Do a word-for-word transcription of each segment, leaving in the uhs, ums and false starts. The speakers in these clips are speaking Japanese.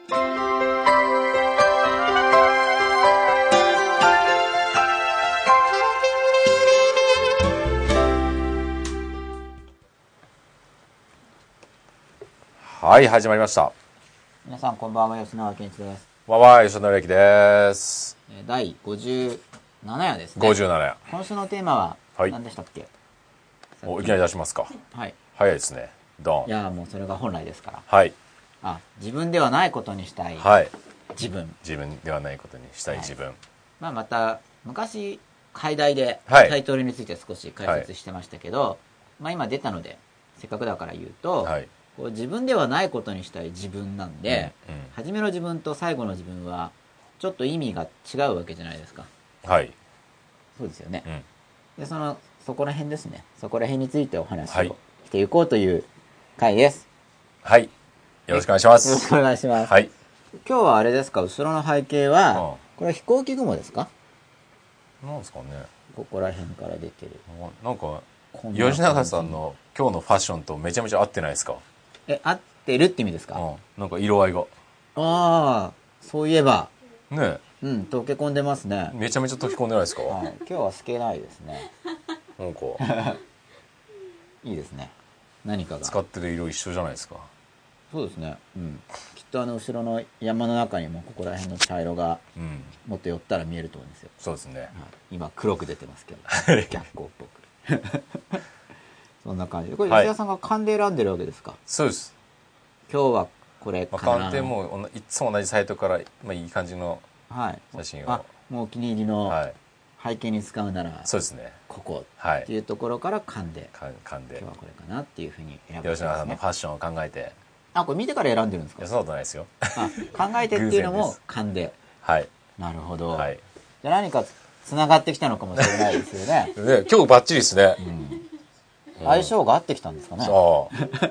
はい、始まりました。 皆さんこんばんは、吉永健一です。 わわー、吉野之です。 だいごじゅうなな夜ですね。 ごじゅうなな夜。 今週のテーマは何でしたっけ？ はい、おいきなり出しますか。 はい。 早いですね。ドン。 いやもうそれが本来ですから。 はい。 あ、自分ではないことにしたい。 はい。 自分。 自分ではないことにしたい自分。はい、 まあまた昔海外でタイトルについて少し解説してましたけど、はい、まあ今出たのでせっかくだから言うと。はい、こう自分ではないことにしたい自分なんで、うんうん、初めの自分と最後の自分はちょっと意味が違うわけじゃないですか。 はい。 そうですよね。うん、でそのそこら辺ですね。そこら辺についてお話をしていこうという回です。 はい。よろしくお願いします。 よろしくお願いします。はい。今日はあれですか、後ろの背景は、うん、これは飛行機雲ですか？ なんですかね。 ここら辺から出てる。 なんか吉永さんの今日のファッションとめちゃめちゃ合ってないですか？ え、合ってるって意味ですか？ うん。なんか色合いが。 ああ、そういえば。 ねえ。 うん、溶け込んでますね。 めちゃめちゃ溶け込んでないですか？はい。 今日は透けないですね。 なんか。 いいですね。何かが。 使ってる色一緒じゃないですか。 そうですね。うん。きっとあの後ろの山の中にもここら辺の茶色が、もっと寄ったら見えると思うんですよ。 そうですね。はい、 今黒く出てますけど。逆光っぽく。そんな感じで。これ吉田さんが勘で選んでるわけですか？ そうです。 今日はこれかな。 まあ、勘でもういつも同じサイトから、まあ、いい感じの写真を、 はい、あもうお気に入りの背景に使うなら、はい、 そうですね。 ここっていうところから勘で、 勘で今日はこれかなっていうふうに選ぶ、ね。 吉永さんのファッションを考えて。 あ、これ見てから選んでるんですか？ いや、そんなことないですよ。 あ、考えてっていうのも勘で。 はい。 なるほど。 はい。 じゃあ何かつながってきたのかもしれないですよね。 ね、今日バッチリですね。 うん相性が合ってきたんですかね。 そう。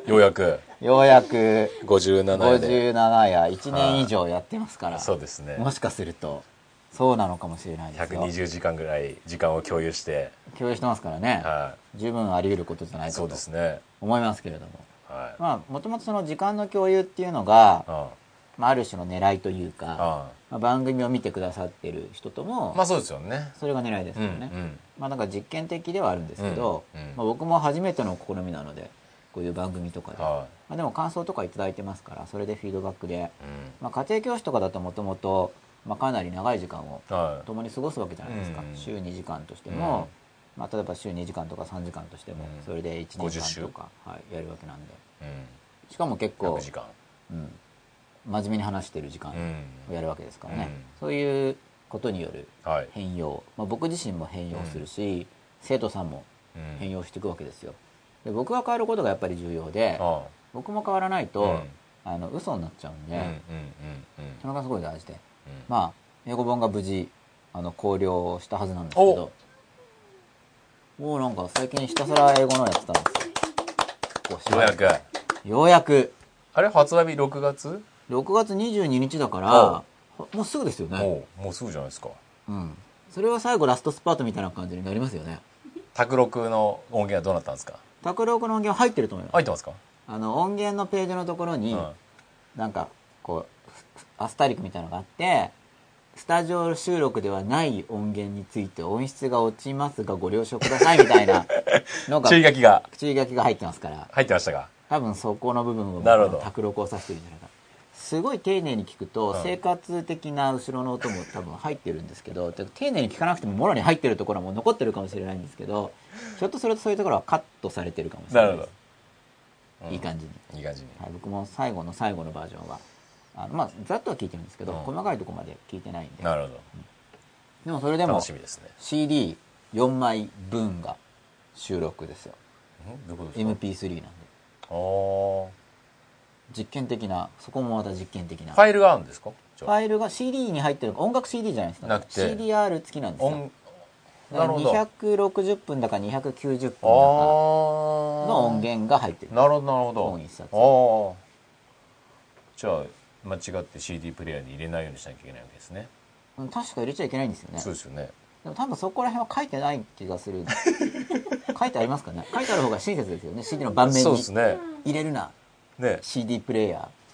ようやく。 ようやく。 ごじゅうなな夜で。 ごじゅうなな夜、いちねん以上やってますから。 そうですね。 もしかすると、そうなのかもしれないですよ。 ひゃくにじゅうじかんぐらい時間を共有して。 共有してますからね。 はい。 十分あり得ることじゃないかと。 そうですね。 思いますけれども。 はい。 まあ、もともとその時間の共有っていうのが、 ああまあ、ある種の狙いというか、 あまあ、番組を見てくださってる人とも、 まあそうですよね。 それが狙いですよね。 うんうん、 まあなんか実験的ではあるんですけど、 うんうんまあ、僕も初めての試みなので、こういう番組とかで、 はいまあ、でも感想とかいただいてますから、それでフィードバックで、 うんまあ、家庭教師とかだともともと、まあ、かなり長い時間を共に過ごすわけじゃないですか。 はい、 週にじかんとしても、うんまあ、例えば週にじかんとかさんじかんとしても、うん、それでいちねんかんとか、はい、やるわけなんで、うん、しかも結構ひゃくじかん、 うん真面目に話してる時間をやるわけですからね、うん、そういうことによる変容、はいまあ、僕自身も変容するし、うん、生徒さんも変容していくわけですよ。で僕が変わることがやっぱり重要で、ああ僕も変わらないと、うん、あの嘘になっちゃうんで、うんうんうんうん、それがすごい大事で、うん、まあ英語本が無事あの考慮したはずなんですけど、もうなんか最近ひたすら英語のやってたんですよ。 ようやくようやくあれ発売日ろくがつろくがつにじゅうににちだからもうすぐですよね。 もうもうすぐじゃないですか。 うん。それは最後ラストスパートみたいな感じになりますよね。 卓録の音源はどうなったんですか？ 卓録の音源は入ってると思います。 入ってますか？ あの音源のページのところに、うん、なんかこうアスタリクみたいなのがあって、スタジオ収録ではない音源について音質が落ちますがご了承くださいみたいなのが注意書きが注意書きが入ってますから。 入ってましたか？ 多分そこの部分を卓録を指してるんじゃないか。すごい丁寧に聞くと、うん、生活的な後ろの音も多分入ってるんですけど、丁寧に聞かなくてももろに入ってるところも残ってるかもしれないんですけど、ひょっとするとそういうところはカットされてるかもしれないです。なるほど、うん、いい感じに。 いい感じに。 はい、僕も最後の最後のバージョンは、あのまあざっとは聞いてるんですけど、うん、細かいところまで聞いてないんで。 なるほど。 うん、でもそれでも楽しみですね。 シーディーよん 枚分が収録ですよ。 どういうことですか？ エムピースリー なんで。 ああ。 実験的な、そこもまた実験的な。 ファイルがあるんですか？ ファイルが シーディー に入ってる、音楽 シーディー じゃないですか。 なくてシーディーアール 付きなんですよ。 なるほど。 にひゃくろくじゅっぷんだかにひゃくきゅうじゅっぷんだかの音源が入ってる。 なるほどなるほど。 本一冊。 ああ。じゃあ間違って シーディー プレイヤーに入れないようにしなきゃいけないわけですね。 確か入れちゃいけないんですよね。 そうですよね。 でも多分そこら辺は書いてない気がする。書いてありますかね。書いてある方が親切ですよね。シーディー の盤面に入れるな。 ね、 シーディー プレイヤー。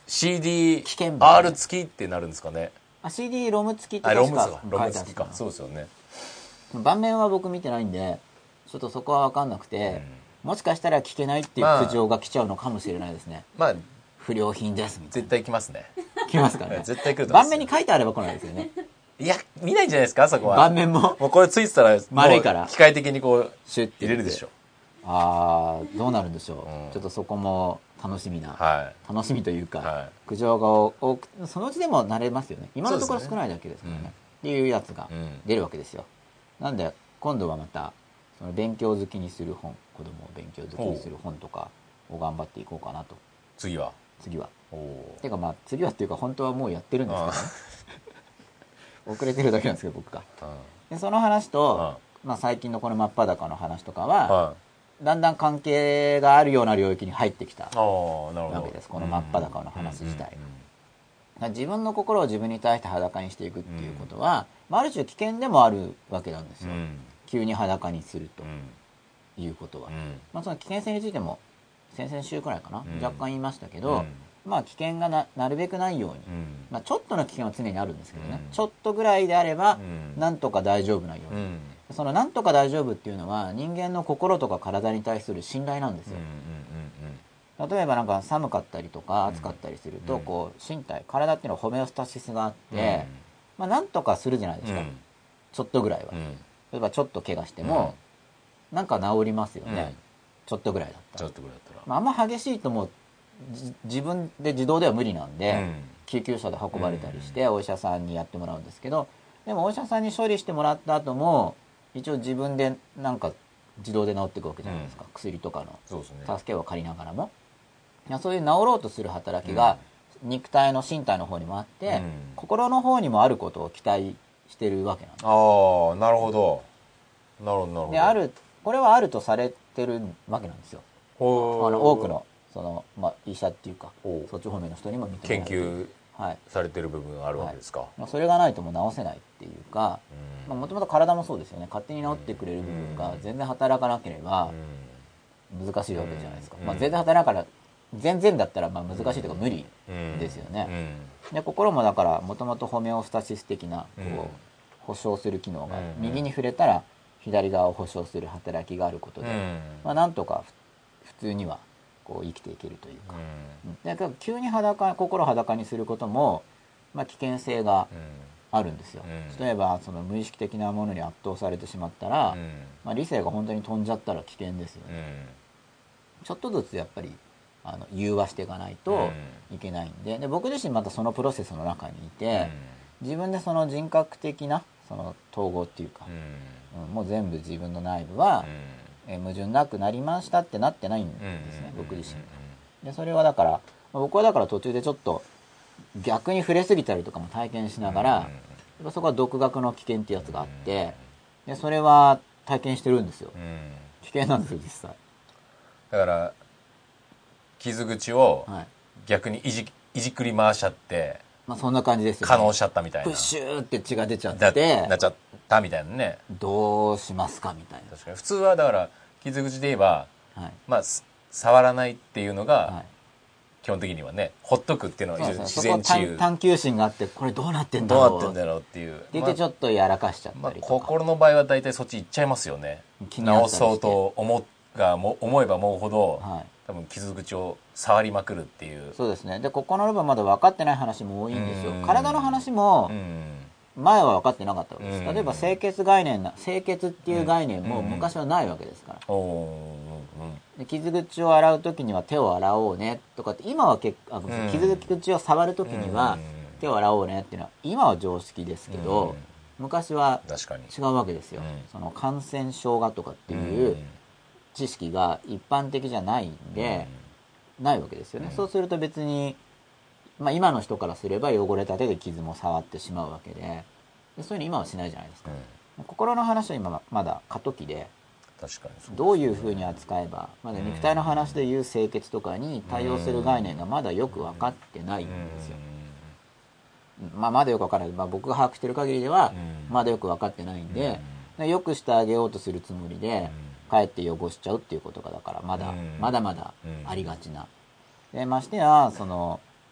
シーディー危険物 R 付きってなるんですかね。 あ シーディー ロム付きってあロム確かかロム書いてある付きか。そうですよね。 盤面は僕見てないんでちょっとそこは分かんなくて、うん、もしかしたら聞けないっていう苦情が来ちゃうのかもしれないですね。 まあ不良品ですみたいな。 絶対来ますね。 来ますからね。 絶対来ると思います。 盤面に書いてあれば来ないですよね。 いや見ないんじゃないですかそこは。 盤面ももうこれついてたら丸いから機械的にこうシュッて入れるでしょ。 ああどうなるんでしょう、うん、ちょっとそこも楽しみな、はい、楽しみというか、はい、苦情が多くそのうちでも慣れますよね。今のところ少ないだけですからね、うん、っていうやつが出るわけですよ、うん、なんで今度はまたその勉強好きにする本、子供を勉強好きにする本とかを頑張っていこうかなと。 次は次はてかまあ次はっていうか本当はもうやってるんですけどね遅れてるだけなんですけど僕が。でその話と、まあ、最近のこの真っ裸の話とかはだんだん関係があるような領域に入ってきたわけです。この真っ裸の話自体が自分の心を自分に対して裸にしていくっていうことは、まあ、ある種危険でもあるわけなんですよ、うん、急に裸にするということは、うんまあ、その危険性についても先々週くらいかな、うん、若干言いましたけど、うんまあ危険が な, なるべくないように、うんまあ、ちょっとの危険は常にあるんですけどね、うん、ちょっとぐらいであれば、うん、なんとか大丈夫なように、うん、そのなんとか大丈夫っていうのは人間の心とか体に対する信頼なんですよ、うんうんうん、例えばなんか寒かったりとか暑かったりすると、うん、こう身体体っていうのはホメオスタシスがあって、うんまあ、なんとかするじゃないですか、うん、ちょっとぐらいは、うん、例えばちょっと怪我しても、うん、なんか治りますよね、うん、ちょっとぐらいだったら、ちょっとぐらいだったら、まあ、あんま激しいともう自分で自動では無理なんで、うん、救急車で運ばれたりしてお医者さんにやってもらうんですけど、でもお医者さんに処理してもらった後も一応自分でなんか自動で治っていくわけじゃないですか、うん、薬とかの助けを借りながらも、いやそういう治ろうとする働きが肉体の身体の方にもあって、うん、心の方にもあることを期待してるわけなんです。 ああなるほどなるほどなるほど。 であるこれはあるとされてるわけなんですよ。あの多くのそのまあ、医者っていうかそっち方面の人にも認められて研究されてる部分があるわけですか、はいまあ、それがないともう治せないっていうかもともと体もそうですよね。勝手に治ってくれる部分が全然働かなければ難しいわけじゃないですか、まあ、全然働かない全然だったらまあ難しいというか無理ですよね。で心もだからもともとホメオスタシス的なこう保証する機能が右に触れたら左側を保証する働きがあることで、まあ、なんとか普通にはこう生きていけるというか、うん、だから急に裸心を裸にすることも、まあ、危険性があるんですよ、うん、例えばその無意識的なものに圧倒されてしまったら、うんまあ、理性が本当に飛んじゃったら危険ですよね、うん、ちょっとずつやっぱりあの融和していかないといけないんで、で僕自身またそのプロセスの中にいて、自分でその人格的なその統合っていうか、うん、もう全部自分の内部は、え矛盾なくなりましたってなってないんですね、僕自身が。でそれはだから僕はだから途中でちょっと逆に触れすぎたりとかも体験しながら、やっぱそこは独学の危険ってやつがあって、でそれは体験してるんですよ。危険なんですよ実際。 だから傷口を逆にいじ、いじくり回しちゃって、 まあそんな感じですよね。 可能しちゃったみたいな。 プシューって血が出ちゃってなっちゃったみたいなね。 どうしますかみたいな。 確かに普通はだから傷口で言えば、はい、まあ触らないっていうのが、はい、基本的にはねほっとくっていうのは自然治癒。 探求心があってこれどうなってんだろう。 どうなってんだろうっていう。 でいてちょっとやらかしちゃったりとか。 まあ、心の場合は大体そっち行っちゃいますよね。治そうと思がも思えば思うほど、はい、多分傷口を触りまくるっていう。 そうですね。でここの部分まだ分かってない話も多いんですよ。体の話も前は分かってなかったわけです。例えば清潔概念な清潔っていう概念も昔はないわけですから。で傷口を洗う時には手を洗おうねとかって今は結あ傷口を触る時には手を洗おうねっていうのは今は常識ですけど、昔は違うわけですよ。その感染症がとかっていう知識が一般的じゃないんで、うん、ないわけですよね、うん、そうすると別に、まあ、今の人からすれば汚れた手で傷も触ってしまうわけ で, でそういうの今はしないじゃないですか、うん、心の話は今まだ過渡期で、確かにそうですね、どういうふうに扱えばまだ肉体の話でいう清潔とかに対応する概念がまだよく分かってないんですよ、うんまあ、まだよく分からない、まあ、僕が把握してる限りではまだよく分かってないんで、でよくしてあげようとするつもりでかえって汚しちゃうっていうことがだからまだ、うん、まだまだありがちな、でましてやその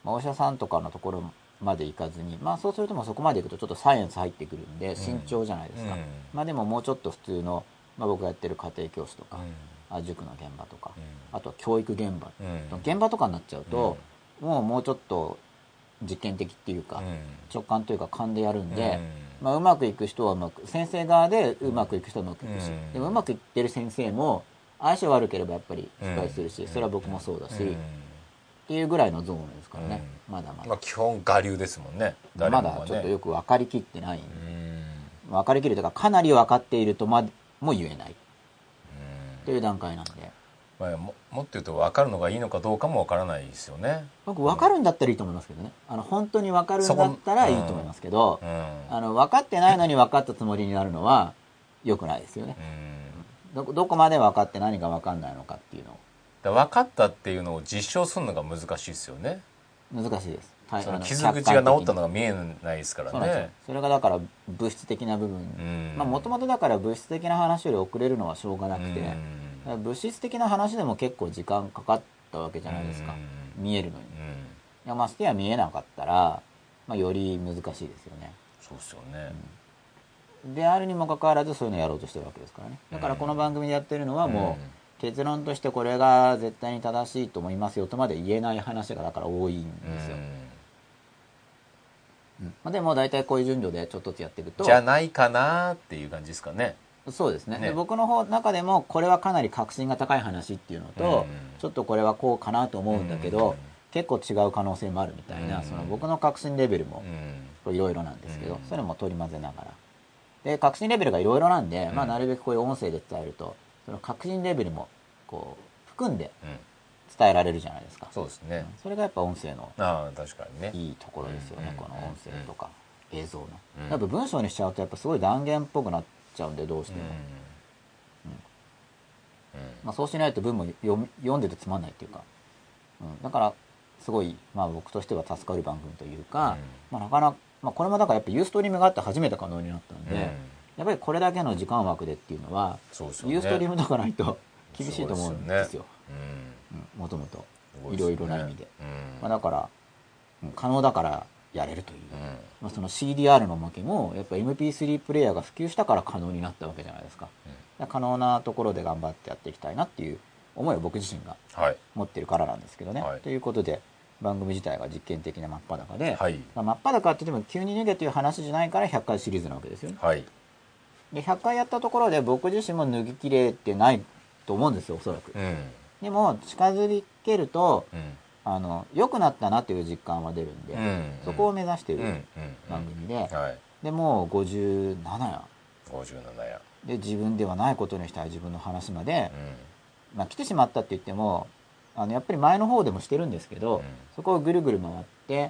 まあ、お医者さんとかのところまで行かずに、まあ、そうするともそこまで行くとちょっとサイエンス入ってくるんで慎重じゃないですか、うん、まあ、でももうちょっと普通の、まあ、僕がやってる家庭教師とか、うん、塾の現場とか、うん、あとは教育現場、うん、現場とかになっちゃうと、うん、もうもうちょっと実験的っていうか、うん、直感というか勘でやるんで、うん、まあ、うまくいく人はうまく、先生側でうまくいく人はうまくいくし、うん、でもうまくいってる先生も相性悪ければやっぱり失敗するし、それは僕もそうだし、うん、っていうぐらいのゾーンですからね、うん、まだまだ、 まあ、基本我流ですもんね。 誰もがね、まだちょっとよく分かりきってない、うん、分かりきるというかかなり分かっているとまでも言えない、うん、という段階なんで、 まあ、も, もっと言うと分かるのがいいのかどうかも分からないですよね。 僕分かるんだったらいいと思いますけどね、あの本当に分かるんだったらいいと思いますけど、うんうん、あの分かってないのに分かったつもりになるのは良くないですよね、うん、ど, どこまで分かって何が分かんないのかっていうのをだ分かったっていうのを実証するのが難しいですよね。 難しいです、 はい、その傷口が治ったのが見えないですからね。 そ, うそれがだから物質的な部分、もともとだから物質的な話より遅れるのはしょうがなくて、物質的な話でも結構時間かかったわけじゃないですか、見えるのに、いやましてや見えなかったら、まあ、より難しいですよね。 そうですよね、 うん、であるにもかかわらずそういうのをやろうとしてるわけですからね。だからこの番組でやってるのはもう、うん、結論としてこれが絶対に正しいと思いますよとまで言えない話がだから多いんですよ、うんうん、まあ、でも大体こういう順序でちょっとずつやっていくとじゃないかなっていう感じですかね。 そうですね。ね、で僕の方中でもこれはかなり確信が高い話っていうのと、うん、ちょっとこれはこうかなと思うんだけど、うん、結構違う可能性もあるみたいな、うん、その僕の確信レベルもいろいろなんですけど、うん、そういうのも取り混ぜながらで確信レベルがいろいろなんで、まあ、なるべくこういう音声で伝えるとその確信レベルもこう含んで伝えられるじゃないですか、 そうですね、 それがやっぱ音声のあ確かにねいいところですよね、この音声とか映像の、やっぱ文章にしちゃうとやっぱすごい断言っぽくなっちゃうんでどうしても、うんまあ、そうしないと文も読読んでてつまんないっていうか、うん、だからすごい、まあ、僕としては助かる番組というか、うんまあ、なかなか、まあ、これもだからやっぱユーストリームがあって初めて可能になったんで、うん、やっぱりこれだけの時間枠でっていうのはそうですよね、 ユーストリームとかないと厳しいと思うんですよ、もともといろいろな意味で、うんまあ、だから、うん、可能だからやれるという、うんまあ、その シーディーアール の負けもやっぱ エムピースリー プレイヤーが普及したから可能になったわけじゃないですか、うん、可能なところで頑張ってやっていきたいなっていう思いを僕自身が持ってるからなんですけどね、はい、ということで番組自体が実験的な真っ裸で、はいまあ、真っ裸って言っても急に脱げという話じゃないからひゃっかいシリーズなわけですよね、はい、でひゃっかいやったところで僕自身も脱ぎきれてないと思うんですよおそらく、うん、でも近づけると、うんあの良くなったなっていう実感は出るんで、うんうん、そこを目指している番組で、うんうんうんはい、でもうごじゅうななやごじゅうななやで自分ではないことにしたい自分の話まで、うんまあ、来てしまったって言ってもあのやっぱり前の方でもしてるんですけど、うん、そこをぐるぐる回って、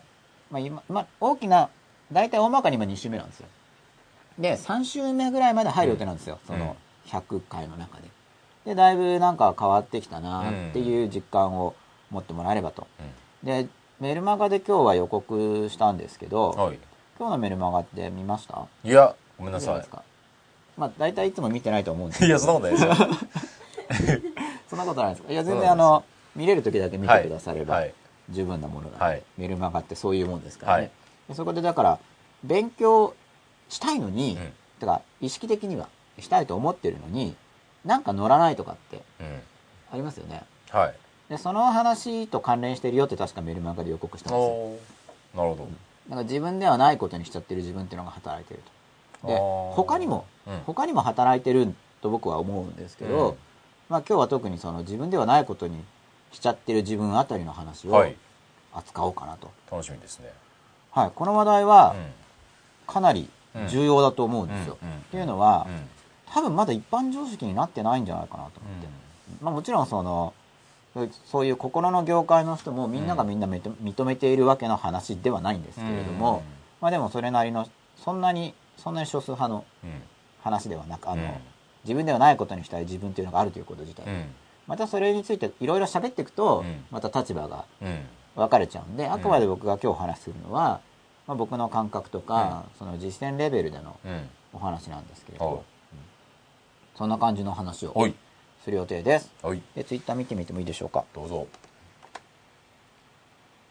まあ今まあ、大きな大体大まかに今に週目なんですよでさん週目ぐらいまで入る予定なんですよ、うん、そのひゃっかいの中ででだいぶなんか変わってきたなっていう実感を持ってもらえればと、うん、でメルマガで今日は予告したんですけど、はい、今日のメルマガって見ました？ いやごめんなさい。 まあ大体いつも見てないと思うんですけどいやそんなことないですよそんなことないですか？いや全然あの見れる時だけ見てくだされば十分なものなんで、はい、メルマガってそういうもんですからね、はい、でそこでだから勉強したいのに、うん、てか意識的にはしたいと思ってるのになんか乗らないとかってありますよね、うん、はいでその話と関連してるよって確かメルマガで予告したんですよ。 なるほど、うん、 だから自分ではないことにしちゃってる自分っていうのが働いてるとで他にも、うん、他にも働いてると僕は思うんですけど、うんまあ、今日は特にその自分ではないことにしちゃってる自分あたりの話を扱おうかなと、はい、 楽しみですね、 はい、この話題はかなり重要だと思うんですよ、うんうんうん、っていうのは、うん、多分まだ一般常識になってないんじゃないかなと思って、うんまあ、もちろんそのそういう心の業界の人もみんながみんな認めているわけの話ではないんですけれども、うんまあ、でもそれなりのそんなにそんなに少数派の話ではなくあの、うん、自分ではないことにしたい自分というのがあるということ自体、うん、またそれについていろいろ喋っていくと、うん、また立場が分かれちゃうんで、あくまで僕が今日お話しするのは、まあ、僕の感覚とか、その実践レベルでのお話なんですけれど、そんな感じの話をする予定です。はい、でツイッター見てみてもいいでしょうか。 どうぞ。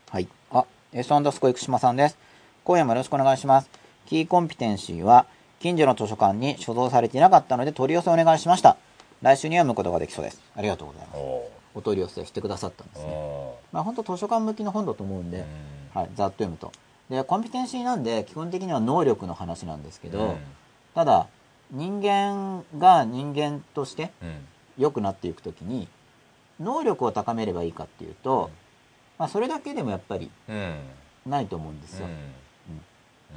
はい。あ、エスアンダースコ生島さんです。今夜もよろしくお願いします。キーコンピテンシーは近所の図書館に所蔵されていなかったので取り寄せお願いしました。来週には読むことができそうです。ありがとうございます。お, お取り寄せしてくださったんですね。まあ本当図書館向きの本だと思うんで、うん、はい、ざっと読むと。で、コンピテンシーなんで基本的には能力の話なんですけど、うん、ただ人間が人間として良くなっていくときに能力を高めればいいかっていうと、うん、まあそれだけでもやっぱりないと思うんですよ。うんうん、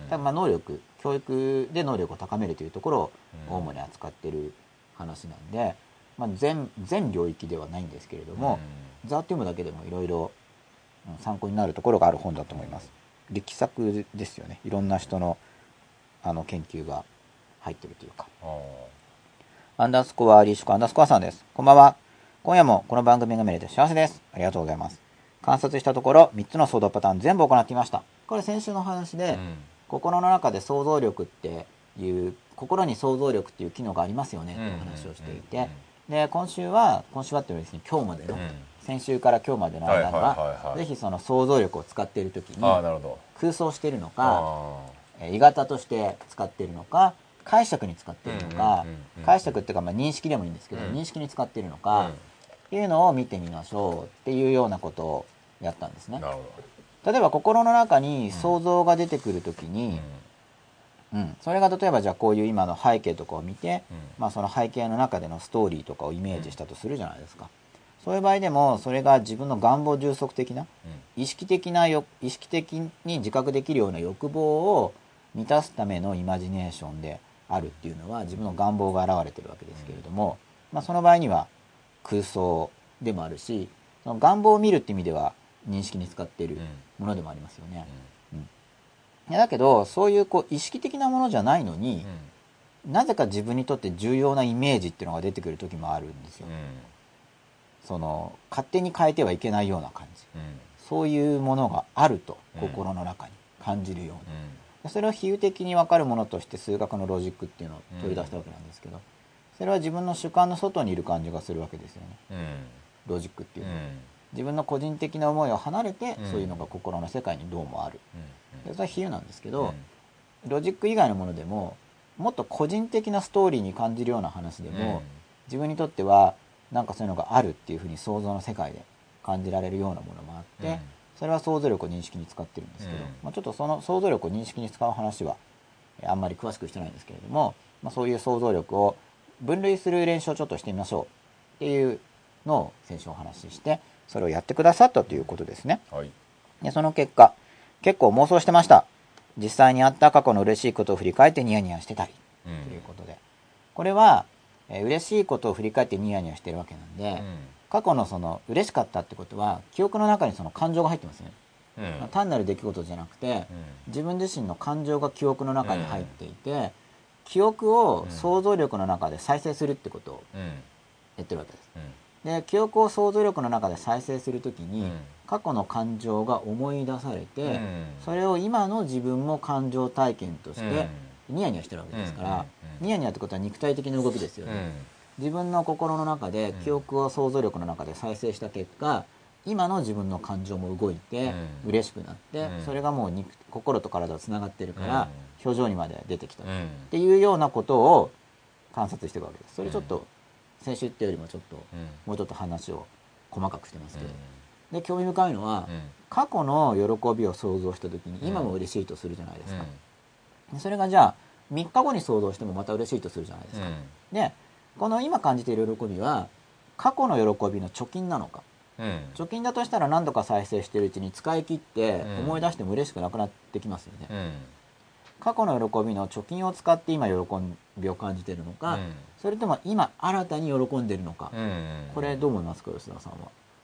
だからまあ能力、教育で能力を高めるというところを主に扱っている話なんで、まあ、全, 全領域ではないんですけれども、うん、ざっと読むだけでもいろいろ参考になるところがある本だと思います。力作ですよね。いろんな人のあの研究が入ってるというか。アンダースコアリーシュコアンダースコアさんです。こんばんは。今夜もこの番組が見れて幸せです。ありがとうございます。観察したところみっつの想像パターン全部行っていました。これ先週の話で、うん、心の中で想像力っていう心に想像力っていう機能がありますよねという話をしていて、で今週は今週はっていうのはですね、今日までの、うん、先週から今日までの間はぜひその想像力を使っている時に空想しているのか、鋳型として使っているのか、解釈に使っているのか、解釈っていうかまあ認識でもいいんですけど、うん、認識に使っているのか、うん、っていうのを見てみましょうっていうようなことをやったんですね。なるほど。例えば心の中に想像が出てくるときに、うんうん、それが例えばじゃあこういう今の背景とかを見て、うん、まあその背景の中でのストーリーとかをイメージしたとするじゃないですか。そういう場合でもそれが自分の願望充足的な、意識的なよ意識的に自覚できるような欲望を満たすためのイマジネーションであるっていうのは自分の願望が現れてるわけですけれども、まあ、その場合には空想でもあるし、その願望を見るって意味では認識に使っているものでもありますよね。うんうん、いやだけどそういうこう意識的なものじゃないのに、うん、なぜか自分にとって重要なイメージっていうのが出てくる時もあるんですよ。うん、その勝手に変えてはいけないような感じ、うん、そういうものがあると心の中に感じるような、うん、それを比喩的に分かるものとして数学のロジックっていうのを取り出したわけなんですけど、それは自分の主観の外にいる感じがするわけですよね。うん、ロジックっていうのは、うん、自分の個人的な思いを離れて、うん、そういうのが心の世界にどうもある、うん、でそれは比喩なんですけど、うん、ロジック以外のものでももっと個人的なストーリーに感じるような話でも、うん、自分にとってはなんかそういうのがあるっていうふうに想像の世界で感じられるようなものもあって、うん、それは想像力を認識に使ってるんですけど、うん、まあ、ちょっとその想像力を認識に使う話はあんまり詳しくしてないんですけれども、まあ、そういう想像力を分類する練習をちょっとしてみましょうっていうのを先週お話しして、それをやってくださったということですね。はい、でその結果結構妄想してました。実際にあった過去の嬉しいことを振り返ってニヤニヤしてたり、うん、ということで、これは、えー、嬉しいことを振り返ってニヤニヤしてるわけなんで、うん、過去のその嬉しかったってことは記憶の中にその感情が入ってますね。うん、単なる出来事じゃなくて、うん、自分自身の感情が記憶の中に入っていて、うん、記憶を想像力の中で再生するってことをやってるわけです。うん、で記憶を想像力の中で再生するときに、うん、過去の感情が思い出されて、うん、それを今の自分も感情体験としてニヤニヤしてるわけですから、うん、ニヤニヤってことは肉体的な動きですよね。うん、自分の心の中で記憶を想像力の中で再生した結果、今の自分の感情も動いて嬉しくなって、うん、それがもう肉心と体とつながってるから、うん、表情にまで出てきた、うん、っていうようなことを観察していくわけです。それちょっと先週ってよりもちょっと、うん、もうちょっと話を細かくしてますけど、うん、で興味深いのは、うん、過去の喜びを想像した時に今も嬉しいとするじゃないですか、うん、それがじゃあみっかごに想像してもまた嬉しいとするじゃないですか、うん、でこの今感じている喜びは過去の喜びの貯金なのか、うん、貯金だとしたら何度か再生しているうちに使い切って思い出しても嬉しくなくなってきますよね、うん、過去の喜びの貯金を使って今喜びを感じているのか、うん、それとも今新たに喜んでいるのか、うんうんうん、これどう思いますか吉田さんは。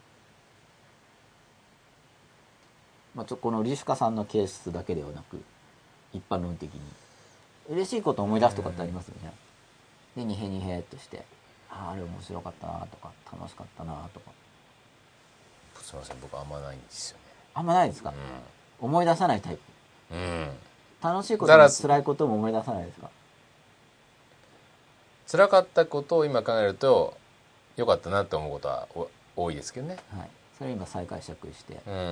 まあ、ちょこのリシュカさんのケースだけではなく一般論的に嬉しいことを思い出すとかってありますよね、うん、でニヘニヘっとしてあああれ面白かったなとか楽しかったなとか。 すいません僕あんまないんですよね。 あんまないですか、うん、思い出さないタイプ、うん、楽しいことも辛いことも思い出さないですか。 辛かったことを今考えると良かったなって思うことは多いですけどね、 はい、それ今再解釈して、 うん、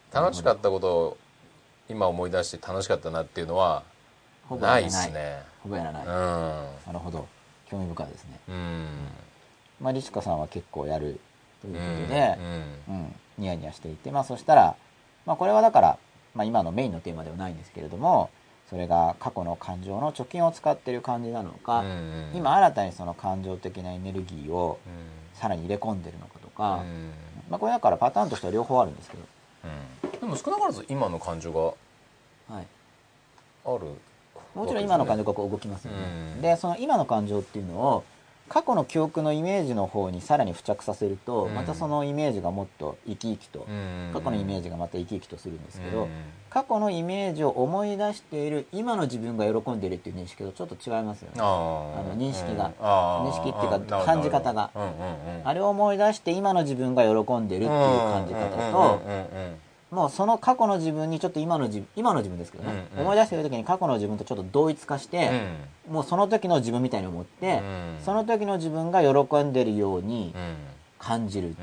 楽しかったことを今思い出して楽しかったなっていうのはないですね。 ほぼやらない。 うん、 なるほど。興味深いですね。 うん、 まあリシカさんは結構やるということで、うん、うん、ニヤニヤしていて、まあそしたら、まあこれはだから、まあ今のメインのテーマではないんですけれども、それが過去の感情の貯金を使っている感じなのか、うんうん、今新たにその感情的なエネルギーをさらに入れ込んでるのかとか、うん、まあこれだからパターンとしては両方あるんですけど、 うん、でも少なからず今の感情がある、はい、 もちろん今の感情がこう動きますよね、うん、でその今の感情っていうのを過去の記憶のイメージの方にさらに付着させると、うん、またそのイメージがもっと生き生きと、うん、過去のイメージがまた生き生きとするんですけど、うん、過去のイメージを思い出している今の自分が喜んでいるっていう認識とちょっと違いますよね。あの認識が、うん、認識っていうか感じ方が、うんうんうん、あれを思い出して今の自分が喜んでいるっていう感じ方と、もうその過去の自分にちょっと今の自分、今の自分ですけどね、うんうん、思い出している時に過去の自分とちょっと同一化して、うん、もうその時の自分みたいに思って、うん、その時の自分が喜んでいるように感じる、うん、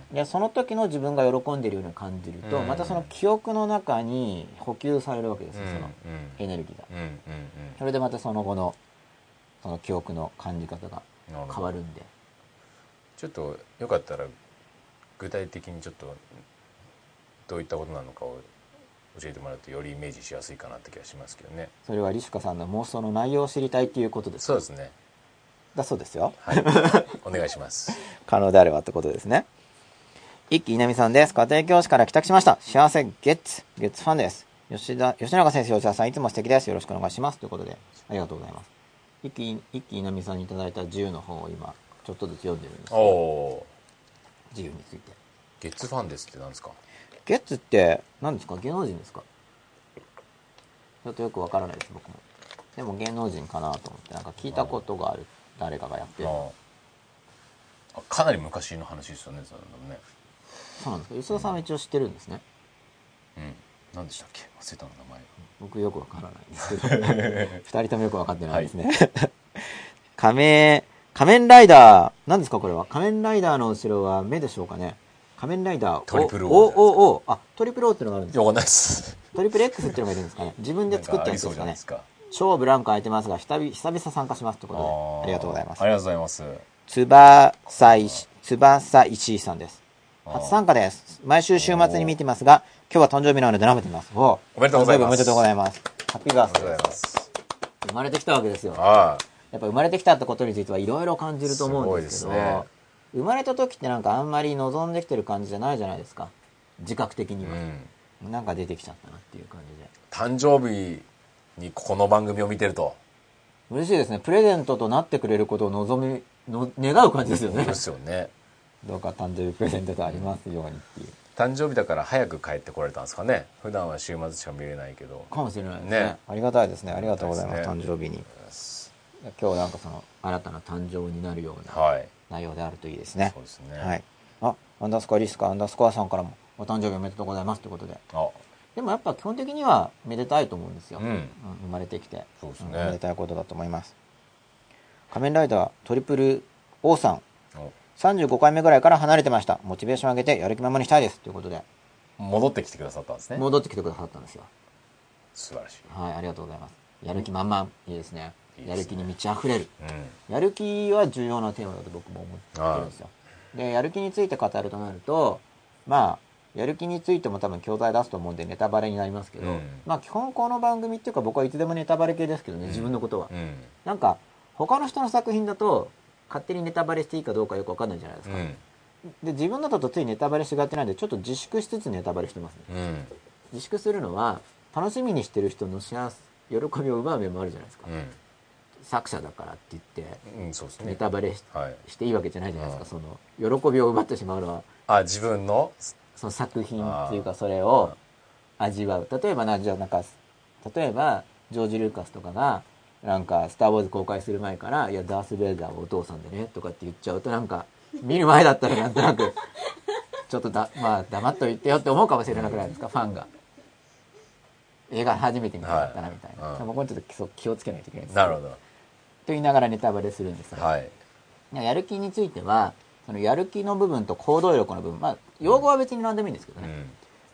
でその時の自分が喜んでいるように感じると、うん、またその記憶の中に補給されるわけですよ、そのエネルギーが、うんうんうん、それでまたその後のその記憶の感じ方が変わるんで、 ちょっとよかったら具体的にちょっとどういったことなのかを教えてもらうとよりイメージしやすいかなって気がしますけどね。 それはリシュカさんの妄想の内容を知りたいっていうことですか？ そうですね。 だそうですよ。 はい。お願いします。 可能であればってことですね。一木稲美さんです。家庭教師から帰宅しました。幸せゲッツゲッツファンです。吉田吉永先生、吉田さんいつも素敵です。よろしくお願いしますということでありがとうございます。一木一木稲美さんにいただいた自由の本を今ちょっとずつ読んでるんですけど、お自由について。 ゲッツファンですって何ですか？ ゲッツって何ですか？芸能人ですか？ちょっとよくわからないです僕も。でも芸能人かなと思ってなんか聞いたことがある誰かがやってる。 ああかなり昔の話ですよねそれね。 そうなんですか。吉田さんは一応知ってるんですね。 うん。何でしたっけ？忘れたの名前。 僕よくわからないんですけど二人ともよくわかってないですね。はい、仮面仮面ライダー何ですかこれは？仮面ライダーの後ろは目でしょうかね？仮面ライダートリプル O O O あトリプル O っていうのがあるんですか？ わかんないです。 トリプル X っていうのがいるんですかね？自分で作ったやつですかね？超ブランク空いてますが久々久々参加しますということでありがとうございます。 ありがとうございます。 つばさ石つばさ石井さんです。初参加です。毎週週末に見てますが今日は誕生日なので舐めてます。おおめでとうございます。 おめでとうございます。ハッピーバースデー。 おめでとうございます。 生まれてきたわけですよ。 ああやっぱ生まれてきたってことについてはいろいろ感じると思うんですけど、ね、生まれた時ってなんかあんまり望んできてる感じじゃないじゃないですか。自覚的には、うん、なんか出てきちゃったなっていう感じで。 誕生日にこの番組を見てると嬉しいですね。プレゼントとなってくれることを望みの願う感じですよね。 そうですよね。 どうか誕生日プレゼントとありますようにっていう、 うん、誕生日だから早く帰ってこられたんですかね。普段は週末しか見れないけどかもしれないですね。ね、ありがたいですね。ありがとうございます、ね、誕生日に今日なんかその新たな誕生になるような内容であるといいですね。はい、 そうですね。 はい。あ、アンダースコアリスカアンダースコアさんからもお誕生日おめでとうございますということで。あ、でもやっぱ基本的にはめでたいと思うんですよ。うんうん、生まれてきて、 そうですね、 めでたいことだと思います。仮面ライダートリプル O さん、さんじゅうごかいめぐらいから離れてました。モチベーション上げてやる気ままにしたいですということで戻ってきてくださったんですね。 戻ってきてくださったんですよ。 素晴らしい。 はい、ありがとうございます。やる気満々、いいですね。やる気に満ち溢れる、うん、やる気は重要なテーマだと僕も思ってるんですよ。でやる気について語るとなるとまあやる気についても多分教材出すと思うんでネタバレになりますけど、うん、まあ基本この番組っていうか僕はいつでもネタバレ系ですけどね、うん、自分のことは、うん、なんか他の人の作品だと勝手にネタバレしていいかどうかよく分かんないじゃないですか、うん、で自分のだとついネタバレしがちなんでちょっと自粛しつつネタバレしてますね、うん、自粛するのは楽しみにしてる人の幸せ喜びを奪う面もあるじゃないですか、うん、作者だからって言って、うんそうですね、ネタバレ し,、はい、していいわけじゃないじゃないですか、うん、その喜びを奪ってしまうのはあ自分のその作品っていうかそれを味わう。例えばなじゃあなんか例えばジョージ・ルーカスとかがなんかスター・ウォーズ公開する前からいやダース・ベイダーはお父さんでねとかって言っちゃうとなんか見る前だったらなんとなくちょっとだまあ黙っといてよって思うかもしれなくないですか、ファンが。映画初めて見たかったなみたいな、はい、僕もちょっと気をつけないといけないです。 なるほどと言いながらネタバレするんですが、はい、やる気についてはそのやる気の部分と行動力の部分、まあ用語は別に何でもいいんですけどね、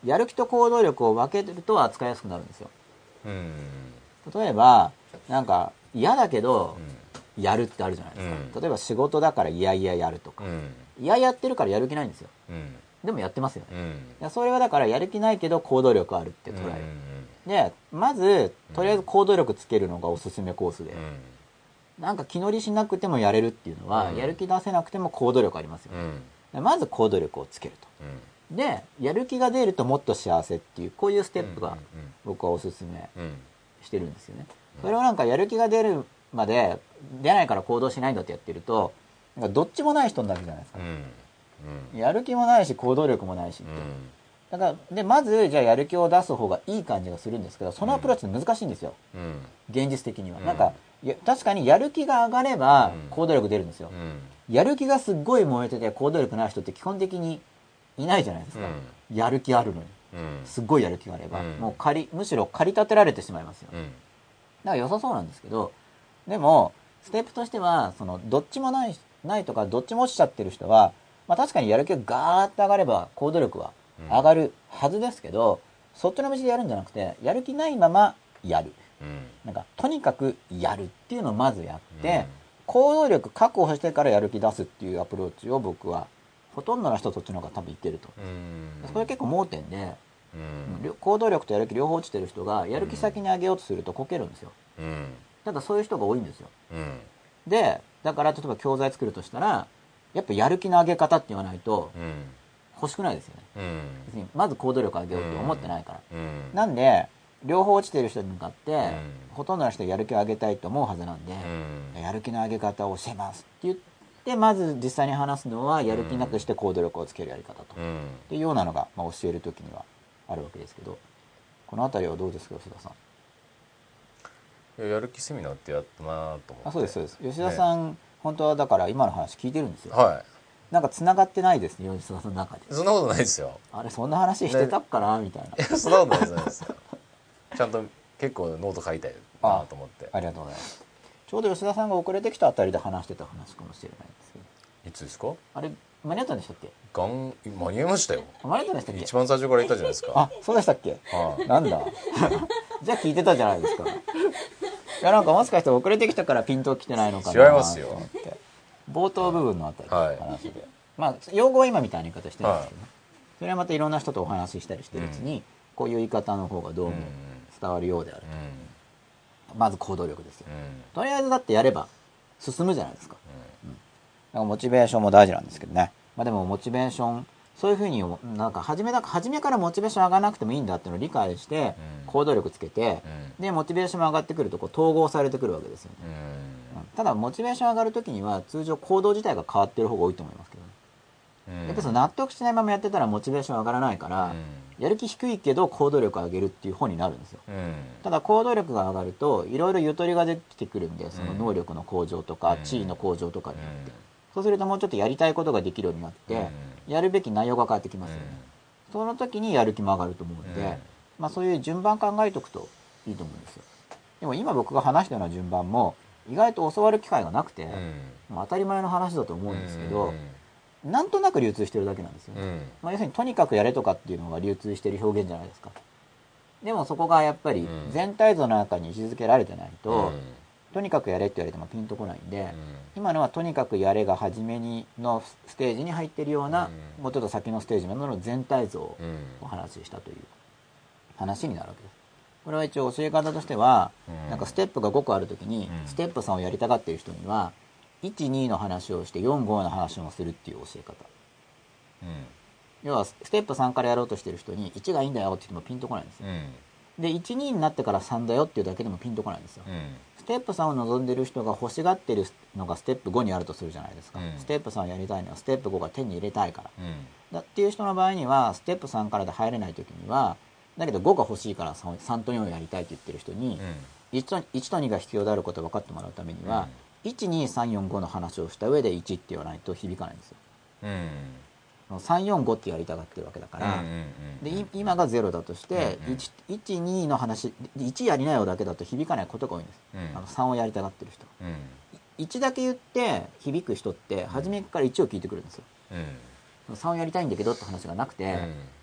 やる気と行動力を分けると扱いやすくなるんですよ。 うん、 例えばなんか嫌だけどやるってあるじゃないですか、うん、例えば仕事だからいやいややるとか、いややってるからやる気ないんですよ、うん、でもやってますよね、うん、それはだからやる気ないけど行動力あるって捉える、うん、でまずとりあえず行動力つけるのがおすすめコースで、うん、なんか気乗りしなくてもやれるっていうのは、うん、やる気出せなくても行動力ありますよ、うん、まず行動力をつけると、うん、でやる気が出るともっと幸せっていうこういうステップが僕はおすすめしてるんですよね。それをなんかやる気が出るまで出ないから行動しないんだってやってるとなんかどっちもない人になるじゃないですか、うんうん、やる気もないし行動力もないしって、うん、だからでまずじゃあやる気を出す方がいい感じがするんですけどそのアプローチって難しいんですよ、うん、現実的には、うん、なんかや確かにやる気が上がれば行動力出るんですよ、うん、やる気がすっごい燃えてて行動力ない人って基本的にいないじゃないですか、うん、やる気あるのに、うん、すっごいやる気があれば、うん、もう借りむしろ駆り立てられてしまいますよ、うん、だから良さそうなんですけどでもステップとしてはそのどっちもないないとかどっちも落ちちゃってる人は、まあ、確かにやる気がガーッと上がれば行動力は上がるはずですけど、うん、そっちの道でやるんじゃなくてやる気ないままやる、うん、なんかとにかくやるっていうのをまずやって、うん、行動力確保してからやる気出すっていうアプローチを僕はほとんどの人はそっちの方が多分いってると、うん、それ結構盲点で、うん、行動力とやる気両方落ちてる人がやる気先に上げようとするとこけるんですよ、うん、ただそういう人が多いんですよ、うん、でだから例えば教材作るとしたらやっぱやる気の上げ方って言わないと欲しくないですよね、うん、別にまず行動力上げようって思ってないから、うん、なんで両方落ちてる人に向かって、うん、ほとんどの人がやる気を上げたいと思うはずなんで、うん、やる気の上げ方を教えますって言ってでまず実際に話すのはやる気なくして行動力をつけるやり方と、うん、っていうようなのが、まあ、教える時にはあるわけですけどこのあたりはどうですか吉田さん。 いや、やる気セミナーってやったなと思って。 あそうですそうです吉田さん、ね、本当はだから今の話聞いてるんですよ。 はいなんか繋がってないですね吉田さんの中で。 そんなことないですよ。 あれそんな話してたっかな、ね、みたいな。いやそんなことないですよちゃんと結構ノート書いたいなと思って。 あ, ありがとうございます。ちょうど吉田さんが遅れてきたあたりで話してた話かもしれないですけど。 いつですか。 あれ間に合ったんでしたっけ。 がん間に合いましたよ。 間に合ったんでしたっけ。 一番最初から言ったじゃないですか。 あそうでしたっけ、はあ、なんだじゃあ聞いてたじゃないですか。いやなんかもしかして遅れてきたからピンときてないのかなと思って。違いますよ。冒頭部分のあたりの話で、はい、まあ用語は今みたいな言い方してるんですけど、ね、はい、それはまたいろんな人とお話ししたりしてるうちに、うん、こういう言い方の方がどうも伝わるようであると、うん、まず行動力ですよ、うん、とりあえずだってやれば進むじゃないですか、うんうん、だからモチベーションも大事なんですけどね。まあ、でもモチベーションそういうふうになんか初めだ初めからモチベーション上がらなくてもいいんだっていうのを理解して行動力つけて、うん、でモチベーションも上がってくるとこう統合されてくるわけですよね、うん、ただモチベーション上がるときには通常行動自体が変わってる方が多いと思いますけどね、うん、やっぱりその納得しないままやってたらモチベーション上がらないから、うん、やる気低いけど行動力を上げるっていう方になるんですよ、うん、ただ行動力が上がるといろいろゆとりができてくるんでその能力の向上とか地位の向上とかによって、うんそうするともうちょっとやりたいことができるようになって、うん、やるべき内容が変わってきますよね、うん、その時にやる気も上がると思うんで、うん、まあそういう順番考えておくといいと思うんですよ。でも今僕が話したような順番も意外と教わる機会がなくて、うん、まあ当たり前の話だと思うんですけど、うん、なんとなく流通してるだけなんですよね、うんまあ、要するにとにかくやれとかっていうのが流通してる表現じゃないですか。でもそこがやっぱり全体像の中に位置づけられてないと、とにかくやれって言われてもピンとこないんで、うん、今のはとにかくやれが初めにのステージに入っているような、うん、もうちょっと先のステージまでの全体像をお話ししたという話になるわけです。これは一応教え方としては、うん、なんかステップがごこあるときに、うん、ステップさんをやりたがっている人にはいち、にの話をしてよん、ごの話をするっていう教え方、うん、要はステップさんからやろうとしている人にいちがいいんだよって言ってもピンとこないんですよ、うんでいち、にになってからさんだよっていうだけでもピンとこないんですよ、うん、ステップさんを望んでる人が欲しがってるのがステップごにあるとするじゃないですか、うん、ステップさんをやりたいのはステップごが手に入れたいから、うん、だっていう人の場合にはステップさんからで入れない時にはだけどごが欲しいからさんとよんをやりたいって言ってる人に、うん、いち, といちとにが必要であることを分かってもらうためには、うん、いち、に、さん、よん、ごの話をした上でいちって言わないと響かないんですよ、うんさん、よん、ごってやりたがってるわけだから、うんうんうんうん、で今がゼロだとして、うんうん、いち、にの話いちやりなよだけだと響かないことが多いんです、うん、あのさんをやりたがってる人、うん、いちだけ言って響く人って初めからいちを聞いてくるんですよ、うん、さんをやりたいんだけどって話がなくて、うん、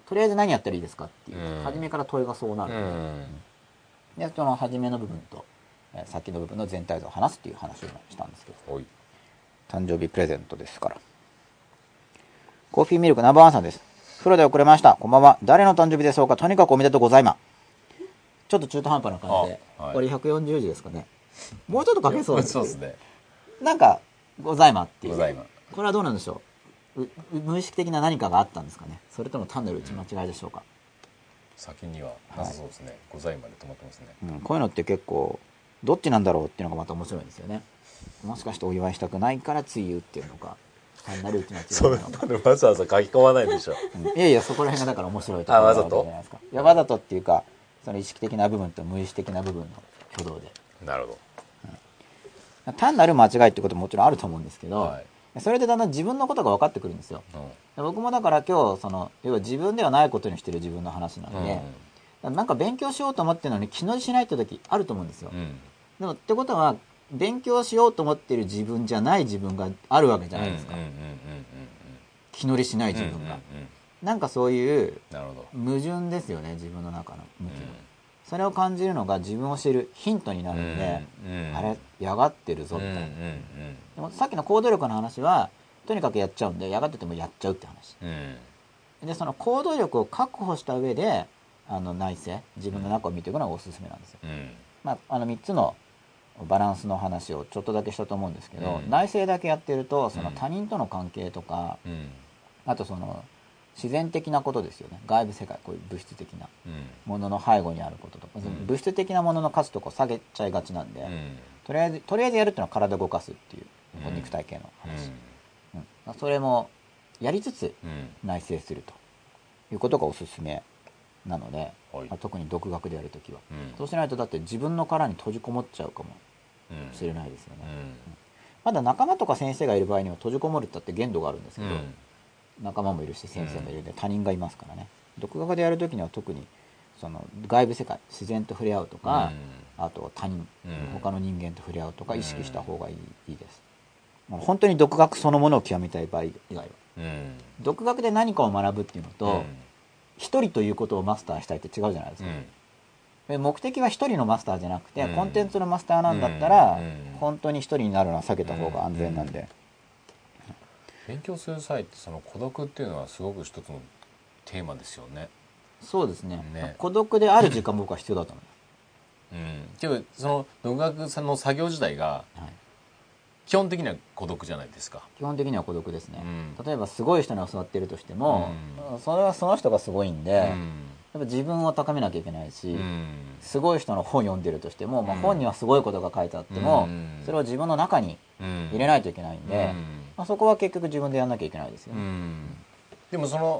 とりあえず何やったらいいですかっていう、うん、初めから問いがそうなるので、うん、でその初めの部分と、えー、先の部分の全体像を話すっていう話をしたんですけど、誕生日プレゼントですから。コーヒーミルクナンバーワンさんです。風呂で遅れました。こんばんは。誰の誕生日でしょうか。とにかくおめでとうございます。ちょっと中途半端な感じで、はい、これひゃくよんじゅうじですかね。もうちょっとかけそうです。 そうですね。 なんかございまっていう。 ございま。 これはどうなんでしょう。う無意識的な何かがあったんですかね。それとも単なる打ち間違いでしょうか。うん、 先にはなさそうですね。はい、ございまで止まってますね、 うん。こういうのって結構どっちなんだろうっていうのがまた面白いんですよね。もしかしてお祝いしたくないからつい言うっていうのか。単なる打ち間違いなのか。 そんなのわざわざ書き込まないでしょ。 うん、いやいやそこら辺がだから面白いところがあるじゃないですか。いやわざとっていうかその意識的な部分と無意識的な部分の挙動で。 なるほど。 うん、単なる間違いってことももちろんあると思うんですけど。はい、それでだんだん自分のことが分かってくるんですよ、うん、僕もだから今日その要は自分ではないことにしてる自分の話なんで、うん、なんか勉強しようと思ってるのに気乗りしないって時あると思うんですよ、うん、でもってことは勉強しようと思ってる自分じゃない自分があるわけじゃないですか、気乗りしない自分が、うんうんうん、なんかそういう矛盾ですよね自分の中の向きの、うん、それを感じるのが自分を知るヒントになるんで、うんうん、あれやがってるぞみたいな、うんうんうん、でもさっきの行動力の話はとにかくやっちゃうんでやがっててもやっちゃうって話、うん、でその行動力を確保した上であの内省自分の中を見ていくのがおすすめなんですよ、うん、まあ、あのみっつのバランスの話をちょっとだけしたと思うんですけど、うん、内省だけやってるとその他人との関係とか、うん、あとその自然的なことですよね。外部世界こういう物質的なものの背後にあることとか、うん、物質的なものの価値とか下げちゃいがちなんで、うん、とりあえずとりあえずやるっていうのは体を動かすっていう、うん、肉体系の話、うんうん、それもやりつつ内省するということがおすすめなので、はい、特に独学でやるときは、うん、そうしないとだって自分の殻に閉じこもっちゃうかもしれないですよね、うんうん、まだ仲間とか先生がいる場合には閉じこもるって限度があるんですけど、うん、仲間もいるし先生もいるんで、他人がいますからね。独学でやるときには特にその外部世界自然と触れ合うとか、うん、あと他人、うん、他の人間と触れ合うとか意識した方がいい、いいです。もう本当に独学そのものを極めたい場合以外は、うん、独学で何かを学ぶっていうのと、うん、一人ということをマスターしたいって違うじゃないですか、うん、目的は一人のマスターじゃなくて、うん、コンテンツのマスターなんだったら、うん、本当に一人になるのは避けた方が安全なんで、うんうん、 勉強する際ってその孤独っていうのはすごく一つのテーマですよね。 そうですね。ね、孤独である時間僕は必要だと思います。 うん。けどその独学さんの作業自体が、はい、基本的には孤独じゃないですか。 基本的には孤独ですね。うん、例えばすごい人に教わってるとしても、うん、それはその人がすごいんで、うん、やっぱ自分を高めなきゃいけないし、うん、すごい人の本読んでるとしても、まあ、本にはすごいことが書いてあっても、うん、それを自分の中に入れないといけないんで、うん、まあ、そこは結局自分でやんなきゃいけないですよね。うん、 でもその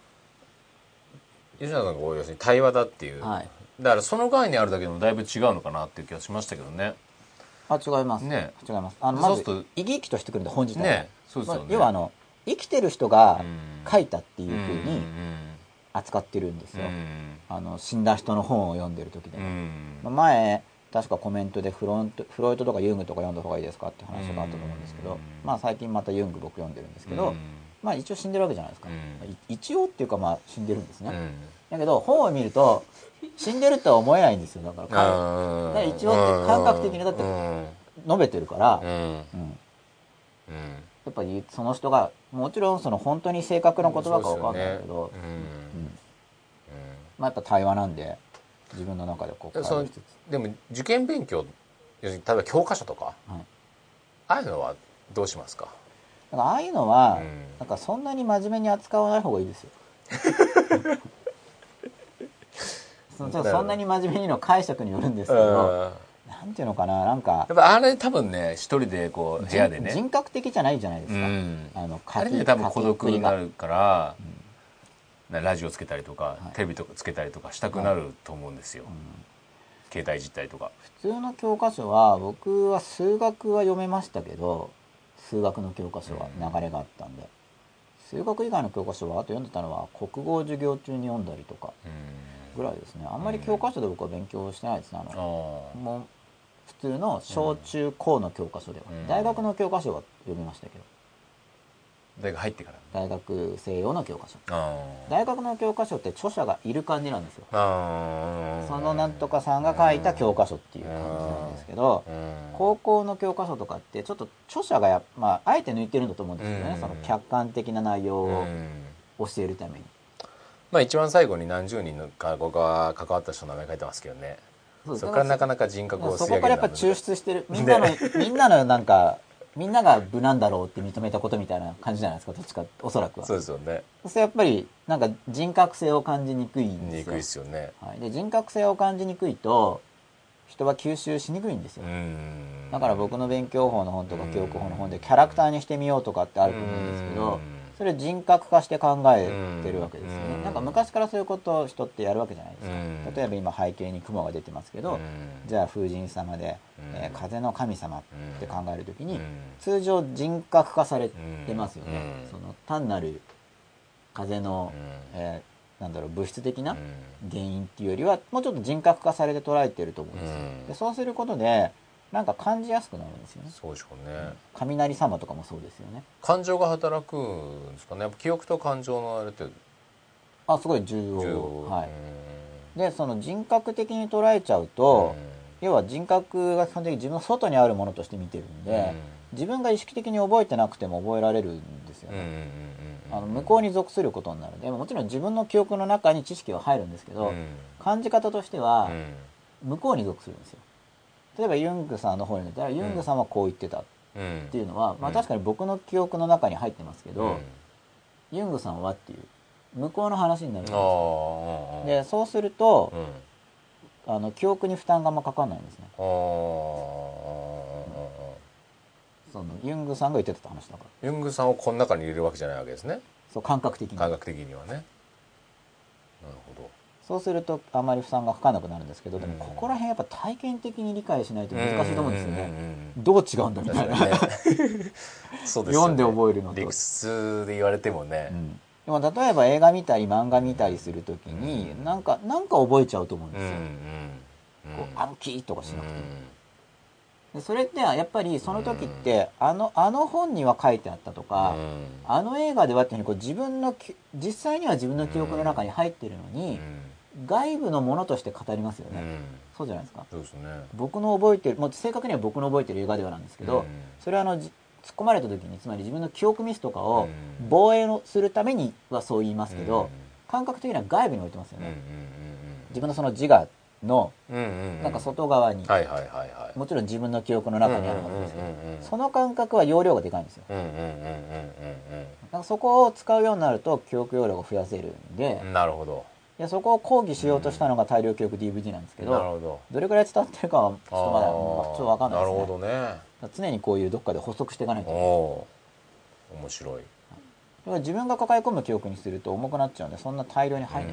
吉永さんが要するに対話だっていう、はい、だからその概念あるだけでもだいぶ違うのかなっていう気がしましたけどね。 あ、違います、ね、違います。あのまず生き生きとしてくるんで本自体は、ね、そうですよね、要はあの生きてる人が書いたっていうふうに扱ってるんですよ、あの死んだ人の本を読んでる時でも。前確かコメントでフロントフロイトとかユングとか読んだ方がいいですかって話があったと思うんですけど、まあ最近またユング僕読んでるんですけど、まあ一応死んでるわけじゃないですか、一応っていうかまあ死んでるんですね、だけど本を見ると死んでるとは思えないんですよ。だから、だから一応って感覚的にだって述べてるから、うんうん、やっぱりその人がもちろんその本当に正確な言葉か分かんないけど、まあやっぱ対話なんで自分の中でこう会話しつつ。 でも受験勉強、要するに例えば教科書とか、はい、ああいうのはどうしますか？ だからああいうのは、うん、なんかそんなに真面目に扱わない方がいいですよ。そ, そんなに真面目にの解釈によるんですけど、なんていうのかな、なんかやっぱあれ多分ね一人でこう部屋でね人格的じゃないじゃないですか、うん、 あのあれね多分孤独になるから、うん、ラジオつけたりとか、はい、テレビとかつけたりとかしたくなると思うんですよ、はい、うん、携帯実体とか。 普通の教科書は僕は数学は読めましたけど、数学の教科書は流れがあったんで、うん、数学以外の教科書はあと読んでたのは国語授業中に読んだりとかぐらいですね。あんまり教科書で僕は勉強してないですね。あの、うん、もう普通の小中高の教科書では、うん、大学の教科書は読みましたけど、 大学入ってから大学生用の教科書。大学の教科書って著者がいる感じなんですよ。そのなんとかさんが書いた教科書っていう感じなんですけど、高校の教科書とかってちょっと著者がや、まあ、あえて抜いてるんだと思うんですよね。その客観的な内容を教えるために。 まあ一番最後に何十人のか僕が関わった人の名前書いてますけどね。そこからなかなか人格をそこからやっぱ抽出してる。みんなの、みんなのなんか、みんなが無なんだろうって認めたことみたいな感じじゃないですか、どっちか、おそらくは。 そうですよね。 そしてやっぱり、なんか人格性を感じにくいんですよ。 にくいですよね。 はい。で、人格性を感じにくいと、人は吸収しにくいんですよ。だから僕の勉強法の本とか教育法の本でキャラクターにしてみようとかってあると思うんですけど、それを人格化して考えてるわけですよね。なんか昔からそういうことを人ってやるわけじゃないですか。例えば今背景に雲が出てますけど、じゃあ風神様で、えー、風の神様って考えるときに、通常人格化されてますよね。その単なる風の、えー、なんだろう、物質的な原因っていうよりは、もうちょっと人格化されて捉えてると思うんですよ。でそうすることで、なんか感じやすくなるんですよね。 そうでしょうね。 雷様とかもそうですよね。 感情が働くんですかね。やっぱ記憶と感情のあれってあ、すごい重要。はい。で、その人格的に捉えちゃうと、要は人格が基本的に自分の外にあるものとして見てるんで、自分が意識的に覚えてなくても覚えられるんですよね。あの向こうに属することになる。でももちろん自分の記憶の中に知識は入るんですけど、感じ方としては向こうに属するんですよ。例えばユングさんの方に出たら、ユングさんはこう言ってたっていうのは、まあ確かに僕の記憶の中に入ってますけど、ユングさんはっていう向こうの話になるんですよ。で、そうすると、あの記憶に負担があんまかかんないんですね。そのユングさんが言ってた話だから。 ユングさんをこの中に入れるわけじゃないわけですね。 そう、感覚的に。 感覚的にはね。なるほど。 そうするとあまり負担がかかなくなるんですけど、でもここら辺やっぱ体験的に理解しないと難しいと思うんですよね。どう違うんだみたいな。ね、そうですよね。読んで覚えるのと。 理屈で言われてもね。 うん、でも例えば映画見たり漫画見たりするときに、うん、なんかなんか覚えちゃうと思うんですよ。うんうん、こう暗記とかしなくても。でそれってやっぱりその時って、うん、あのあの本には書いてあったとか、うん、あの映画ではっていうふうにこう自分の実際には自分の記憶の中に入ってるのに、うん、外部のものとして語りますよね。うん、そうじゃないですか。 そうですね。 僕の覚えてる、もう正確には僕の覚えてる映画ではなんですけど、うん、それはあの突っ込まれた時に、つまり自分の記憶ミスとかを防衛をするためにはそう言いますけど、うん、感覚的には外部に置いてますよね。自分のその自我のなんか外側に、もちろん自分の記憶の中にあるわけですけど、その感覚は容量がでかいんですよ。なんかそこを使うようになると記憶容量が増やせるんで、 なるほど。 いやそこを講義しようとしたのが大量記憶 ディーブイディー なんですけど、なるほど、どれくらい伝わってるかはちょっとまだちょっと分かんないですね。 なるほどね。 常にこういうどっかで補足していかないと。 面白い。 だから自分が抱え込む記憶にすると重くなっちゃうんで、そんな大量に入る。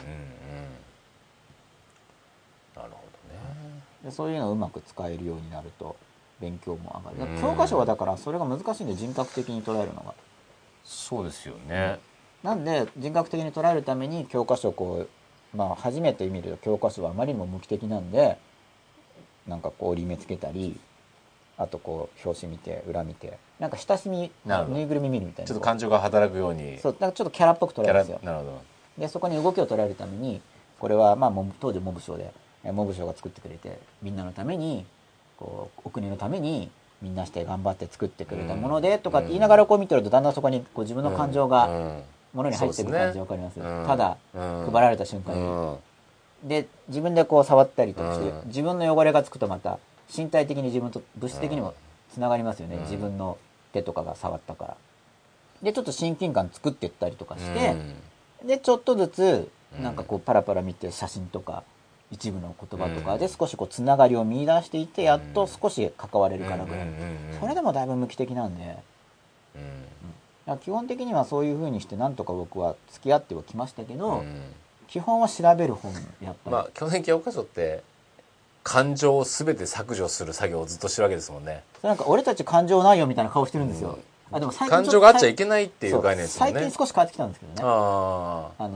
なるほどね。 でそういうのをうまく使えるようになると勉強も上がる。教科書はだからそれが難しいんで、人格的に捉えるのが。 そうですよね。 なんで人格的に捉えるために教科書をこう、まあ初めて見ると教科書はあまりにも無機的なんで、なんかこう折り目つけたり、あとこう表紙見て裏見て、なんか親しみぬいぐるみ見るみたいな、 ちょっと感情が働くように、 そう、なんかちょっとキャラっぽく捉えるんですよ。 なるほど。 でそこに動きを捉えるために、これはまあ当時モブ賞でモブ賞が作ってくれて、みんなのためにこうお国のためにみんなして頑張って作ってくれたものでとかって言いながらこう見てると、だんだんそこにこう自分の感情がものに入ってる感じ分かります。ただ配られた瞬間に、で自分でこう触ったりとかして、自分の汚れがつくとまた身体的に自分と物質的にもつながりますよね。自分の手とかが触ったから。でちょっと親近感作っていったりとかして、でちょっとずつなんかこうパラパラ見て写真とか一部の言葉とかで少しこうつながりを見出していって、やっと少し関われるかなぐらい。それでもだいぶ無機的なんで、うん、基本的にはそういう風にしてなんとか僕は付き合ってはきましたけど、基本は調べる本やっぱり。 まあ基本的に教科書って感情を全て削除する作業をずっとしてるわけですもんね。 なんか俺たち感情ないよみたいな顔してるんですよ。うん、あでも最近感情があっちゃいけないっていう概念ですもんね。 最近少し変わってきたんですけどね。ああの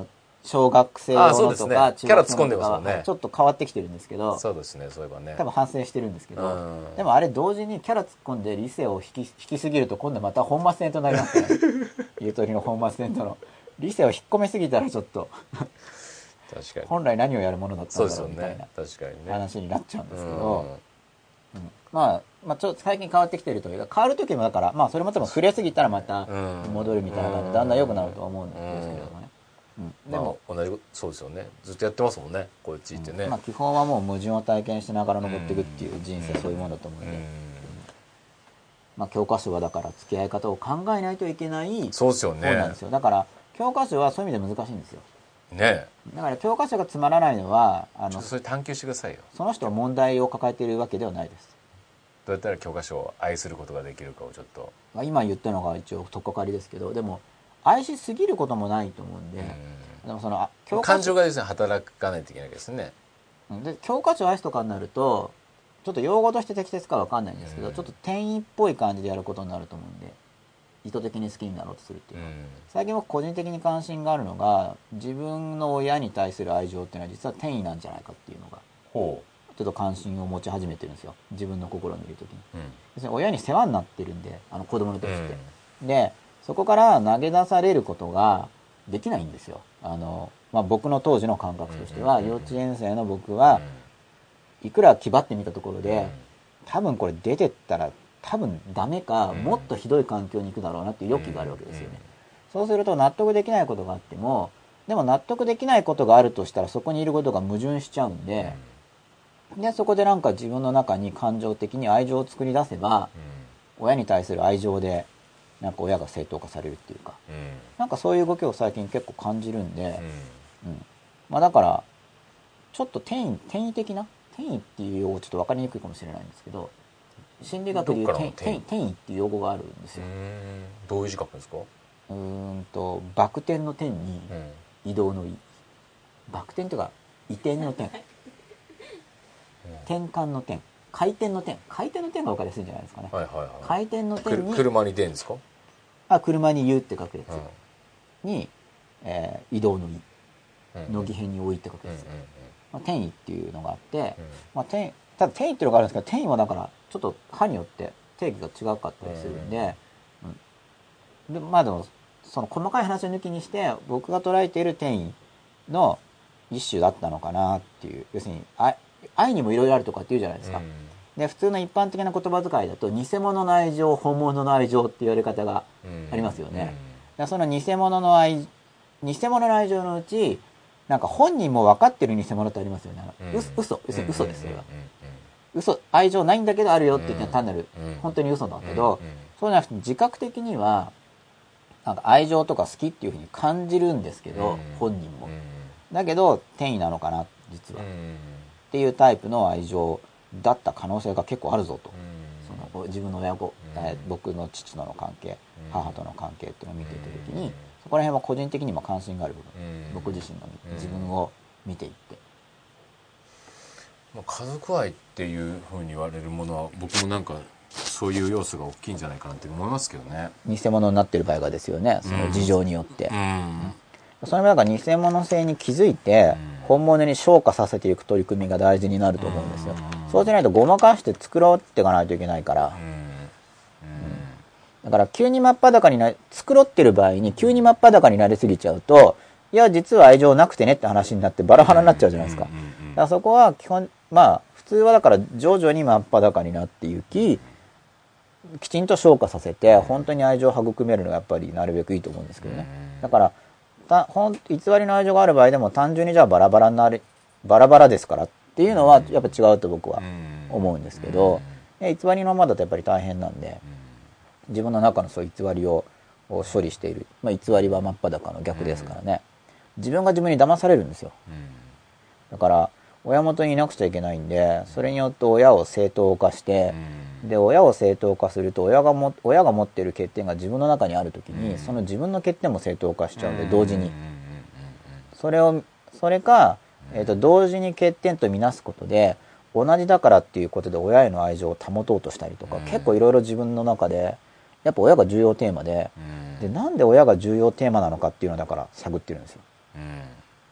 小学生用のとか、 ね、キャラ突っ込んでますもんね。 ちょっと変わってきてるんですけど、 そうですね、そういえばね。 多分反省してるんですけど、でもあれ同時にキャラ突っ込んで理性を引き、引きすぎると今度また本末転倒になりますね。ゆとりの本末転倒の。理性を引っ込めすぎたらちょっと確かに。 本来何をやるものだったんだろうみたいな話になっちゃうんですけど、うん、まあ、まあちょっと最近変わってきてるというか、変わる時もだから、まあそれも多分触れすぎたらまた戻るみたいな感じでだんだん良くなるとは思うんですけれどもね。 うん、でも、まあ、同じそうですよね。ずっとやってますもんね、こっちってね、 うん、まあ基本はもう矛盾を体験しながら登っていくっていう人生、そういうものだと思うんで、うん、まあ教科書はだから付き合い方を考えないといけないそうですよね。 そうなんですよ。だから教科書はそういう意味で難しいんですよね。 だから教科書がつまらないのはあのそれ探求してくださいよ。 その人は問題を抱えているわけではないです。 どうやったら教科書を愛することができるかをちょっと、 まあ、今言ったのが一応取っかかりですけど、でも愛しすぎることもないと思うんで、うん、でもその教科書感情がですね働かないといけないですね。 で教科書を愛すとかになるとちょっと用語として適切かわかんないんですけど、うん、ちょっと転移っぽい感じでやることになると思うんで、意図的に好きになろうとするっていう、うん、最近僕個人的に関心があるのが自分の親に対する愛情っていうのは実は転移なんじゃないかっていうのがほうちょっと関心を持ち始めてるんですよ、自分の心を見るときに、うん、要するに親に世話になってるんで、あの子供の時って、うん、でそこから投げ出されることができないんですよ。あの、まあ、僕の当時の感覚としては、幼稚園生の僕はいくら気張ってみたところで多分これ出てったら多分ダメか、もっとひどい環境に行くだろうなっていう欲求があるわけですよね。そうすると納得できないことがあっても、でも納得できないことがあるとしたらそこにいることが矛盾しちゃうんで、でそこでなんか自分の中に感情的に愛情を作り出せば、親に対する愛情でなんか親が正当化されるっていうか、なんかそういう動きを最近結構感じるんで、うんまあ、だからちょっと転移転移的な転移っていう用語ちょっと分かりにくいかもしれないんですけど、心理学でいう転, 転, 転移っていう用語があるんですよ。 うーんどういう字書くんですか？ うーんとバク転の転に移動の移、バク転というか移転の転転換の転回転の転回転の転が分かりやすいんじゃないですかね、 はいはいはい、 回転の転に車に転ですか？ あ車に言うって書くやつ、うん、に、えー、移動の移の義変に多いって書くやつ、うんうんうんまあ、転移っていうのがあって、うんまあ、転ただ転移っていうのがあるんですけど、転移はだからちょっと派によって定義が違かったりするんで、うん、でまあでもその細かい話を抜きにして僕が捉えている転移の一種だったのかなっていう、要するに愛、愛にもいろいろあるとかって言うじゃないですか、うん、で普通の一般的な言葉遣いだと偽物の愛情本物の愛情って言われ方がありますよね、うんうん、だその偽物の愛偽物の愛情のうちなんか本人も分かってる偽物ってありますよね、うん、嘘要するに嘘ですそれは、嘘愛情ないんだけどあるよって言って単なる本当に嘘だけど、そうじゃなくて自覚的にはなんか愛情とか好きっていうふうに感じるんですけど、本人もだけど転移なのかな実はっていうタイプの愛情だった可能性が結構あるぞと、その自分の親子、えー、僕の父との関係母との関係っていうのを見ていた時にそこら辺は個人的にも関心がある部分、僕自身の自分を見ていって、 まあ、家族愛っていうふうに言われるものは僕もなんかそういう要素が大きいんじゃないかなって思いますけどね。 偽物になってる場合がですよね、その事情によって、うんうんその場合が偽物性に気づいて本物に昇華させていく取り組みが大事になると思うんですよ。そうしないとごまかして作ろうっていかないといけないから、うんうん、だから急に真っ裸にな作ろってる場合に急に真っ裸になりすぎちゃうと、いや実は愛情なくてねって話になってバラバラになっちゃうじゃないですか。だからそこは基本まあ普通はだから徐々に真っ裸になっていききちんと昇華させて本当に愛情を育めるのがやっぱりなるべくいいと思うんですけどね。だからたほん偽りの愛情がある場合でも単純にじゃあバラバラになるバラバラですからっていうのはやっぱ違うと僕は思うんですけど、偽りのままだとやっぱり大変なんで自分の中のそういう偽りを処理している、まあ、偽りは真っ裸の逆ですからね、自分が自分に騙されるんですよ。だから親元にいなくちゃいけないんでそれによって親を正当化してで親を正当化すると親がも親が持っている欠点が自分の中にあるときにその自分の欠点も正当化しちゃうんで同時にそれをそれか、えーと、同時に欠点とみなすことで同じだからっていうことで親への愛情を保とうとしたりとか結構いろいろ自分の中でやっぱ親が重要テーマででなんで親が重要テーマなのかっていうのをだから探ってるんですよ。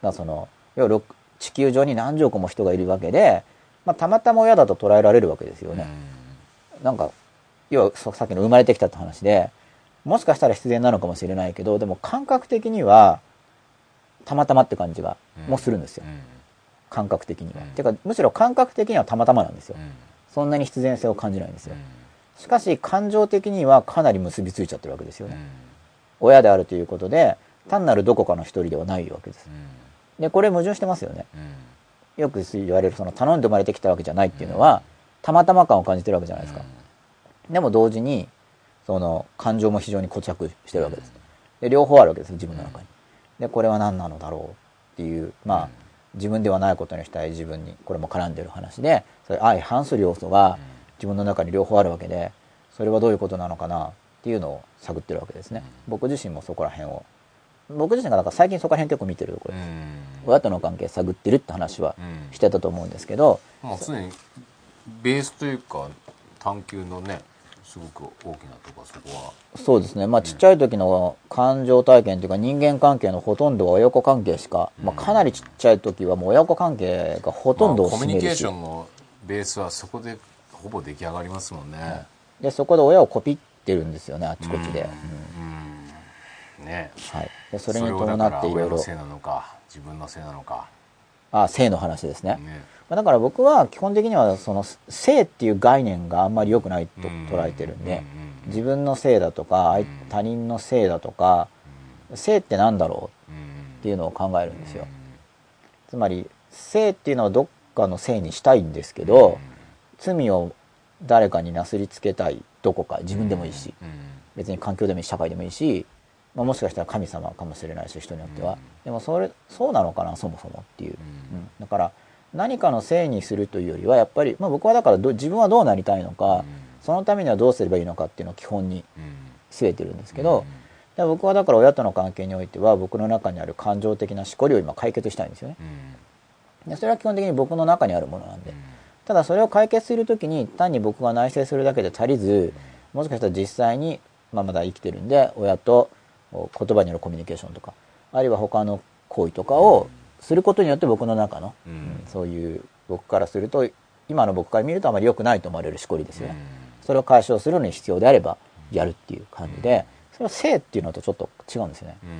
だその要は地球上に何十億も人がいるわけで、まあ、たまたま親だと捉えられるわけですよね。うん、なんか要はさっきの生まれてきたって話で、もしかしたら必然なのかもしれないけど、でも感覚的にはたまたまって感じがもうするんですよ、うん、感覚的には、うん、てかむしろ感覚的にはたまたまなんですよ、うん、そんなに必然性を感じないんですよ、うん、しかし感情的にはかなり結びついちゃってるわけですよね、うん、親であるということで単なるどこかの一人ではないわけです、うん、でこれ矛盾してますよね、うん、よく言われるその頼んで生まれてきたわけじゃないっていうのは、うん、たまたま感を感じてるわけじゃないですか、うん、でも同時にその感情も非常に固着してるわけです。で両方あるわけです自分の中に。でこれは何なのだろうっていうまあ自分ではないことにしたい自分にこれも絡んでる話で、それ相反する要素が自分の中に両方あるわけで、それはどういうことなのかなっていうのを探ってるわけですね。僕自身もそこら辺を僕自身がなんか最近そこら辺結構見てるところです。親との関係探ってるって話はしてたと思うんですけど、 まあ常にベースというか探求のねすごく大きなところ、そこはそうですね、まあ、ちっちゃい時の感情体験というか人間関係のほとんどは親子関係しか、うんまあ、かなりちっちゃい時はもう親子関係がほとんどを占めるし、まあ、コミュニケーションのベースはそこでほぼ出来上がりますもんね、 うん、でそこで親をコピってるんですよねあっちこっちで、 うんうん、ね、 はい、でそれに伴っていろいろ、それをだから親のせいなのか自分のせいなのか、 あ性の話ですね、ね、だから僕は基本的にはその性っていう概念があんまり良くないと捉えてるんで、自分の性だとか他人の性だとか、性ってなんだろうっていうのを考えるんですよ。つまり性っていうのはどっかの性にしたいんですけど、罪を誰かになすりつけたいどこか、自分でもいいし別に環境でもいいし社会でもいいし、まあ、もしかしたら神様かもしれないし人によっては、でもそれそうなのかなそもそもっていう、うん、だから何かのせいにするというよりはやっぱり、まあ、僕はだからど自分はどうなりたいのか、うん、そのためにはどうすればいいのかっていうのを基本に据えてるんですけど、うん、で僕はだから親との関係においては僕の中にある感情的なしこりを今解決したいんですよね、うん、でそれは基本的に僕の中にあるものなんで、ただそれを解決するときに単に僕が内省するだけで足りず、もしかしたら実際に、まあ、まだ生きてるんで親と言葉によるコミュニケーションとかあるいは他の行為とかをすることによって僕の中の、うんうん、そういう僕からすると今の僕から見るとあまり良くないと思われるしこりですよね、うん、それを解消するのに必要であればやるっていう感じで、それは性っていうのとちょっと違うんですよね、うん、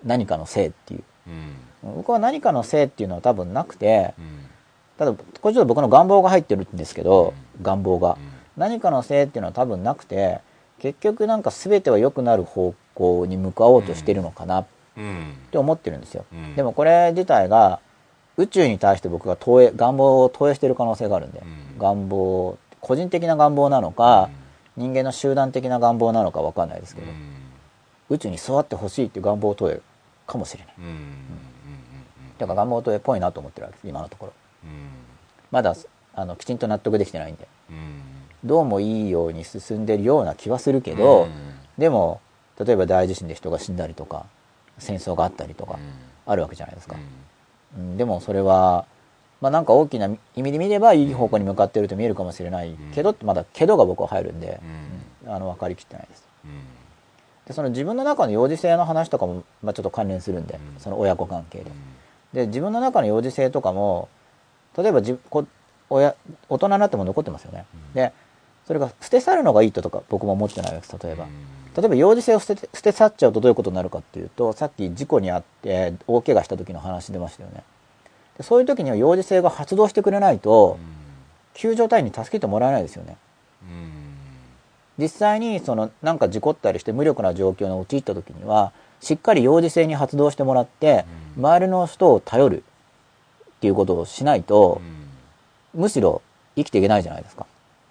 何かの性っていう、うん、僕は何かの性っていうのは多分なくて、うん、ただこれちょっと僕の願望が入ってるんですけど、うん、願望が、うん、何かの性っていうのは多分なくて、結局なんか全ては良くなる方向に向かおうとしてるのかなって思ってるんですよ、うん、でもこれ自体が宇宙に対して僕が投影願望を投影してる可能性があるんで、うん、願望個人的な願望なのか、うん、人間の集団的な願望なのか分かんないですけど、うん、宇宙に座ってほしいっていう願望投影かもしれない、うんうん、だから願望投影っぽいなと思ってるわけです今のところ、うん、まだあのきちんと納得できてないんで、うんどうもいいように進んでるような気はするけど、うん、でも例えば大地震で人が死んだりとか戦争があったりとかあるわけじゃないですか、うん、でもそれは、まあ、なんか大きな意味で見ればいい方向に向かってると見えるかもしれないけどってまだけどが僕は入るんで、うん、あの分かりきってないです、うん、でその自分の中の幼児性の話とかも、まあ、ちょっと関連するんで、うん、その親子関係で、で自分の中の幼児性とかも例えばじこ親大人になっても残ってますよね、でそれが捨て去るのがいいとか僕も思ってないわけです。例えば例えば幼児性を捨て、捨て去っちゃうとどういうことになるかっていうと、さっき事故に遭って大怪我した時の話出ましたよね。でそういう時には幼児性が発動してくれないと救助隊員に助けてもらえないですよね。実際にそのなんか事故ったりして無力な状況に陥った時にはしっかり幼児性に発動してもらって周りの人を頼るっていうことをしないとむしろ生きていけないじゃないですか。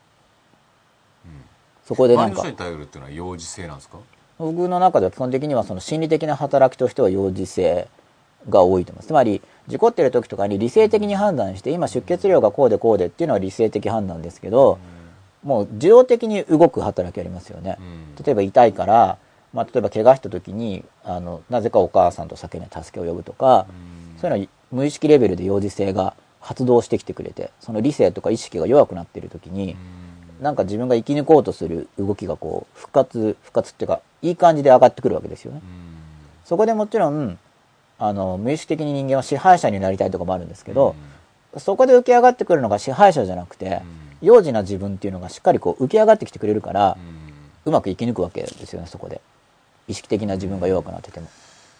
そこでなんか周りの人に頼るっていうのは幼児性なんですか？ 僕の中では基本的にはその心理的な働きとしては幼児性が多いと思います。つまり事故ってる時とかに理性的に判断して今出血量がこうでこうでっていうのは理性的判断ですけど、もう受動的に動く働きありますよね。例えば痛いから、まあ、例えば怪我した時にあのなぜかお母さんと叫んで助けを呼ぶとか、そういうのは無意識レベルで幼児性が発動してきてくれて、その理性とか意識が弱くなっている時になんか自分が生き抜こうとする動きがこう復活復活っていうかいい感じで上がってくるわけですよね。そこでもちろんあの無意識的に人間は支配者になりたいとかもあるんですけど、うん、そこで浮き上がってくるのが支配者じゃなくて、うん、幼児な自分っていうのがしっかりこう浮き上がってきてくれるから、うん、うまく生き抜くわけですよね。そこで意識的な自分が弱くなってても、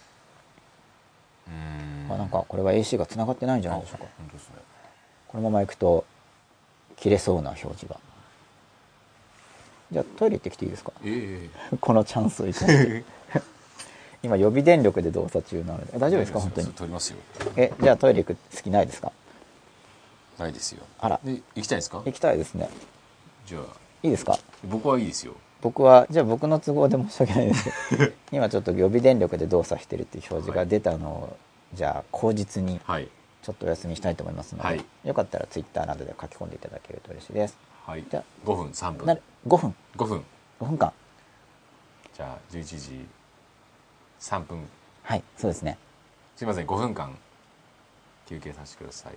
うん、あ、なんかこれは エーシー がつながってないんじゃないでしょうか。本当ですね。このままいくと切れそうな表示が。じゃあトイレ行ってきていいですか、えー、このチャンスを生かして今予備電力で動作中なので。大丈夫ですか本当に。 取りますよ。 え、じゃあトイレ行く好きないですか。 ないですよ。 あら。 で行きたいですか。 行きたいですね。 じゃあいいですか。 僕はいいですよ。 僕はじゃあ僕の都合で申し訳ないです今ちょっと予備電力で動作してるっていう表示が出たのを、はい、じゃあ口実にちょっとお休みしたいと思いますので、はい、よかったらツイッターなどで書き込んでいただけると嬉しいです。 はい。じゃあごふんさんぷん。 なごふんごふんごふんかん。 じゃあじゅういちじさんぷん。 はい、そうですね。 すいません、ごふんかん休憩させてください。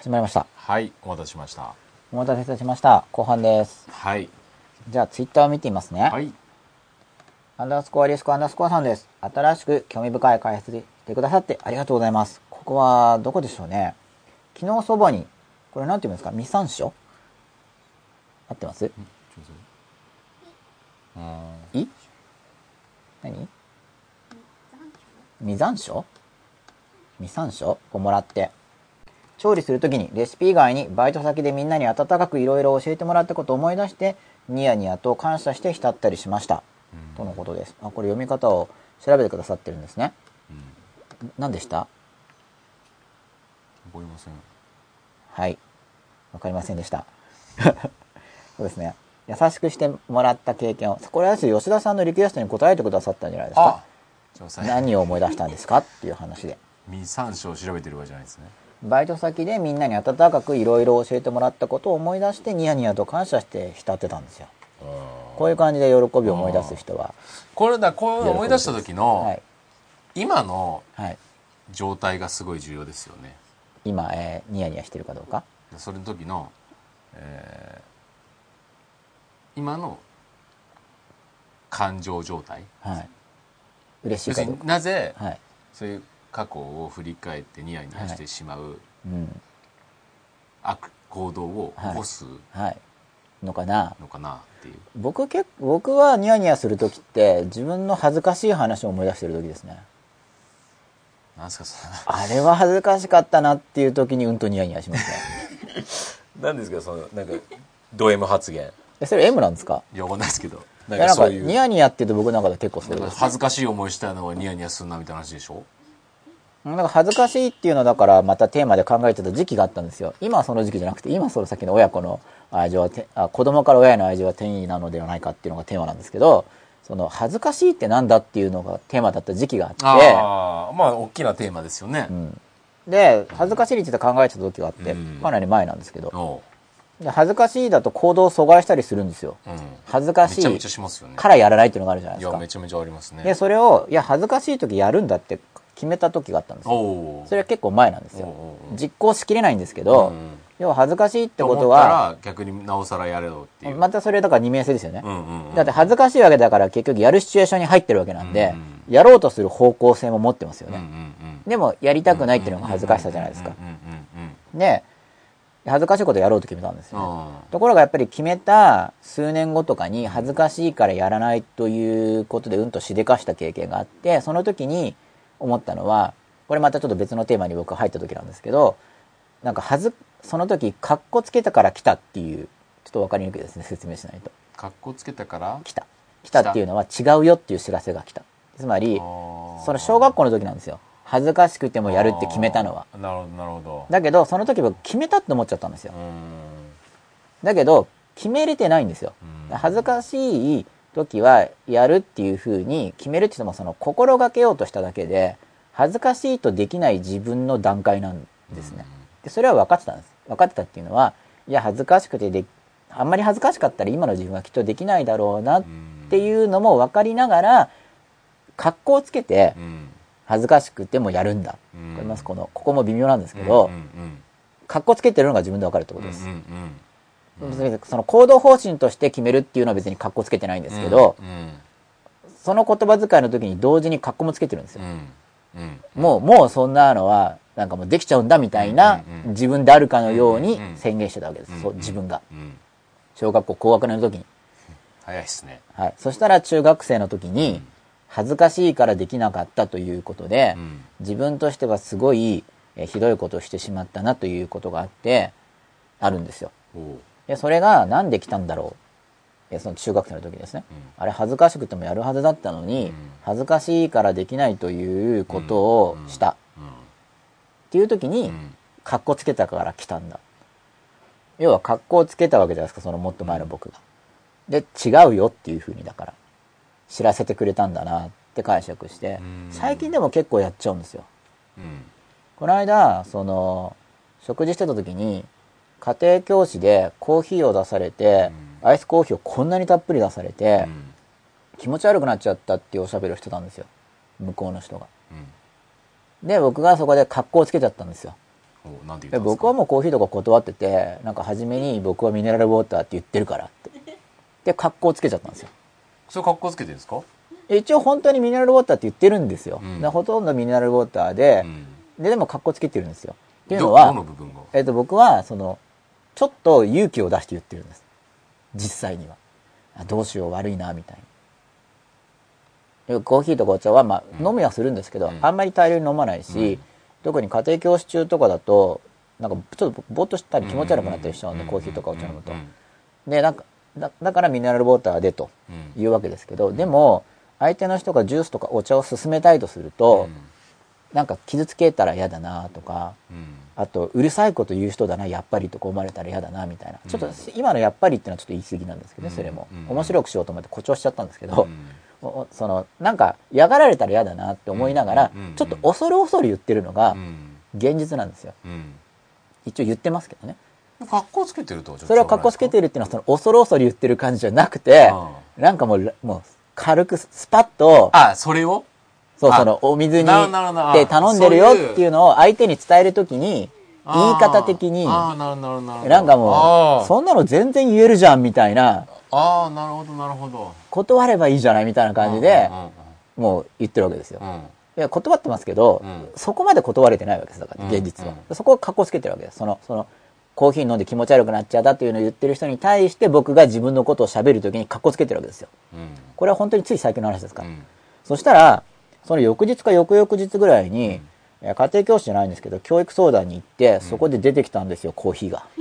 始まりました。 はい、お待たせしました。 お待たせいたしました。後半です。 はい。 じゃあツイッターを見てみますね。 はい。 アンダースコアリスコアンダースコアさんです。新しく興味深い解説してくださってありがとうございます。ここはどこでしょうね。昨日そばに、これなんて言うんですか、未参照合ってます？うん。い何未残暑未参照をもらって、調理するときにレシピ以外にバイト先でみんなに温かくいろいろ教えてもらったことを思い出してニヤニヤと感謝して浸ったりしました、うん、とのことです。あ、これ読み方を調べてくださってるんですね、うん、何でした？ 覚えません。 はい、わかりませんでしたそうですね、優しくしてもらった経験を、これは吉田さんのリクエストに答えてくださったんじゃないですか。何を思い出したんですかっていう話で、 未参照を調べてるわけじゃないですね。 バイト先でみんなに温かくいろいろ教えてもらったことを思い出してニヤニヤと感謝して浸ってたんですよ。こういう感じで喜びを思い出す人は、 これだ、こう思い出した時の、はい、今の状態がすごい重要ですよね。 今、えー、ニヤニヤしてるかどうか、 それの時の、えー、今の感情状態、はい、 嬉しいかどうか、 なぜ、はい、そういう過去を振り返ってニヤニヤしてしまう、はい、うん、悪行動を起こす、 はいはい、のかなのかなっていう。 僕結僕はニヤニヤする時って自分の恥ずかしい話を思い出してる時ですね。 なんすかそれ。 あれは恥ずかしかったなっていう時にうんとニヤニヤしますねなんですかそのなんかド M 発言。 え、それ M なんですか？ いや、わかんないですけど。 なんかそういうニヤニヤって言うと僕の中で結構そうです。 恥ずかしい思いしたのはニヤニヤするなみたいな話でしょ。 なんか恥ずかしいっていうのはだからまたテーマで考えてた時期があったんですよ。今はその時期じゃなくて、今その先の親子の愛情はてあ子供から親への愛情は転移なのではないかっていうのがテーマなんですけど、その恥ずかしいってなんだっていうのがテーマだった時期があって、 ああ、まあ大きなテーマですよね、 うん、で恥ずかしいについて考えてた時があって、うん、かなり前なんですけど、で恥ずかしいだと行動を阻害したりするんですよ、うん、恥ずかしいからやらないっていうのがあるじゃないですか。 いやめちゃめちゃありますね。 でそれをいや恥ずかしい時やるんだって決めた時があったんですよ。それは結構前なんですよ。実行しきれないんですけど、うん、要は恥ずかしいってことは逆になおさらやれよっていう。 またそれだから二面性ですよね、うんうんうん、だって恥ずかしいわけだから結局やるシチュエーションに入ってるわけなんで、うんうん、やろうとする方向性も持ってますよね、うんうんうん、でもやりたくないっていうのが恥ずかしさじゃないですか。で恥ずかしいことやろうと決めたんですよね。ところがやっぱり決めた数年後とかに恥ずかしいからやらないということでうんとしでかした経験があって、その時に思ったのは、これまたちょっと別のテーマに僕入った時なんですけど、なんかはずその時カッコつけたから来たっていう、ちょっと分かりにくいですね、説明しないと。 カッコつけたから来た来たっていうのは違うよっていう知らせが来た。つまりその小学校の時なんですよ。恥ずかしくてもやるって決めたのは。 なるほどなるほど。 だけどその時僕決めたって思っちゃったんですよ。だけど決めれてないんですよ。恥ずかしい時はやるっていう風に決めるって言っても、その心がけようとしただけで恥ずかしいとできない自分の段階なんですね。でそれは分かってたんです。分かってたっていうのは、いや恥ずかしくてであんまり恥ずかしかったら今の自分はきっとできないだろうなっていうのも分かりながら、格好をつけて恥ずかしくてもやるんだ。わかります？このここも微妙なんですけど、格好つけてるのが自分で分かるってことです。別にその行動方針として決めるっていうのは別に格好つけてないんですけど、その言葉遣いの時に同時に格好もつけてるんですよ。もうもうそんなのはなんかもうできちゃうんだみたいな自分であるかのように宣言してたわけです。そう自分が小学校高学年の時に。 早いですね。 はい。そしたら中学生の時に恥ずかしいからできなかったということで、自分としてはすごいひどいことをしてしまったなということがあってあるんですよ。でそれがなんで来たんだろう。その中学生の時ですね、うん、あれ恥ずかしくてもやるはずだったのに、うん、恥ずかしいからできないということをした、うんうん、っていう時に、うん、カッコつけたから来たんだ。要はカッコをつけたわけじゃないですか、そのもっと前の僕が。で違うよっていう風にだから知らせてくれたんだなって解釈して、最近でも結構やっちゃうんですよ、うん、この間その食事してた時に家庭教師でコーヒーを出されて、うん、アイスコーヒーをこんなにたっぷり出されて、うん、気持ち悪くなっちゃったっていうおしゃべりをしてたんですよ、向こうの人が、うん、で僕がそこで格好をつけちゃったんですよ。 なんて言ったんですか？ 僕はもうコーヒーとか断ってて、なんか初めに僕はミネラルウォーターって言ってるからってで格好つけちゃったんですよ。 それ格好つけてるんですか？ 一応本当にミネラルウォーターって言ってるんですよ、うん、ほとんどミネラルウォーターで、うん、ででも格好つけてるんですよ。っていうのはどの部分が、 えー、と僕はそのちょっと勇気を出して言ってるんです、実際には。どうしよう悪いなみたいな。コーヒーとかお茶は、まあ、飲みはするんですけど、うん、あんまり大量に飲まないし、うん、特に家庭教師中とかだとなんかちょっとぼーっとしたり気持ち悪くなったりしちゃうんで、うん、コーヒーとかお茶飲むと、でなんか だ, だからミネラルウォーターでというわけですけど、でも相手の人がジュースとかお茶を勧めたいとすると、なんか傷つけたら嫌だなとか、あとうるさいこと言う人だなやっぱりとか思われたら嫌だなみたいな、ちょっと今のやっぱりっていうのはちょっと言い過ぎなんですけどね、それも面白くしようと思って誇張しちゃったんですけど、そのなんか嫌がられたら嫌だなって思いながらちょっと恐る恐る言ってるのが現実なんですよ。一応言ってますけどね。 格好つけてるとそれは格好つけてるっていうのはその恐る恐る言ってる感じじゃなくて、なんかもうもう軽くスパッと、 あそれをそうそのお水にで頼んでるよっていうのを相手に伝えるときに言い方的になんかもうそんなの全然言えるじゃんみたいな、 ああなるほどなるほど、 断ればいいじゃないみたいな感じでもう言ってるわけですよ。いや断ってますけど、うん、そこまで断れてないわけですだから、現実は、うんうん、そこを格好つけてるわけです。そのそのコーヒー飲んで気持ち悪くなっちゃうだっていうのを言ってる人に対して僕が自分のことを喋るときに格好つけてるわけですよ、うん、これは本当につい最近の話ですから、うん、そしたらその翌日か翌々日ぐらいに、うん、家庭教師じゃないんですけど教育相談に行って、うん、そこで出てきたんですよコーヒーが、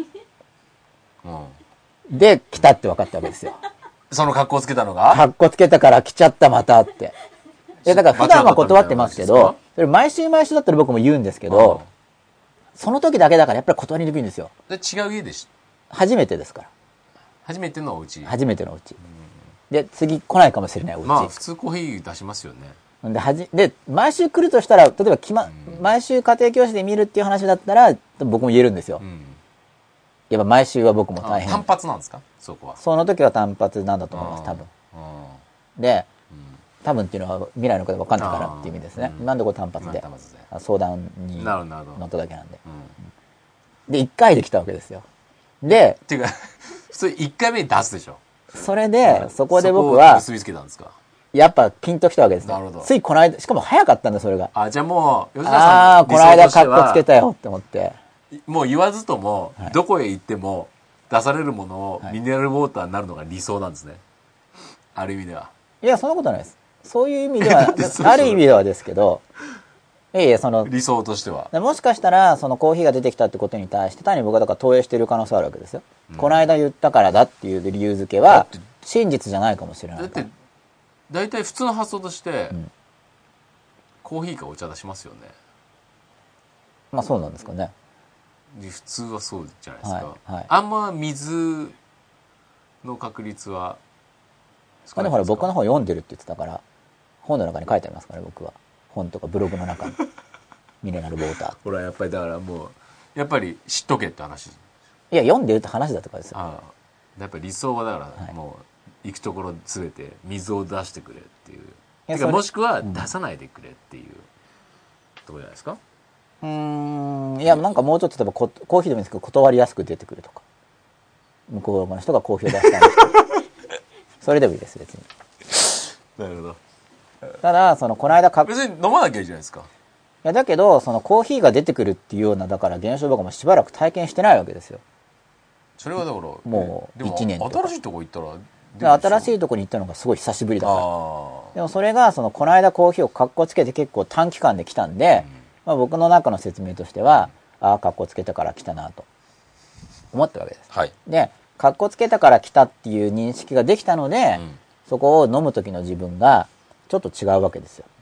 うん、で来たって分かったわけですよ。 その格好つけたのが格好つけたから来ちゃったまたってでだから普段は断ってますけど、それ毎週毎週だったら僕も言うんですけど、その時だけだからやっぱり断りにくいんですよ。 で違う家でし初めてですから。 初めてのお家。 初めてのお家。で次来ないかもしれないお家。 まあ普通コーヒー出しますよね。 ではじで毎週来るとしたら例えばき、ま、毎週家庭教師で見るっていう話だったら僕も言えるんですよ。うん、やっぱ毎週は僕も大変。 単発なんですかそこは。 その時は単発なんだと思います多分。で。多分っていうのは未来のこと分かんないからっていう意味ですね。なんでこれ単発で相談に乗っただけなんで。でいっかいで来たわけですよ。でっていうか普通いっかいめに出すでしょ。 それでそこで僕は結びつけたんですか。 やっぱピンときたわけですよ。ついこの間しかも早かったんだそれが。 あじゃあもう吉田さんああこの間カッコつけたよって思って。 もう言わずともどこへ行っても出されるものをミネラルウォーターになるのが理想なんですね。ある意味では。 いやそんなことないです。そういう意味ではある意味ではですけど、いやいやその理想としてはもしかしたらそのコーヒーが出てきたってことに対して単に僕はだから投影している可能性あるわけですよ、うん、この間言ったからだっていう理由付けは真実じゃないかもしれない。 だって大体普通の発想として、うん、コーヒーかお茶出しますよね。 まあそうなんですかね。 普通はそうじゃないですか、 はいはい、 あんま水の確率は少ないですか。でもほら僕の方読んでるって言ってたから本の中に書いてありますからね僕は。本とかブログの中にミネラルウォーター。 ほらやっぱりだからもうやっぱり知っとけって話。 いや読んでるって話だとかですよ。 ああやっぱり理想はだから、はい、もう行くところ全て水を出してくれっていう。てかもしくは出さないでくれっていう、うん、ところじゃないですか。 うーんいやなんかもうちょっと例えばコーヒーでもいいんですけど断りやすく出てくるとか向こうの人がコーヒーを出したんですけどそれでもいいです別に。 なるほど。 ただそのこの間か別に飲まなきゃいいじゃないですか。いやだけどそのコーヒーが出てくるっていうようなだから現象僕もしばらく体験してないわけですよ。 それはだからもういちねんとか。 新しいとこ行ったら新しいとこに行ったのがすごい久しぶりだから。でもそれがそのこの間コーヒーをカッコつけて結構短期間で来たんで、うんまあ、僕の中の説明としては、うん、ああカッコつけてから来たなと思ったわけです、 はい、 でカッコつけたから来たっていう認識ができたので、うん、そこを飲む時の自分がちょっと違うわけですよ。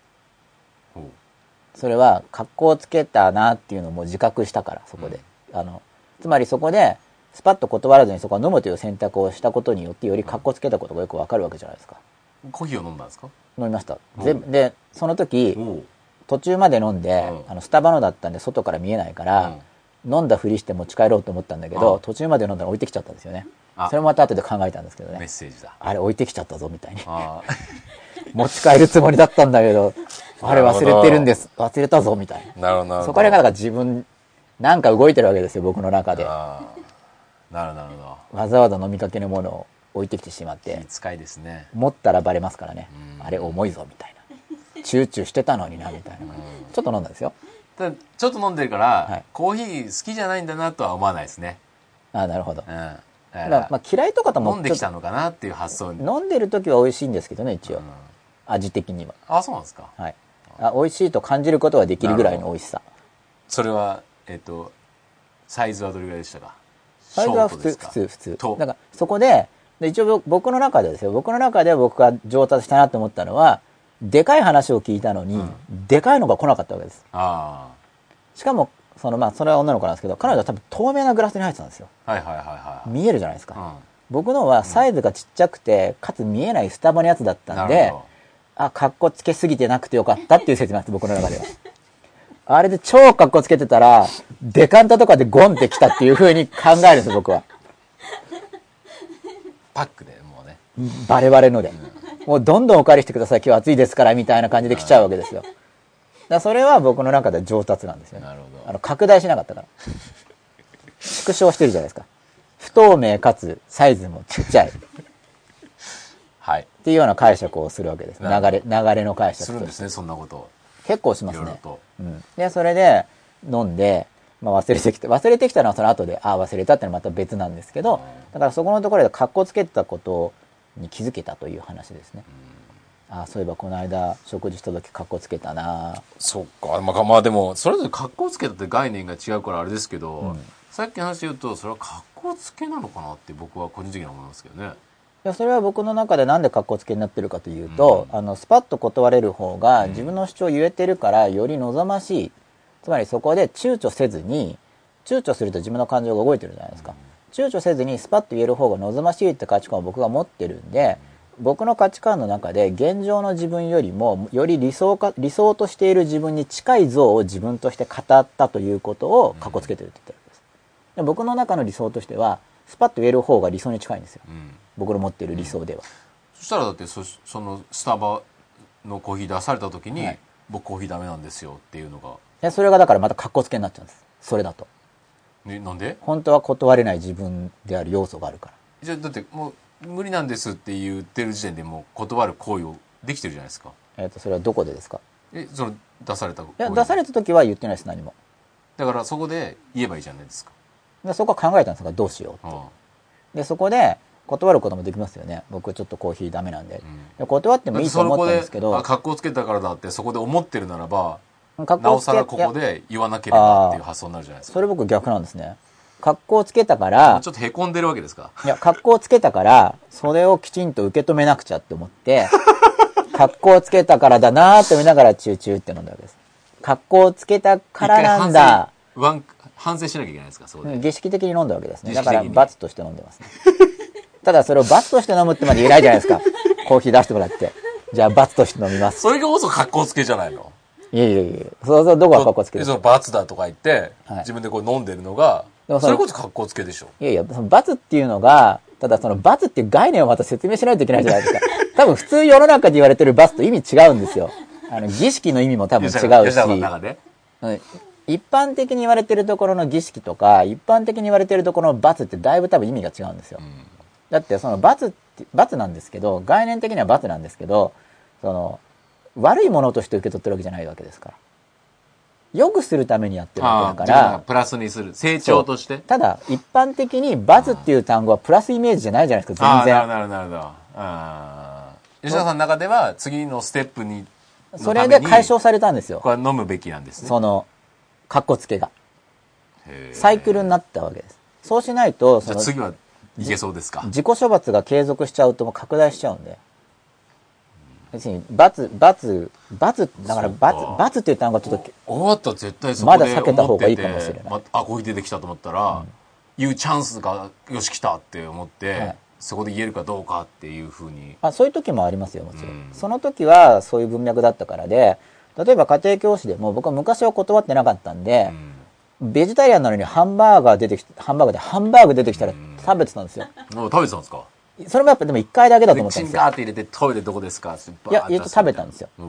それは格好をつけたなっていうのをもう自覚したからそこで、うん、あのつまりそこでスパッと断らずにそこは飲むという選択をしたことによってより格好つけたことがよくわかるわけじゃないですか。 コーヒーを飲んだんですか。 飲みました。でその時途中まで飲んで、あのスタバのだったんで外から見えないから、うん、飲んだふりして持ち帰ろうと思ったんだけど途中まで飲んだら置いてきちゃったんですよね。それもまた後で考えたんですけどね。 メッセージだ。 あれ置いてきちゃったぞみたいに持ち帰るつもりだったんだけどあれ忘れてるんです忘れたぞみたいな。 なるほどなるほど。 そこら辺が自分なんか動いてるわけですよ、僕の中で。 あなるほど。 わざわざ飲みかけのものを置いてきてしまって。 気遣いですね。 持ったらバレますからね。あれ重いぞ、みたいな。チューチューしてたのにな、みたいな。ちょっと飲んだんですよ。 ただちょっと飲んでるから、はい、コーヒー好きじゃないんだなとは思わないですね。 ああ、なるほど。 うん。だから、まあ嫌いとかとも飲んできたのかなっていう発想に。 飲んでる時は美味しいんですけどね、一応。うん、味的には。 あ、そうなんですか。 はい。あ、美味しいと感じることはできるぐらいの美味しさ。 それは、えっと、サイズはどれぐらいでしたか？ サイズは普通、普通、普通。だからそこで、で一応僕の中でですよ、僕の中で僕が上達したなと思ったのは、でかい話を聞いたのに、うん、でかいのが来なかったわけです。あしかも、そのまあそれは女の子なんですけど、彼女は多分透明なグラスに入ってたんですよ。はいはいはいはい。見えるじゃないですか。うん、僕のはサイズがちっちゃくて、かつ見えないスタバのやつだったんで、あ、格好つけすぎてなくてよかったっていう説明なんです、僕の中では。あれで超格好つけてたら、デカンタとかでゴンってきたっていう風に考えるんですよ、僕は。 パックでもうね。 バレバレので。うん、もうどんどんお借りしてください、今日暑いですから、みたいな感じで来ちゃうわけですよ。だそれは僕の中で上達なんですよね。なるほど。あの、拡大しなかったから。縮小してるじゃないですか。不透明かつサイズもちっちゃい。はい。っていうような解釈をするわけです。流れ、流れの解釈と。 するんですね、そんなことを。 結構しますね。うん。で、それで飲んで、まあ忘れてきて、忘れてきたのはその後で、ああ忘れたってのはまた別なんですけど、だからそこのところで格好つけてたことに気づけたという話ですね。ああ、そういえばこの間食事した時格好つけたな。 そっか。まあ、まあでも、それぞれ格好つけたって概念が違うからあれですけど、うん、さっきの話で言うと、それは格好つけなのかなって僕は個人的には思いますけどね。 いやそれは僕の中でなんで格好つけになってるかというと、うん、あのスパッと断れる方が自分の主張を言えてるからより望ましい、うん、つまりそこで躊躇せずに、躊躇すると自分の感情が動いてるじゃないですか、うん、躊躇せずにスパッと言える方が望ましいって価値観を僕が持ってるんで、うん、僕の価値観の中で現状の自分よりもより理想か理想としている自分に近い像を自分として語ったということを格好つけてるって言ってるわけです。で僕の中の理想としてはスパッと言える方が理想に近いんですよ、うん、僕の持っている理想では、うん、 そしたらだって そ, そのスタバのコーヒー出された時に、はい、僕コーヒーダメなんですよっていうのが、いやそれがだからまた格好つけになっちゃうんです。それだと、 ね、なんで本当は断れない自分である要素があるから。 じゃあだってもう無理なんですって言ってる時点でもう断る行為をできてるじゃないですか。 えっとそれはどこでですか。 えその出されたいや出された時は言ってないです。何も。 だからそこで言えばいいじゃないですか。 でそこは考えたんですがどうしようって、うん、でそこで断ることもできますよね。僕ちょっとコーヒーダメなんで、うん、断ってもいいと思ったんですけど、 あ格好つけたからだってそこで思ってるならばなおさらここで言わなければっていう発想になるじゃないですか。 それ僕逆なんですね。格好つけたからちょっとへこんでるわけですか。 いや格好つけたからそれをきちんと受け止めなくちゃって思って格好つけたからだなーって見ながらチューチューって飲んだわけです。格好つけたからなんだ。 ワン反省しなきゃいけないですか。そうで儀式的に飲んだわけですね。だから罰として飲んでますねただそれを罰として飲むってまで言えないじゃないですかコーヒー出してもらってじゃあ罰として飲みます。 それがこそ格好つけじゃないの。 いやいやいやそうそうどこが格好つけですか。 その罰だとか言って、はい、自分でこう飲んでるのがそれこそ格好つけでしょ。 いやいやその罰っていうのがただその罰っていう概念をまた説明しないといけないじゃないですか多分普通世の中で言われてる罰と意味違うんですよ。あの儀式の意味も多分違うし、一般的に言われてるところの儀式とか一般的に言われてるところの罰ってだいぶ多分意味が違うんですよ、うん、だってその罰って罰なんですけど概念的には罰なんですけどその悪いものとして受け取ってるわけじゃないわけですから良くするためにやってるわけだからプラスにする成長として。 ただ一般的に罰っていう単語はプラスイメージじゃないじゃないですか全然。 なるほどなるほど。あ吉田さんの中では次のステップにそれで解消されたんですよ。 これは飲むべきなんですね。 そのカッコつけがサイクルになったわけです。そうしないとその次はいけそうですか。 自己処罰が継続しちゃうともう拡大しちゃうんで、別に罰罰罰だから罰罰っていう単語はちょっと終わったら絶対そこでまだ避けた方がいいかもしれない。 まあコーヒー出てきたと思ったら、うん、言うチャンスがよし来たって思って、はい、そこで言えるかどうかっていうふうに。 あそういう時もありますよもちろん、うん、その時はそういう文脈だったからで、例えば家庭教師でも僕は昔は断ってなかったんで、うん、ベジタリアンなのにハンバーガー出てきてハンバーガーでハンバーグ出てきたら食べてたんですよ、 うん、食べてたんですか。 それもやっぱでもいっかいだけだと思ったんですよ。 チンガーって入れてトイレどこですか。 いや言うと食べたんですよ、うん、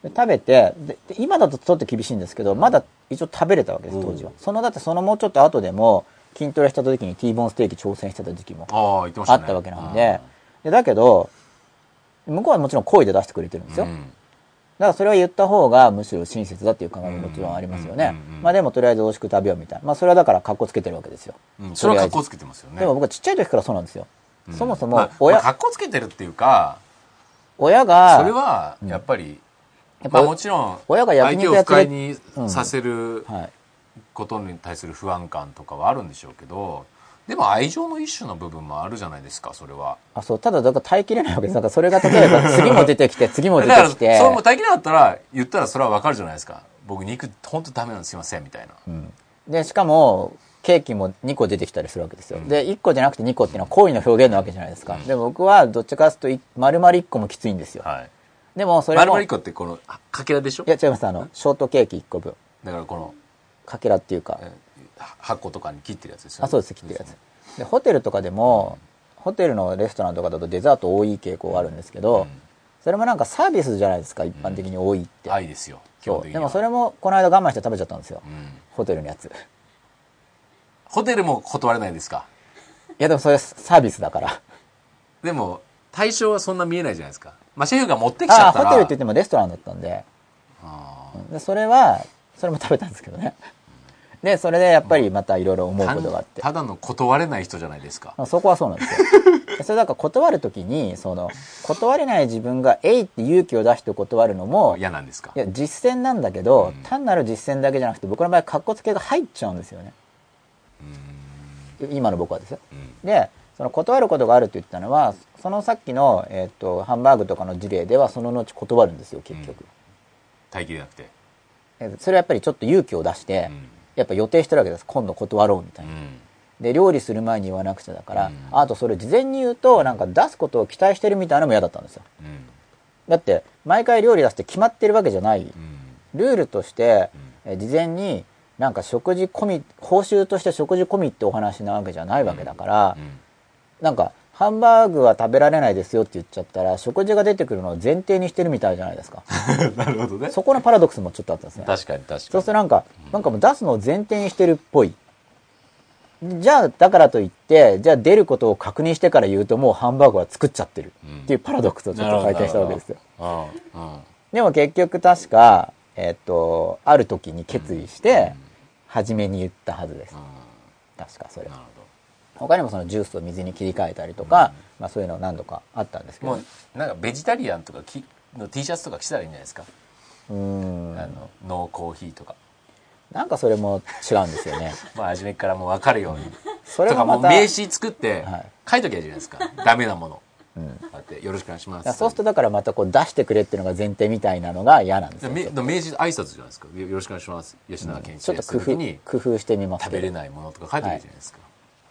食べてで今だとちょっと厳しいんですけど、まだ一応食べれたわけです当時は。そのだってそのもうちょっと後でも筋トレした時に T ボーンステーキ挑戦してた時期もあったわけなんで、でだけど向こうはもちろん声で出してくれてるんですよ、うん、だからそれは言った方がむしろ親切だっていう考えももちろんありますよね。まあでもとりあえず美味しく食べようみたいな、まあそれはだから格好つけてるわけですよ、 うん、それは格好つけてますよね。 でも僕はちっちゃい時からそうなんですよ、うん、そもそも親、まあ、格好つけてるっていうか親がそれはやっぱり、うん、やっぱまあもちろん親が焼肉やって相手を不快にさせることに対する不安感とかはあるんでしょうけど、でも愛情の一種の部分もあるじゃないですか、それは。 あ、そう、ただだから耐えきれないわけです。だからそれが例えば次も出てきて次も出てきて、 そうも耐えきれなかったら言ったらそれはわかるじゃないですか。僕肉本当ダメなんですすいませんみたいな。 うん、でしかもケーキもにこ出てきたりするわけですよ。うん、でいっこじゃなくてにこっていうのは好意の表現なわけじゃないですか。うん、で僕はどっちかというと丸々いっこもきついんですよ。はい、でもそれも丸々いっこってこのかけらでしょ？ いや違います、あのショートケーキいっこぶん。 だからこのかけらっていうかはっことかに切ってるやつですよね。 あ、そうです、切ってるやつ。でホテルとかでも、うん、ホテルのレストランとかだとデザート多い傾向があるんですけど、うん、それもなんかサービスじゃないですか、一般的に多いって。 愛ですよ。 そうでもそれもこの間我慢して食べちゃったんですよ、うん、ホテルのやつ。 ホテルも断れないですか？ いやでもそれサービスだから。 でも対象はそんな見えないじゃないですか。まあシェフが持ってきちゃったら。 あ、ホテルって言ってもレストランだったんで、あでそれはそれも食べたんですけどね。でそれでやっぱりまたいろいろ思うことがあって、 ただの断れない人じゃないですか。 そこはそうなんですよ。それだから断るときにその断れない自分がえいって勇気を出して断るのも嫌なんですか？ いや実践なんだけど、うん、単なる実践だけじゃなくて僕の場合カッコつけが入っちゃうんですよね。うーん今の僕はですよ、うん、でその断ることがあるって言ったのはそのさっきの、えー、とハンバーグとかの事例ではその後断るんですよ結局、うん、 耐えきれなくて。 それはやっぱりちょっと勇気を出して、うんやっぱ予定してるわけです。今度断ろうみたいな、うん、で料理する前に言わなくちゃだから、うん、あとそれ事前に言うとなんか出すことを期待してるみたいなのも嫌だったんですよ、うん、だって毎回料理出して決まってるわけじゃない、うん、ルールとして、うん、え事前になんか食事込み報酬として食事込みってお話なわけじゃないわけだから、うんうん、なんかハンバーグは食べられないですよって言っちゃったら食事が出てくるのを前提にしてるみたいじゃないですか。 なるほどね。 そこのパラドックスもちょっとあったんですね。 確かに確かに。 そうするとなんか、うん、なんかもう出すのを前提にしてるっぽい。じゃあだからといってじゃあ出ることを確認してから言うともうハンバーグは作っちゃってるっていうパラドックスをちょっと体験したわけですよ。うん、でも結局確かえー、っとある時に決意して初めに言ったはずです。うん、確かそれ。他にもそのジュースを水に切り替えたりとか、うんまあ、そういうの何度かあったんですけど、 もうなんかベジタリアンとかきの T シャツとか着たらいいんじゃないですか。うーんあのノーコーヒーとかなんかそれも違うんですよね。 まあ初めからもう分かるようにそれとかもう名刺作って書いときゃいいじゃないですか、はい、ダメなもの、うん、だってよろしくお願いします。 そうするとだからまたこう出してくれっていうのが前提みたいなのが嫌なんですよ。 名刺挨拶じゃないですか。よろしくお願いします吉永健一、うん、 ちょっと工夫工夫してみますけど食べれないものとか書いときゃいいじゃないですか、はい、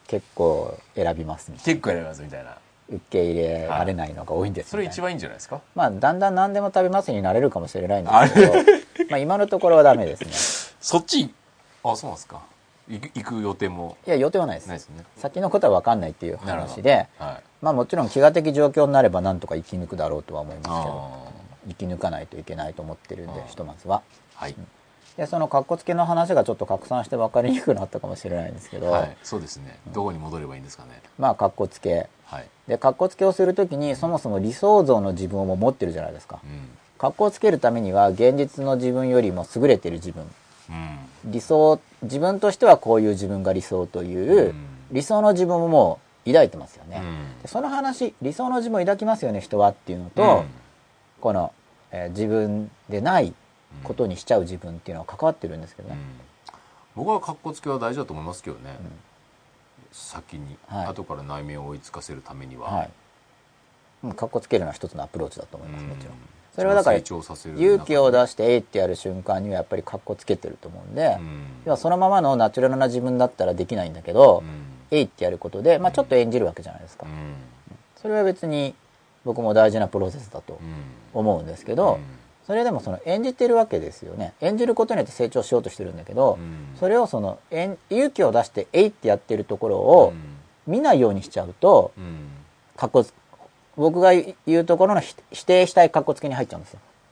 結構選びますみたいな。 結構選びますみたいな。 受け入れられないのが多いんです、 はい、それ一番いいんじゃないですか。 まあだんだん何でも食べますになれるかもしれないんですけどまあ今のところはダメですね。 そっちあそうなんですか。行く、行く予定も。 いや予定はないです。 ないですね。 先のことは分かんないっていう話で、はい、まあもちろん飢餓的状況になればなんとか生き抜くだろうとは思いますけど、生き抜かないといけないと思ってるんでひとまずは。はい。うんでそのカッコつけの話がちょっと拡散して分かりにくくなったかもしれないんですけど、 はい、そうですね。どこに戻ればいいんですかね。 まあカッコつけ、はい、でカッコつけをするときにそもそも理想像の自分をも持ってるじゃないですか、うん、カッコをつけるためには現実の自分よりも優れてる自分、うん、理想自分としてはこういう自分が理想という、うん、理想の自分ももう抱いてますよね、うん、でその話理想の自分を抱きますよね人はっていうのと、うん、この、えー、自分でないことにしちゃう自分っていうのは関わってるんですけどね、 うん、僕はカッコつけは大事だと思いますけどね、うん、先に、はい、後から内面を追いつかせるためには、はい、 カッコつけるのは一つのアプローチだと思います、もちろんそれはだから勇気を出してえいってやる瞬間にはやっぱりカッコつけてると思うんで、うん、要はそのままのナチュラルな自分だったらできないんだけど、うん、えいってやることで、まあ、ちょっと演じるわけじゃないですか、うん、それは別に僕も大事なプロセスだと思うんですけど、うんそれでもその演じてるわけですよね。演じることによって成長しようとしてるんだけど、うん、それをその勇気を出してえいってやってるところを見ないようにしちゃうと、うん、かっこ僕が言うところの否定したいかっこつけに入っちゃうんですよ。う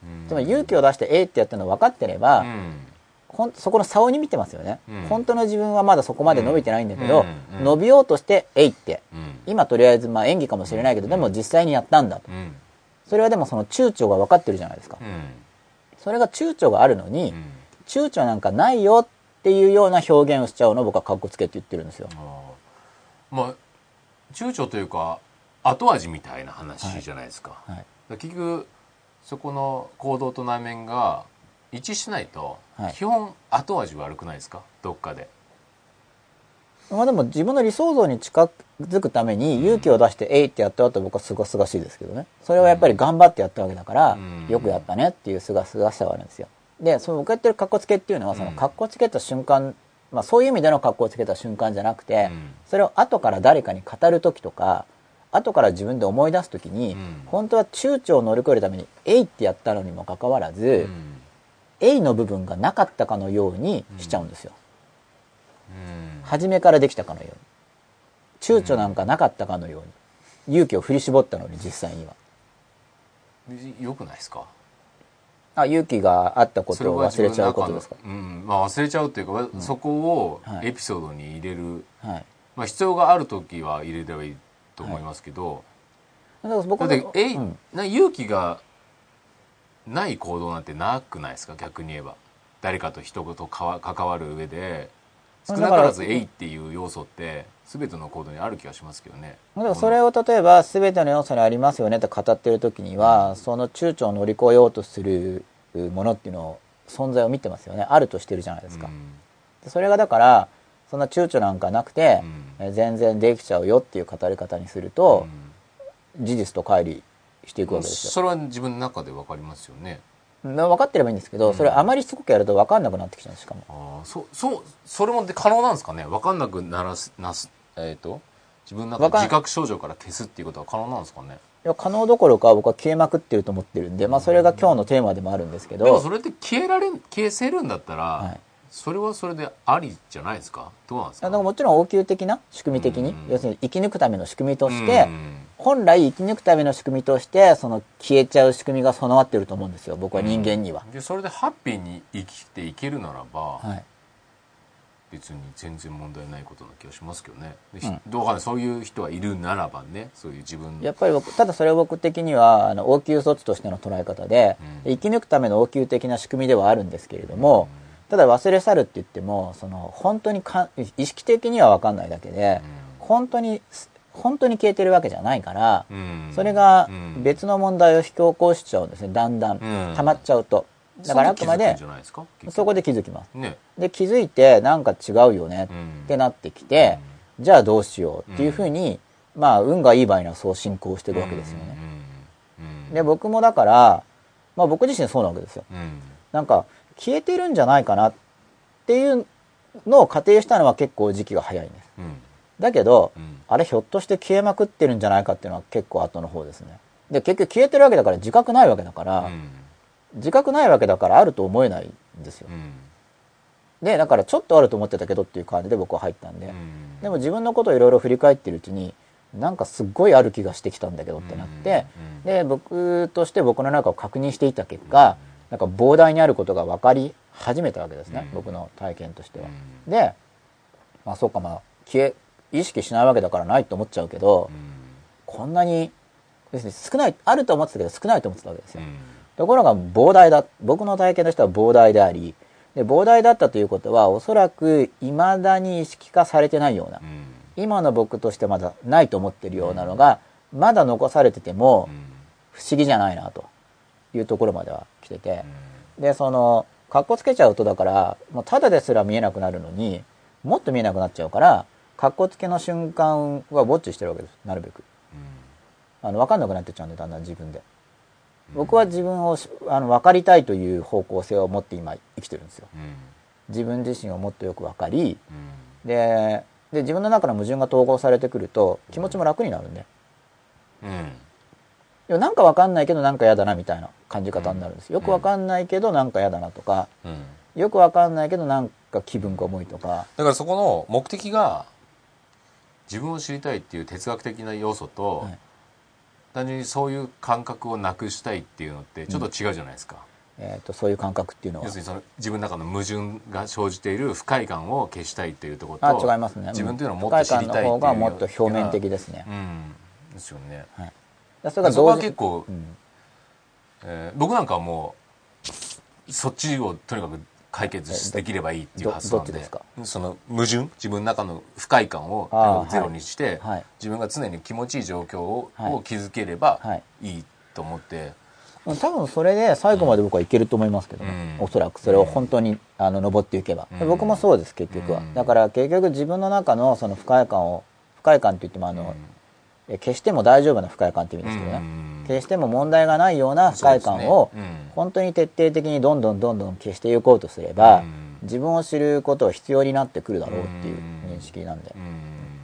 つまり勇気を出してえいってやってるの分かってれば、うん、ほんそこの差を見てますよね、うん、本当の自分はまだそこまで伸びてないんだけど、うん、伸びようとしてえいって、うん、今とりあえずまあ演技かもしれないけど、でも実際にやったんだと、うん、それはでもその躊躇が分かってるじゃないですか、うん、それが躊躇があるのに、うん、躊躇なんかないよっていうような表現をしちゃうのを僕はカッコつけって言ってるんですよ。 あ、まあ躊躇というか後味みたいな話じゃないですか、はいはい、結局そこの行動と内面が一致しないと、はい、基本後味悪くないですか、どっかで。 まあでも自分の理想像に近づくために勇気を出してえいってやった後、僕はすがすがしいですけどね。それはやっぱり頑張ってやったわけだから、うん、よくやったねっていうすがすがしさはあるんですよ。で、その僕やってるカッコつけっていうのは、そのカッコつけた瞬間、まあそういう意味でのカッコをつけた瞬間じゃなくて、うん、それを後から誰かに語る時とか、後から自分で思い出す時に、うん、本当は躊躇を乗り越えるためにえいってやったのにもかかわらず、うん、えいの部分がなかったかのようにしちゃうんですよ。うん、初めからできたかのように、躊躇なんかなかったかのように、勇気を振り絞ったのに実際には。 よくないですか。 あ、勇気があったことを忘れちゃうことですか。 うん、まあ忘れちゃうというか、うん、そこをエピソードに入れる、はい、まあ必要がある時は入れればいいと思いますけど、はい、だから僕だってえ、うん、な勇気がない行動なんてなくないですか、逆に言えば。誰かと人と関わる上で少なからずえいっていう要素って全ての行動にある気がしますけどね。 だからそれを例えば全ての要素にありますよねって語ってる時には、うん、その躊躇を乗り越えようとするものっていうのを存在を見てますよね。あるとしてるじゃないですか、うん、でそれがだからそんな躊躇なんかなくて、うん、全然できちゃうよっていう語り方にすると、うん、事実と乖離していくわけですよ。 それは自分の中で分かりますよね。 分かってればいいんですけど、それあまりしつこくやると分かんなくなってきちゃう。しかもあそそうそれも可能なんですかね。分かんなくならすなす、えー、と自分の中で自覚症状から消すっていうことは可能なんですかね。 いや可能どころか僕は消えまくってると思ってるんで、まあ、それが今日のテーマでもあるんですけど、 でもそれって消えられ消せるんだったら、はい、それはそれでありじゃないですか。どうなんですか。 だからもちろん応急的な仕組み的に、要するに生き抜くための仕組みとして、本来生き抜くための仕組みとしてその消えちゃう仕組みが備わってると思うんですよ、僕は人間には。 でそれでハッピーに生きていけるならば、はい、別に全然問題ないことな気がしますけどね、うん、どうかね、そういう人はいるならばね、そういう自分やっぱり僕ただそれは僕的にはあの応急措置としての捉え方で、うん、生き抜くための応急的な仕組みではあるんですけれども、うん、ただ忘れ去るって言ってもその本当にか意識的には分かんないだけで、うん、本当に本当に消えてるわけじゃないから、うん、それが別の問題を引き起こしちゃうんですね、だんだん、うん、溜まっちゃうと。だからあくまでそこで気づきます、ね、で気づいてなんか違うよねってなってきて、うん、じゃあどうしようっていうふうに、うん、まあ運がいい場合にはそう進行していくわけですよね、うん、で僕もだから、まあ、僕自身そうなわけですよ、うん、なんか消えてるんじゃないかなっていうのを仮定したのは結構時期が早いんです、うん、だけど、うん、あれひょっとして消えまくってるんじゃないかっていうのは結構後の方ですね。で結局消えてるわけだから自覚ないわけだから、うん自覚ないわけだからあると思えないんですよ、うん、でだからちょっとあると思ってたけどっていう感じで僕は入ったんで、うん、でも自分のことをいろいろ振り返ってるうちになんかすっごいある気がしてきたんだけどってなって、うん、で僕として僕の中を確認していた結果、なんか膨大にあることが分かり始めたわけですね、僕の体験としては。で、まあそうか、まあ消え意識しないわけだからないと思っちゃうけど、こんなにですね、少ないあると思ってたけど少ないと思ってたわけですよ。ところが膨大だ、僕の体験としては膨大であり、で膨大だったということはおそらく未だに意識化されてないような、うん、今の僕としてまだないと思ってるようなのが、うん、まだ残されてても不思議じゃないなというところまでは来てて、うん、でそのカッコつけちゃうとだからもうただですら見えなくなるのにもっと見えなくなっちゃうから、カッコつけの瞬間はウォッチしてるわけです、なるべく、あの分かんなくなってっちゃうんで、だんだん自分で。僕は自分をあの分かりたいという方向性を持って今生きてるんですよ、うん、自分自身をもっとよく分かり、うん、で, で自分の中の矛盾が統合されてくると気持ちも楽になるんで、うん、いやなんか分かんないけどなんか嫌だなみたいな感じ方になるんです。よく分かんないけどなんか嫌だなとか、うん、よく分かんないけどなんか気分が重いとか。 だからそこの目的が自分を知りたいっていう哲学的な要素と、はい、 単純にそういう感覚をなくしたいっていうのってちょっと違うじゃないですか、 うん、えー、とそういう感覚っていうのは要するにその自分の中の矛盾が生じている不快感を消したいっていうところと、 あ違いますね、 自分というのをもっと知りたいっていう、 不快感の方がもっと表面的ですね、 うん、ですよね、 はい、 それがそこは結構、うん、えー、僕なんかはもうそっちをとにかく解決できればいいっていう発想なん で, でその矛盾自分の中の不快感をとにかくゼロにして、はい、自分が常に気持ちいい状況 を,、はい、を築ければいいと思って、 はい、多分それで最後まで僕はいけると思いますけどね、うん、おそらくそれを本当にあの登っていけば、うん、僕もそうです結局は、うん、だから結局自分の中のその不快感を不快感って言ってもあの、うん、決しても大丈夫な不快感って意味ですけどね、うん、決しても問題がないような不快感を本当に徹底的にどんどんどんどん消していこうとすれば、うん、自分を知ることは必要になってくるだろうっていう認識なんで、うんうん、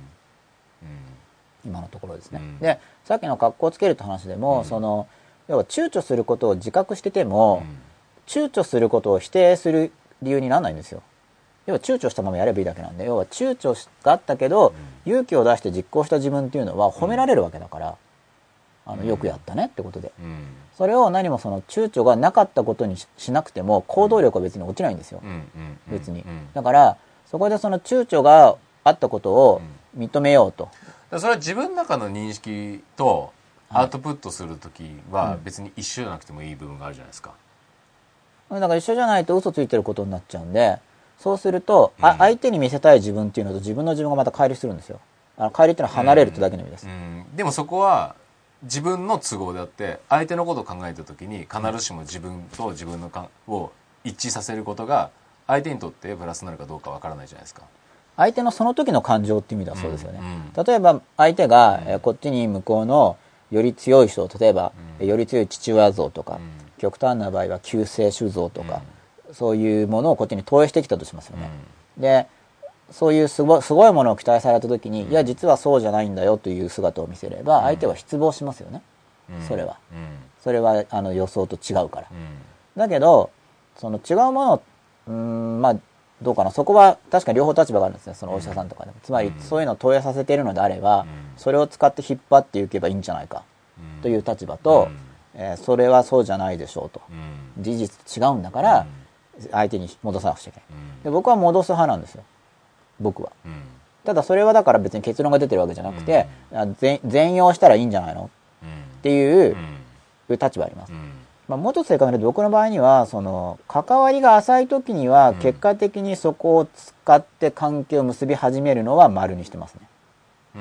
今のところですね、うん、でさっきの格好つけるって話でも、うん、その要は躊躇することを自覚してても、うん、躊躇することを否定する理由にならないんですよ。要は躊躇したままやればいいだけなんで、要は躊躇があったけど、うん、勇気を出して実行した自分っていうのは褒められるわけだから、うん、あのよくやったねってことで、うん、それを何もその躊躇がなかったことに し, しなくても行動力は別に落ちないんですよ、うん、別に、うん、だからそこでその躊躇があったことを認めようと、 うん、それは自分の中の認識とアウトプットするときは別に一緒じゃなくてもいい部分があるじゃないですか、 うん、だから一緒じゃないと嘘ついてることになっちゃうんで、そうすると、うん、あ相手に見せたい自分っていうのと自分の自分がまた乖離するんですよ。あの乖離っていうのは離れるってだけの意味です、 うんうん、でもそこは自分の都合であって相手のことを考えたときに必ずしも自分と自分のかを一致させることが相手にとってプラスになるかどうかわからないじゃないですか。 相手のその時の感情っていう意味ではそうですよね、うんうん、例えば相手が、うん、えこっちに向こうのより強い人、例えば、うん、より強い父親像とか、うん、極端な場合は救世主像とか、うん、そういうものをこっちに投影してきたとしますよね、うん、でそういうすご、すごいものを期待された時に、うん、いや実はそうじゃないんだよという姿を見せれば相手は失望しますよね、うん、それは、うん、それはあの予想と違うから、うん、だけどその違うものをうーんまあどうかな、そこは確かに両方立場があるんですね、そのお医者さんとかでも、うん、つまりそういうのを投影させているのであれば、うん、それを使って引っ張っていけばいいんじゃないかという立場と、うんえー、それはそうじゃないでしょうと、うん、事実違うんだから相手に戻さなくちゃいけない、うん、で僕は戻す派なんですよ僕は、うん、ただそれはだから別に結論が出てるわけじゃなくて、うん、全容したらいいんじゃないの、うん、っていう、うん、立場あります、うんまあ、もう一つ正確に言うと僕の場合にはその関わりが浅い時には結果的にそこを使って関係を結び始めるのは丸にしてますね、うん、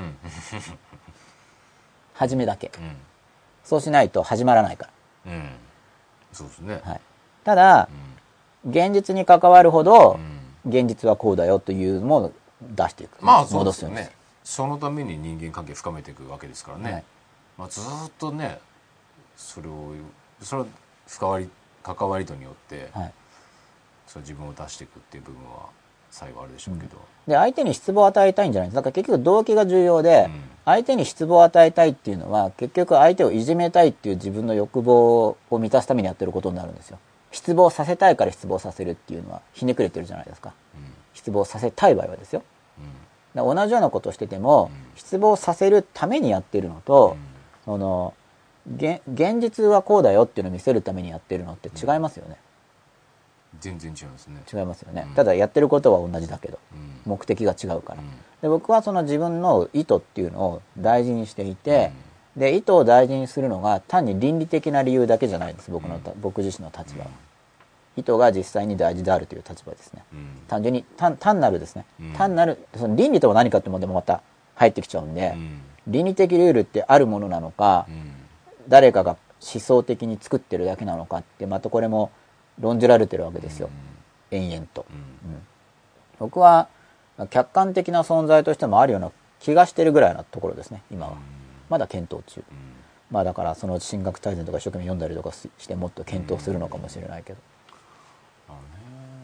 初めだけ、うん、そうしないと始まらないから、うん、 そうですね、 はい、ただ、うん、現実に関わるほど、うん、現実はこうだよというのも出していく、 まあそうですよね、そのために人間関係深めていくわけですからね、はいまあ、ずっとねそれをそれは関わり関わりとによって、はい、それ自分を出していくっていう部分は最後あるでしょうけど、 うん、で相手に失望を与えたいんじゃないですか。だから結局動機が重要で、うん、相手に失望を与えたいっていうのは結局相手をいじめたいっていう自分の欲望を満たすためにやってることになるんですよ。失望させたいから失望させるっていうのはひねくれてるじゃないですか、うん、失望させたい場合はですよ、うん、同じようなことをしてても、うん、失望させるためにやってるのと、うん、その現実はこうだよっていうのを見せるためにやってるのって違いますよね、 うん、全然違いますね。 違いますよね、うん、ただやってることは同じだけど、うん、目的が違うから、うん、で僕はその自分の意図っていうのを大事にしていて、うん、で意図を大事にするのが単に倫理的な理由だけじゃないんです。僕の、うん、僕自身の立場は、うん、意図が実際に大事であるという立場ですね、うん、単純に 単, 単なるですね、うん、単なるその倫理とは何かってものでもまた入ってきちゃうんで、うん、倫理的ルールってあるものなのか、うん誰かが思想的に作ってるだけなのかってまたこれも論じられてるわけですよ、うん、延々と、うんうん、僕は客観的な存在としてもあるような気がしてるぐらいなところですね今は、うん、まだ検討中、うん、まあだからその進学大全とか一生懸命読んだりとかしてもっと検討するのかもしれないけど、 うん、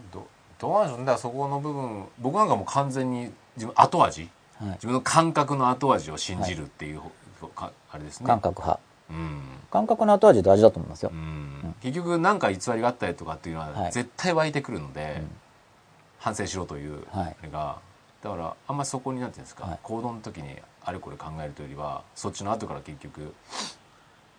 ど, どうなんでしょうね。だからそこの部分僕なんかもう完全に自分後味、はい、自分の感覚の後味を信じるっていう、はい、あれですね、 感覚派うん、感覚の後味大事だと思いますよ、うんうん、 結局何か偽りがあったりとかっていうのは絶対湧いてくるので、はい、反省しろというのが、はい、だからあんまりそこになんていうんですか、はい、行動の時にあれこれ考えるというよりはそっちの後から結局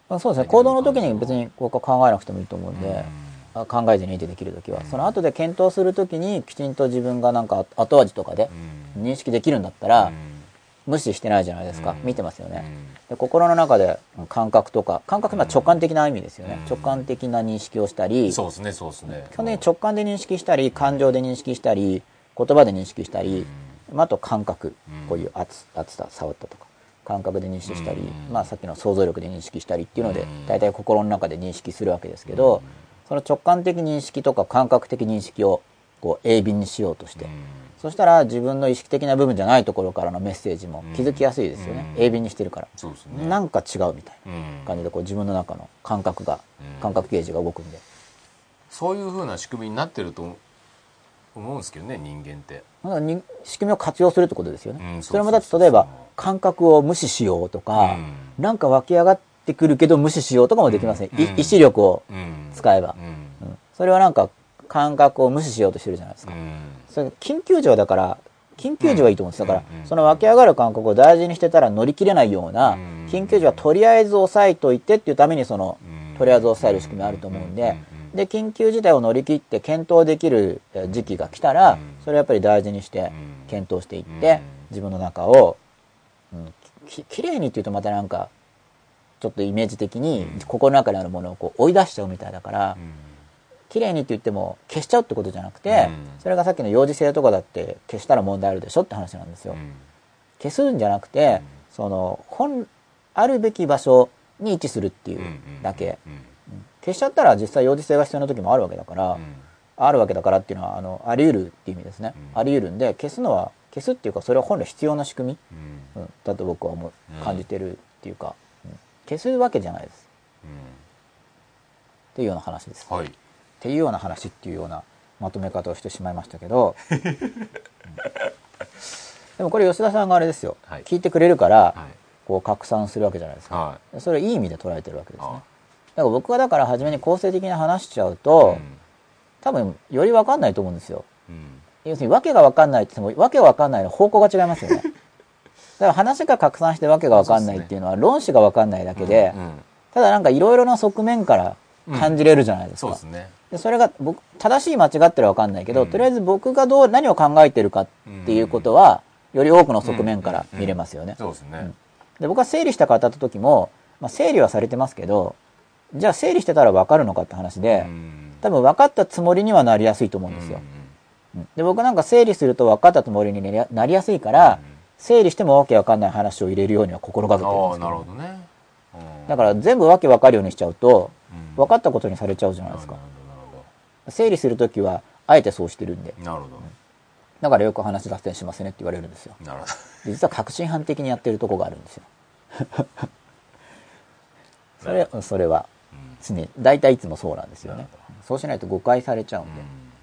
そうですね。行動の時に別にここ考えなくてもいいと思うんで、うん、考えずにいてできる時は、うん、その後で検討する時にきちんと自分がなんか後味とかで認識できるんだったら、うん、無視してないじゃないですか。うん、見てますよね。で、心の中で感覚とか、感覚は直感的な意味ですよね。うん、直感的な認識をしたり、 そうですね、そうですね。 基本的に直感で認識したり、感情で認識したり、言葉で認識したり、うん、あと感覚、こういう熱、熱さ、触ったとか。感覚で認識したり、うん、まあさっきの想像力で認識したりっていうので、大体心の中で認識するわけですけど、うん、その直感的認識とか感覚的認識をこう鋭敏にしようとして、うん、そしたら自分の意識的な部分じゃないところからのメッセージも気づきやすいですよね。うん、鋭敏にしてるから。そうですね。なんか違うみたいな感じでこう自分の中の感覚が、感覚ゲージが動くんで。 そういう風な仕組みになってると思うんですけどね、人間って。 仕組みを活用するってことですよね。うん、それもだって例えば感覚を無視しようとか、うん、なんか湧き上がってくるけど無視しようとかもできません。うん、意志力を使えば、うんうん。それはなんか感覚を無視しようとしてるじゃないですか。うん、それ緊急時はだから、緊急時はいいと思うんです。だから、その湧き上がる感覚を大事にしてたら乗り切れないような、緊急時はとりあえず抑えといてっていうためにその、とりあえず抑える仕組みあると思うんで、で、緊急事態を乗り切って検討できる時期が来たら、それをやっぱり大事にして検討していって、自分の中を、うん、き, きれいにっていうとまたなんか、ちょっとイメージ的に心の中にあるものをこう追い出しちゃうみたいだから、きれいにって言っても消しちゃうってことじゃなくて、それがさっきの幼児性とかだって消したら問題あるでしょって話なんですよ。消すんじゃなくて、その、本、あるべき場所に位置するっていうだけ。消しちゃったら実際幼児性が必要な時もあるわけだから、うん、あるわけだからっていうのはあのあり得るっていう意味ですね、うん、あり得るんで消すのは消すっていうかそれは本来必要な仕組み、うんうん、だと僕は思う感じてるっていうか、うん、消すわけじゃないです、うん、っていうような話です、はい、っていうような話っていうようなまとめ方をしてしまいましたけど、うん、でもこれ吉田さんがあれですよ、はい、聞いてくれるから、はい、こう拡散するわけじゃないですか、はい、それをいい意味で捉えてるわけですね。だから僕はだから初めに構成的に話しちゃうと、うん、多分より分かんないと思うんですよ、うん、要するに訳が分かんないって言っても訳が分かんないの方向が違いますよねだから話が拡散して訳が分かんないっていうのは論旨が分かんないだけで、うんうん、ただなんかいろいろな側面から感じれるじゃないですか、うん、そうですね。でそれが僕正しい間違ってるは分かんないけど、うん、とりあえず僕がどう何を考えてるかっていうことはより多くの側面から見れますよね。そうですね。で僕は整理した方と時も、まあ、整理はされてますけど、じゃあ整理してたら分かるのかって話で、多分分かったつもりにはなりやすいと思うんですよ。で僕なんか整理すると分かったつもりになりやすいから、整理してもわけ分かんない話を入れるようには心がけてるんですけど、なるほどね。だから全部わけ分かるようにしちゃうと、分かったことにされちゃうじゃないですか。整理するときはあえてそうしてるんで。なるほど。だからよく話脱線しますねって言われるんですよ。なるほど。実は確信犯的にやってるとこがあるんですよ。それそれは。常に大体いつもそうなんですよね。そうしないと誤解されちゃうんで、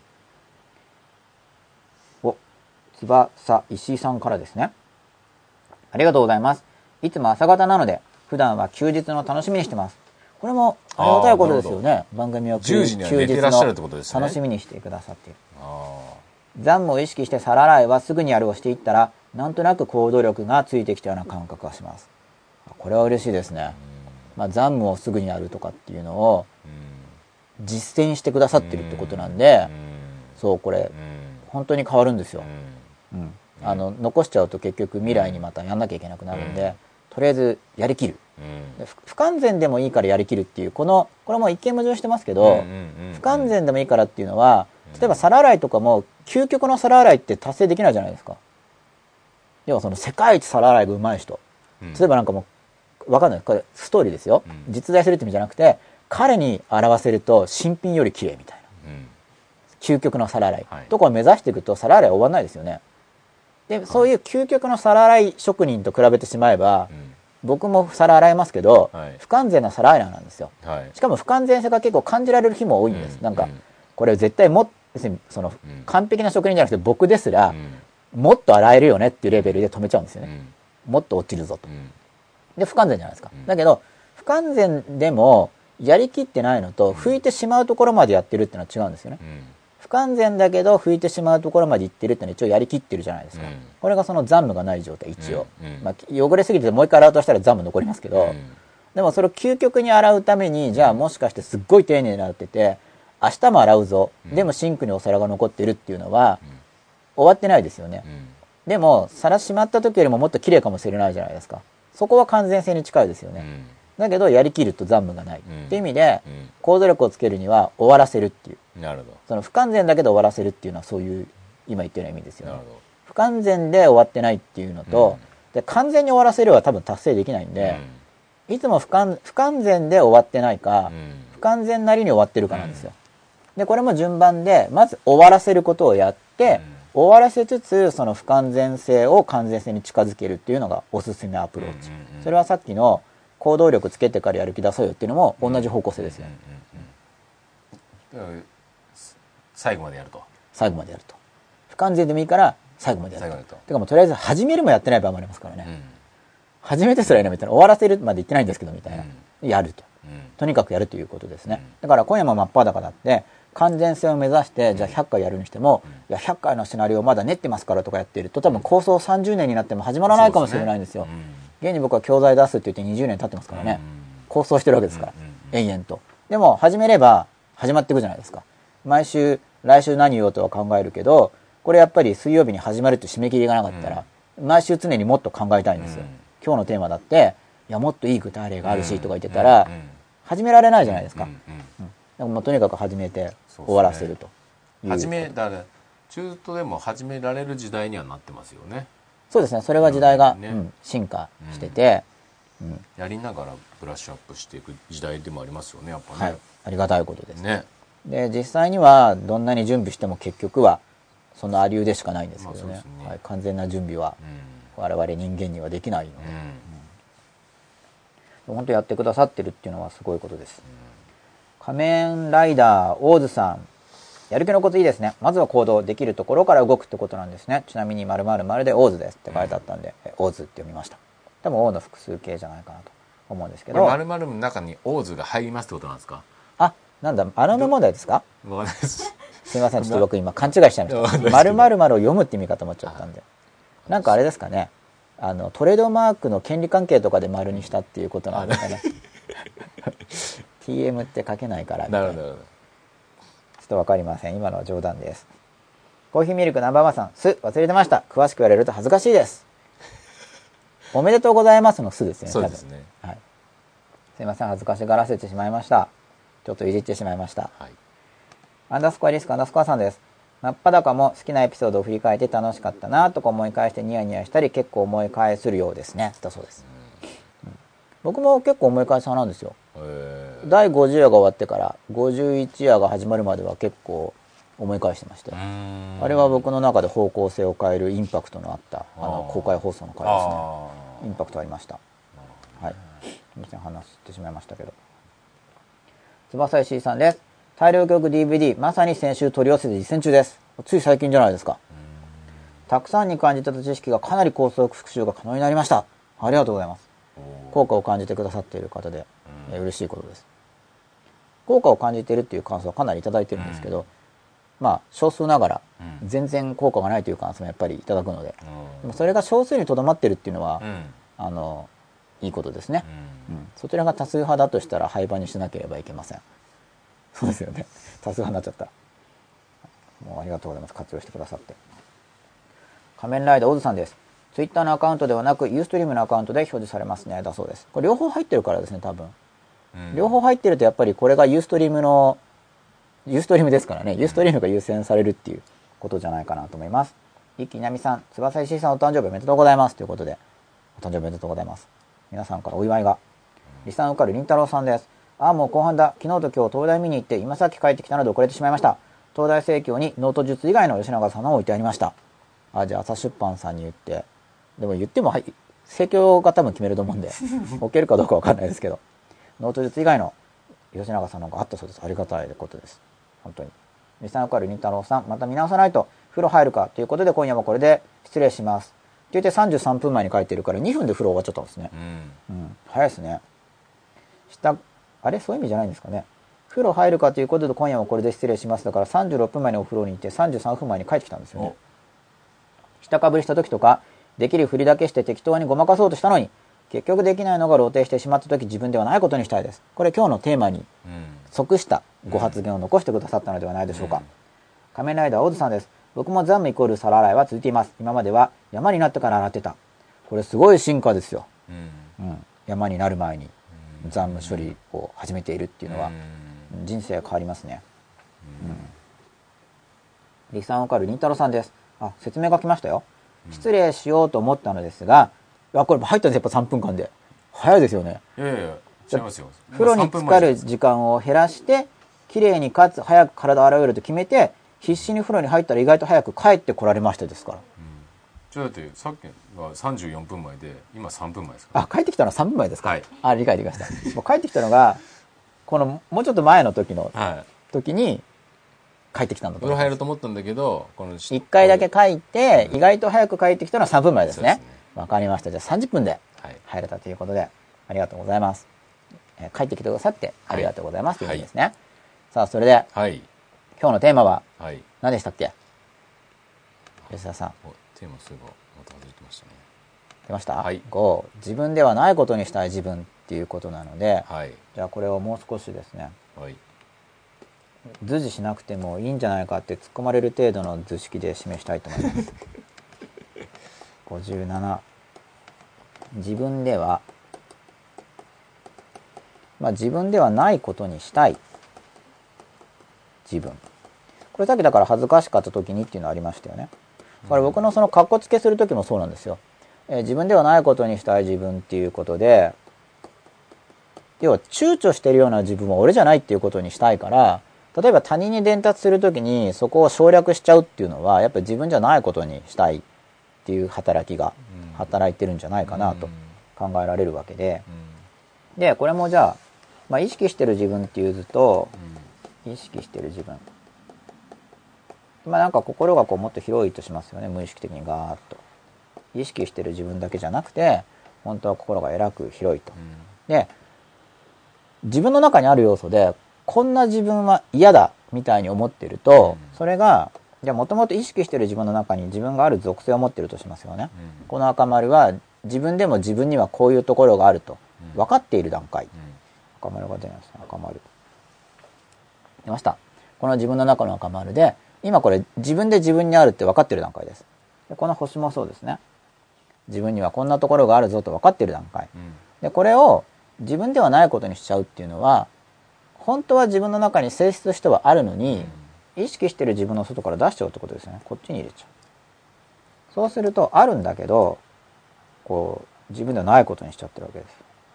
うん、お翼石井さんからですね。ありがとうございます。いつも朝方なので普段は休日の楽しみにしてます。これもありがたいことですよね。番組を休日の楽しみにしてくださっている。残務を意識して皿洗いはすぐにやるをしていったらなんとなく行動力がついてきたような感覚がします。これは嬉しいですね。まあ、残務をすぐにやるとかっていうのを実践してくださってるってことなんで、そうこれ本当に変わるんですよ、うん、あの残しちゃうと結局未来にまたやんなきゃいけなくなるんで、とりあえずやりきる、不完全でもいいからやりきるっていう、このこれも一見矛盾してますけど、不完全でもいいからっていうのは、例えば皿洗いとかも究極の皿洗いって達成できないじゃないですか。要はその世界一皿洗いがうまい人、例えばなんかもうわかんない。これストーリーですよ、うん。実在するって意味じゃなくて、彼に表せると新品より綺麗みたいな。うん、究極の皿洗い、はい、とかを目指していくと皿洗いは終わんないですよね。で、はい、そういう究極の皿洗い職人と比べてしまえば、うん、僕も皿洗いますけど、はい、不完全な皿洗いなんですよ、はい。しかも不完全性が結構感じられる日も多いんです。うん、なんか、これ絶対も、別にその、うん、完璧な職人じゃなくて僕ですら、うん、もっと洗えるよねっていうレベルで止めちゃうんですよね。うん、もっと落ちるぞと。うんで不完全じゃないですか、うん、だけど不完全でもやりきってないのと、うん、拭いてしまうところまでやってるっていうのは違うんですよね、うん、不完全だけど拭いてしまうところまでいってるっていうのは一応やりきってるじゃないですか、うん、これがその残務がない状態一応、うんうんまあ、汚れすぎてもう一回洗うとしたら残務残りますけど、うん、 でもそれを究極に洗うために、じゃあもしかしてすっごい丁寧に洗ってて、明日も洗うぞ、でもシンクにお皿が残ってるっていうのは、終わってないですよね。でも皿しまった時よりももっと綺麗かもしれないじゃないですか。そこは完全性に近いですよね。だけどやりきると残務がない、うん、っていう意味で、うん、行動力をつけるには終わらせるっていう。 なるほど。 その不完全だけど終わらせるっていうのはそういう今言ったような意味ですよね。なるほど。不完全で終わってないっていうのと、うん、で完全に終わらせるは多分達成できないんで、うん、いつも不完、不完全で終わってないか、うん、不完全なりに終わってるかなんですよ。うん、でこれも順番でまず終わらせることをやって、うん、終わらせつつその不完全性を完全性に近づけるっていうのがおすすめアプローチ。うんうんうん、それはさっきの行動力つけてからやる気出そうよっていうのも同じ方向性ですよね。 最後までやると。 最後までやると。不完全でもいいから最後までやると。とてかもうとりあえず始めるもやってない場合もありますからね。うん、始めてすらいないみたいな、終わらせるまで言ってないんですけどみたいな、うん、やると、うん。とにかくやるということですね。うん、だから今夜も真っ裸だって完全性を目指してじゃあひゃっかいやるにしても、うん、いやひゃっかいのシナリオまだ練ってますからとかやっていると多分構想さんじゅうねんになっても始まらないかもしれないんですよ。現に僕は教材出すって言ってにじゅうねん経ってますからね、うん、構想してるわけですから、うん、延々と。でも始めれば始まっていくじゃないですか。毎週来週何言おうとは考えるけど、これやっぱり水曜日に始まるって締め切りがなかったら、うん、毎週常にもっと考えたいんですよ、うん、今日のテーマだっていやもっといい具体例があるしとか言ってたら、うんうん、始められないじゃないですか、うんうんうん、でもまあとにかく始めて終わらせるという、 始めだから中途でも始められる時代にはなってますよね。 そうですね、それは時代が、ね、うん、進化してて、 うんうん、やりながらブラッシュアップしていく時代でもありますよね、やっぱね。 はい、ありがたいことですね。 で実際にはどんなに準備しても結局はそのありゅうでしかないんですけど ね,、まあ、そうですね、はい、完全な準備は我々人間にはできないので、うんうん、本当やってくださってるっていうのはすごいことです、うん、仮面ライダーオーズさん、やる気のコツいいですね。まずは行動できるところから動くってことなんですね。ちなみに〇〇〇でオーズですって書いてあったんで、うん、オーズって読みました。多分オーの複数形じゃないかなと思うんですけど、 〇〇の中にオーズが入りますってことなんですか。 あ、なんだ、アラム問題ですか。 わかんないです。 すいません、ちょっと僕今勘違いしちゃいました。〇〇〇を読むって意味かと思っちゃったんで。なんかあれですかね、あのトレードマークの権利関係とかで丸にしたっていうことなんですかね。ティーエム って書けないからみたいな。なるほど。ちょっとわかりません。今のは冗談です。コーヒーミルクナンバーワンさん、す忘れてました。詳しく言われると恥ずかしいです。おめでとうございますのすですね。 そうですね。 はい。すいません、恥ずかしがらせてしまいました。ちょっといじってしまいました。はい、アンダースコアリスクアンダースコアさんです。真っ裸も好きなエピソードを振り返って楽しかったなとか思い返してニヤニヤしたり結構思い返するようですね。だそうです。うんうん、僕も結構思い返す派なんですよ。だいごじゅうわが終わってからごじゅういちわが始まるまでは結構思い返してましたよ。あれは僕の中で方向性を変えるインパクトのあったあの公開放送の回ですね。インパクトありました。はい。すみません、話してしまいましたけど。翼石井さんです。大量曲 ディーブイディー まさに先週取り寄せて実践中です。つい最近じゃないですか。たくさんに感じた知識がかなり高速復習が可能になりました。ありがとうございます。効果を感じてくださっている方で、えー、嬉しいことです。効果を感じているっていう感想はかなりいただいてるんですけど、うん、まあ少数ながら全然効果がないという感想もやっぱりいただくので、うん、でもそれが少数にとどまってるっていうのは、うん、あのいいことですね、うんうん、そちらが多数派だとしたら廃盤にしなければいけません。そうですよね、多数派になっちゃった。もうありがとうございます。活用してくださって。仮面ライダーオズさんです。ツイッターのアカウントではなくユーストリームのアカウントで表示されますね。だそうです。これ両方入ってるからですね、多分、うん、両方入ってるとやっぱりこれがユーストリームのユーストリームですからね、ユーストリームが優先されるっていうことじゃないかなと思います。一木なみさん、翼石井さんお誕生日おめでとうございますということで、お誕生日おめでとうございます。皆さんからお祝いが。リサン受かるりんたろうさんです。ああもう後半だ。昨日と今日東大見に行って今さっき帰ってきたので遅れてしまいました。東大生協にノート術以外の吉永さんのを置いてありました。あ、じゃあ朝出版さんに言って、でも言ってもはい生協が多分決めると思うんで置けるかどうかわかんないですけど、ノート術以外の吉永さんのがあったそうです。ありがたいことです。本当に。リサン受かるりんたろうさん、また見直さないと風呂入るかということで今夜もこれで失礼します。って言ってさんじゅうさんぷんまえに書いてるからにふんで風呂終わっちゃったんですね。うん、うん、早いですね。下あれそういう意味じゃないんですかね。風呂入るかということで今夜もこれで失礼しますだからさんじゅうろっぷんまえにお風呂に行ってさんじゅうさんぷんまえに帰ってきたんですよね。下かぶりした時とかできるふりだけして適当にごまかそうとしたのに気結局できないのが露呈してしまった時自分ではないことにしたいです。これ今日のテーマに即したご発言を残してくださったのではないでしょうか。うん、仮面ライダーオズさんです。僕もザムイコール皿洗いは続いています。今までは山になってから洗ってた。これすごい進化ですよ。うんうん、山になる前にザム処理を始めているっていうのは人生が変わりますね。うん、リサンオカルりんたろさんです。あ、説明が来ましたよ。失礼しようと思ったのですが、あ、これ入ったんですやっぱさんぷんかんで。早いですよね。 いやいや違いますよ。 風呂に浸かる時間を減らして、きれいにかつ早く体を洗えると決めて、必死に風呂に入ったら意外と早く帰ってこられましたですから。うん、 じゃあだってさっきはさんじゅうよんぷんまえで、今さんぷんまえですか、 ね、あ、帰ってきたのはさんぷんまえですか。 はい。 あ、理解できました。もう帰ってきたのが、このもうちょっと前の時の、はい、時に、帰ってきたんだと思います。風呂入ると思ったんだけど、このいっかいだけ帰って、意外と早く帰ってきたのはさんぷんまえですね。わかりました。じゃあさんじゅっぷんで入れたということで、ありがとうございます。えー、帰ってきてくださってありがとうございます、はい、ということですね。はい、さあ、それで、はい、今日のテーマは何でしたっけ、吉田さん。 テーマそういえばまた外れてましたね。 出ました、 はい、 ご、自分ではないことにしたい自分っていうことなので、はい、じゃあこれをもう少しですね、はい、図示しなくてもいいんじゃないかって突っ込まれる程度の図式で示したいと思います。ごじゅうなな、自分では、まあ、自分ではないことにしたい自分。これさっきだから恥ずかしかった時にっていうのありましたよね。だから僕のそのカッコつけする時もそうなんですよ。えー、自分ではないことにしたい自分っていうことで、要は躊躇してるような自分は俺じゃないっていうことにしたいから、例えば他人に伝達する時にそこを省略しちゃうっていうのはやっぱり自分じゃないことにしたいっていう働きが働いてるんじゃないかなと考えられるわけで、でこれもじゃあ、まあ、意識してる自分っていう図と、意識してる自分、まあなんか心がこうもっと広いとしますよね。無意識的にガーッと意識してる自分だけじゃなくて本当は心がえらく広いと。で自分の中にある要素でこんな自分は嫌だみたいに思ってると、うん、それがじゃあもともと意識してる自分の中に自分がある属性を持ってるとしますよね、うん、この赤丸は自分でも自分にはこういうところがあると分かっている段階、うん、赤丸が出ます。赤丸出ました。この自分の中の赤丸で今これ自分で自分にあるって分かっている段階です。でこの星もそうですね。自分にはこんなところがあるぞと分かっている段階、うん、でこれを自分ではないことにしちゃうっていうのは本当は自分の中に性質としてはあるのに、うん、意識してる自分の外から出しちゃうってことですよね。こっちに入れちゃう。そうするとあるんだけどこう自分ではないことにしちゃってるわけです。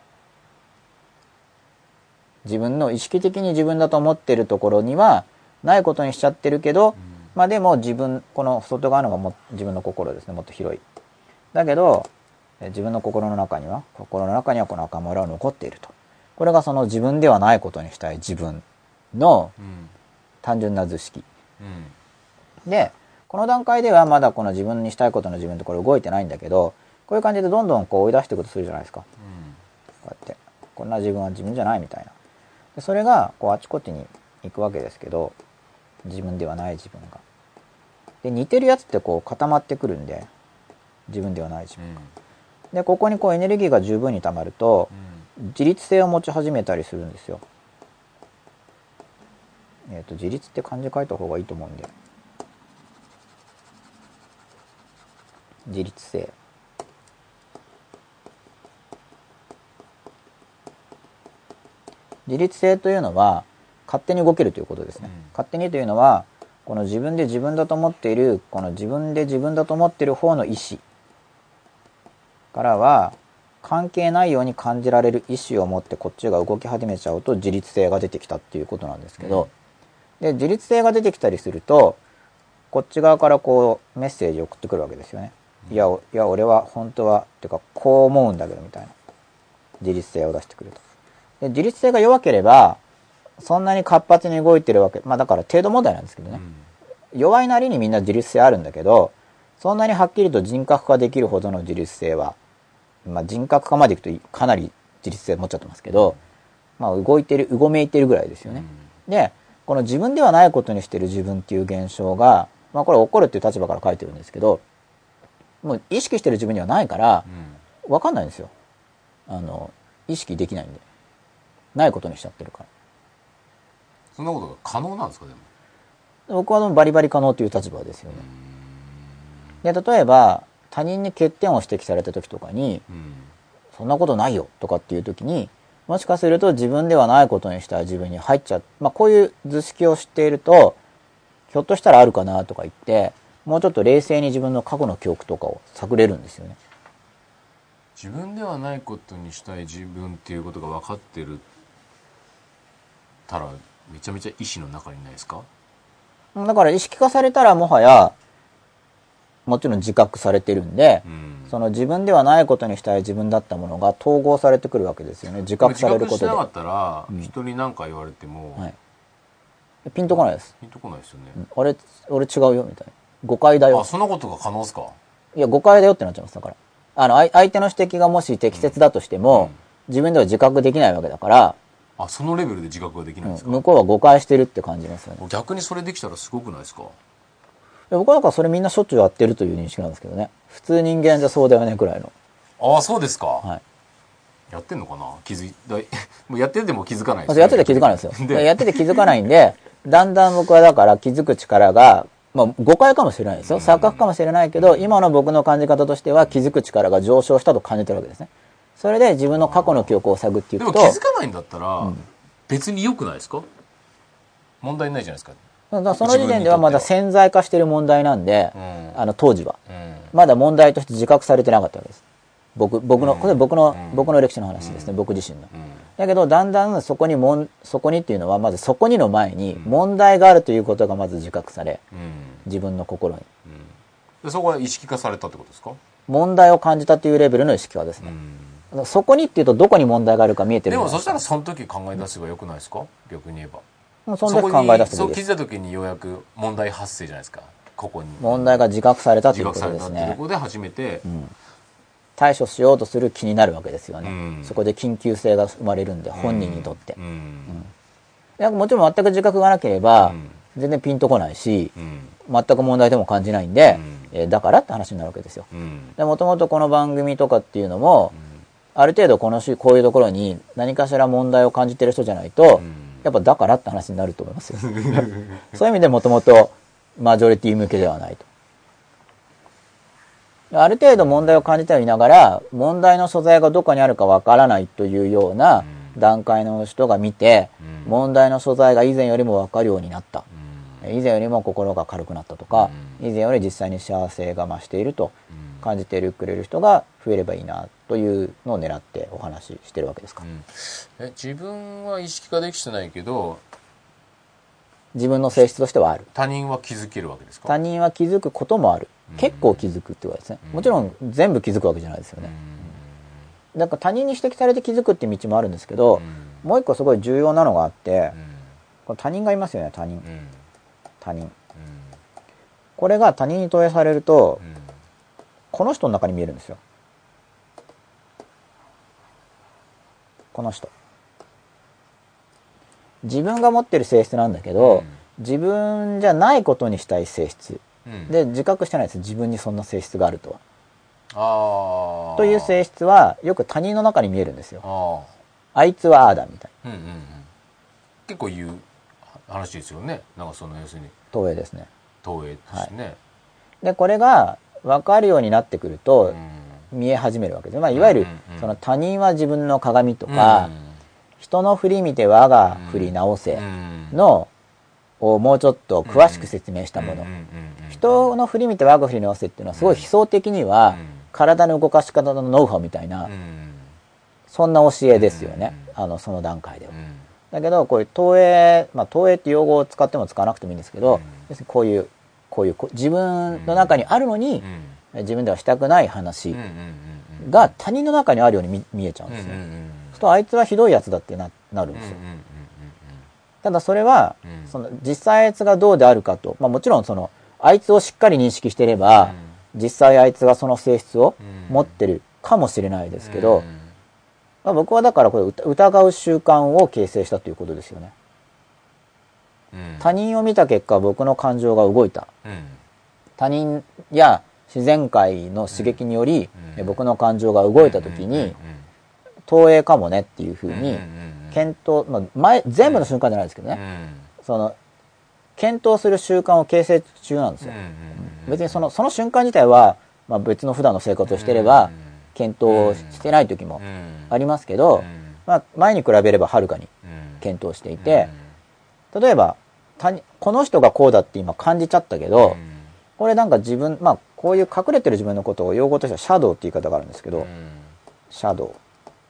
自分の意識的に自分だと思ってるところにはないことにしちゃってるけど、うん、まあでも自分この外側のがも自分の心ですね。もっと広い。だけど自分の心の中には心の中にはこの赤丸は残っていると。これがその自分ではないことにしたい自分の単純な図式、うん、でこの段階ではまだこの自分にしたいことの自分ってこれ動いてないんだけど、こういう感じでどんどんこう追い出していくとするじゃないですか、うん、こうやってこんな自分は自分じゃないみたいな。でそれがこうあちこちに行くわけですけど、自分ではない自分がで似てるやつってこう固まってくるんで、自分ではない自分が、うん、でここにこうエネルギーが十分に溜まると、うん、自律性を持ち始めたりするんですよ。えっと自律って漢字書いた方がいいと思うんで、自律性、自律性というのは勝手に動けるということですね、うん、勝手にというのはこの自分で自分だと思っているこの自分で自分だと思っている方の意思からは関係ないように感じられる意思を持ってこっちが動き始めちゃうと自律性が出てきたっていうことなんですけど、うん、で自律性が出てきたりするとこっち側からこうメッセージを送ってくるわけですよね、うん、いやいや俺は本当はっていうかこう思うんだけどみたいな自律性を出してくると。で自律性が弱ければそんなに活発に動いてるわけ、まあだから程度問題なんですけどね、うん、弱いなりにみんな自律性あるんだけど、そんなにはっきりと人格化できるほどの自律性は、まあ、人格化までいくとかなり自律性持っちゃってますけど、まあ、動いてるうごめいてるぐらいですよね、うん、でこの自分ではないことにしてる自分っていう現象が、まあ、これ怒るっていう立場から書いてるんですけど、もう意識してる自分にはないから分かんないんですよ。 あの意識できないんで、ないことにしちゃってるから。 そんなことが可能なんですか？でも僕はバリバリ可能という立場ですよね。で例えば他人に欠点を指摘された時とかに、うん、そんなことないよとかっていう時に、もしかすると自分ではないことにしたら自分に入っちゃう、まあ、こういう図式を知っているとひょっとしたらあるかなとか言って、もうちょっと冷静に自分の過去の記憶とかを探れるんですよね。 自分ではないことにしたい自分っていうことが分かってるたらめちゃめちゃ意識の中にないですか？ だから意識化されたらもはやもちろん自覚されてるんで、うん、その自分ではないことにしたい自分だったものが統合されてくるわけですよね。自覚されることで。 自覚しなかったら、うん、人に何か言われても、はい、 ピンとこないです。 ピンとこないですよね。 うん、俺俺違うよみたいな、誤解だよ。 あ、そんなことが可能ですか？ いや誤解だよってなっちゃいます。だからあの相手の指摘がもし適切だとしても、うん、自分では自覚できないわけだから。 あ、そのレベルで自覚ができないんですか？ うん、向こうは誤解してるって感じますよね。 逆にそれできたらすごくないですか？ 僕はだからそれみんなしょっちゅうやってるという認識なんですけどね。普通人間じゃそうだよねくらいの。 ああ、そうですか。 はい。 やってんのかな？気づいだもうやってても気づかないですよ、ね。やってて気づかないですよ。やってて気づかないんで、だんだん僕はだから気づく力が、まあ誤解かもしれないですよ。錯覚かもしれないけど、今の僕の感じ方としては気づく力が上昇したと感じてるわけですね。それで自分の過去の記憶を探っていくと。 でも気づかないんだったら、うん、別に良くないですか？問題ないじゃないですか。 だからその時点ではまだ潜在化している問題なんで、うん、あの当時は、うん、まだ問題として自覚されてなかったわけです。僕僕の、うん、これ僕の、うん、僕の歴史の話ですね、うん、僕自身の、うん、だけどだんだんそこにもんそこにっていうのはまずそこにの前に問題があるということがまず自覚され、うん、自分の心に、うん、 でそこは意識化されたってことですか？ 問題を感じたというレベルの意識化ですね、うん、そこにっていうとどこに問題があるか見えてる。 でもそしたらその時考え出せばよくないですか？逆に言えばその時考え出すべきです。 そう気づいた時にようやく問題発生じゃないですか。ここに問題が自覚されたということですね。 自覚されたってところで初めて、うん、 対処しようとする気になるわけですよね、うん、そこで緊急性が生まれるんで、本人にとって、うんうんうん、もちろん全く自覚がなければ、うん、全然ピンとこないし、うん、全く問題でも感じないんで、うんえー、だからって話になるわけですよ、うん、でもともとこの番組とかっていうのも、うん、ある程度このこういうところに何かしら問題を感じてる人じゃないと、うん、やっぱだからって話になると思いますよそういう意味でもともとマジョリティ向けではないと。ある程度問題を感じてはいながら、問題の素材がどこにあるかわからないというような段階の人が見て、問題の素材が以前よりもわかるようになった、以前よりも心が軽くなったとか、以前より実際に幸せが増していると感じてくれる人が増えればいいなというのを狙ってお話ししてるわけですか、うん、 え自分は意識化できてないけど自分の性質としてはある。 他人は気づけるわけですか？ 他人は気づくこともある。結構気づくってことですね。もちろん全部気づくわけじゃないですよね。だから他人に指摘されて気づくっていう道もあるんですけど、もう一個すごい重要なのがあって、この他人がいますよね、他人。他人。これが他人に投影されると、この人の中に見えるんですよ。この人。自分が持ってる性質なんだけど、自分じゃないことにしたい性質。で自覚してないです。自分にそんな性質があるとは。あという性質はよく他人の中に見えるんですよ。 あ, あいつはああだみたいな、うんうんうん、 結構言う話ですよね。なんかその要するに投影ですね。 投影ですね、はい、 でこれが分かるようになってくると、うん、見え始めるわけです、まあ、いわゆる、うんうん、その他人は自分の鏡とか、うん、人の振り見て我が振り直せの、をもうちょっと詳しく説明したもの、人の振り見て我が振り直せっていうのはすごい悲壮的には体の動かし方のノウハウみたいな、そんな教えですよね、あのその段階では。だけどこういう投影、まあ、投影って用語を使っても使わなくてもいいんですけど、要するにこういうこういう自分の中にあるのに自分ではしたくない話が他人の中にあるように 見, 見えちゃうんですよ。そうするとあいつはひどいやつだって な, なるんですよ。ただそれは、うん、その実際あいつがどうであるかと、まあ、もちろんそのあいつをしっかり認識していれば、うん、実際あいつがその性質を持ってるかもしれないですけど、うんまあ、僕はだからこれ疑う習慣を形成したということですよね、うん、他人を見た結果僕の感情が動いた、うん、他人や自然界の刺激により、うん、僕の感情が動いた時に、 投影かもねっていうふうに検討、まあ、前全部の瞬間じゃないですけどね、その検討する習慣を形成中なんですよ。別にそのその瞬間自体は、まあ、別の普段の生活をしていれば検討してない時もありますけど、まあ、前に比べればはるかに検討していて、例えばこの人がこうだって今感じちゃったけど、これなんか自分、まあこういう隠れてる自分のことを用語としてはシャドウっていう言い方があるんですけど、シャドウ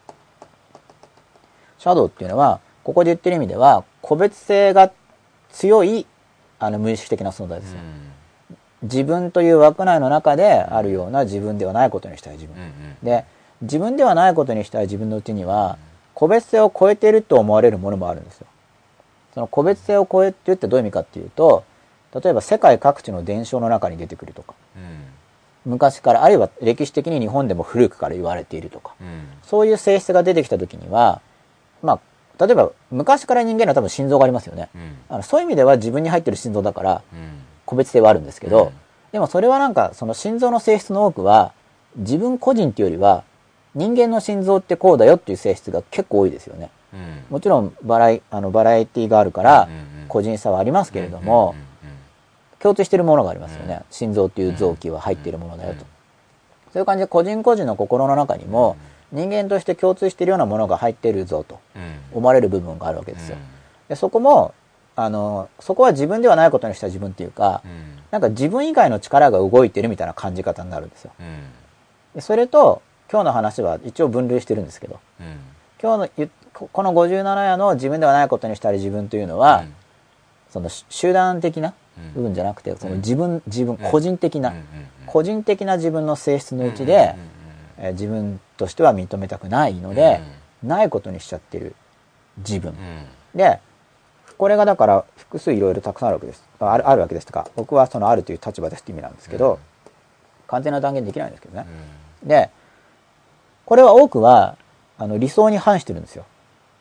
シャドウっていうのはここで言ってる意味では個別性が強いあの無意識的な存在ですよ。自分という枠内の中であるような自分ではないことにしたい自分、で自分ではないことにしたい自分のうちには個別性を超えていると思われるものもあるんですよ。その個別性を超えてるってどういう意味かっていうと、例えば世界各地の伝承の中に出てくるとか、うん、昔からあるいは歴史的に日本でも古くから言われているとか、うん、そういう性質が出てきた時には、まあ例えば昔から人間には多分心臓がありますよね、うん、あのそういう意味では自分に入ってる心臓だから個別性はあるんですけど、うん、でもそれはなんかその心臓の性質の多くは自分個人っていうよりは人間の心臓ってこうだよっていう性質が結構多いですよね、うん、もちろんバラエ、あのバラエティがあるから個人差はありますけれども、共通しているものがありますよね、うん、心臓っていう臓器は入っているものだよと、うん、そういう感じで個人個人の心の中にも人間として共通しているようなものが入っているぞと思われる部分があるわけですよ。でそこもあのそこは自分ではないことにした自分っていうか、うん、なんか自分以外の力が動いているみたいな感じ方になるんですよ、うん、でそれと今日の話は一応分類してるんですけど、うん、今日のこのごじゅうなな夜の自分ではないことにしたい自分というのは、うん、その集団的な部分じゃなくて、その自分自分個人的な個人的な自分の性質のうちで、えー、自分としては認めたくないので、ないことにしちゃってる自分で、これがだから複数いろいろたくさんあるわけです。ある、あるわけですとか、僕はそのあるという立場ですって意味なんですけど、完全な断言できないんですけどね。で、これは多くはあの理想に反してるんですよ。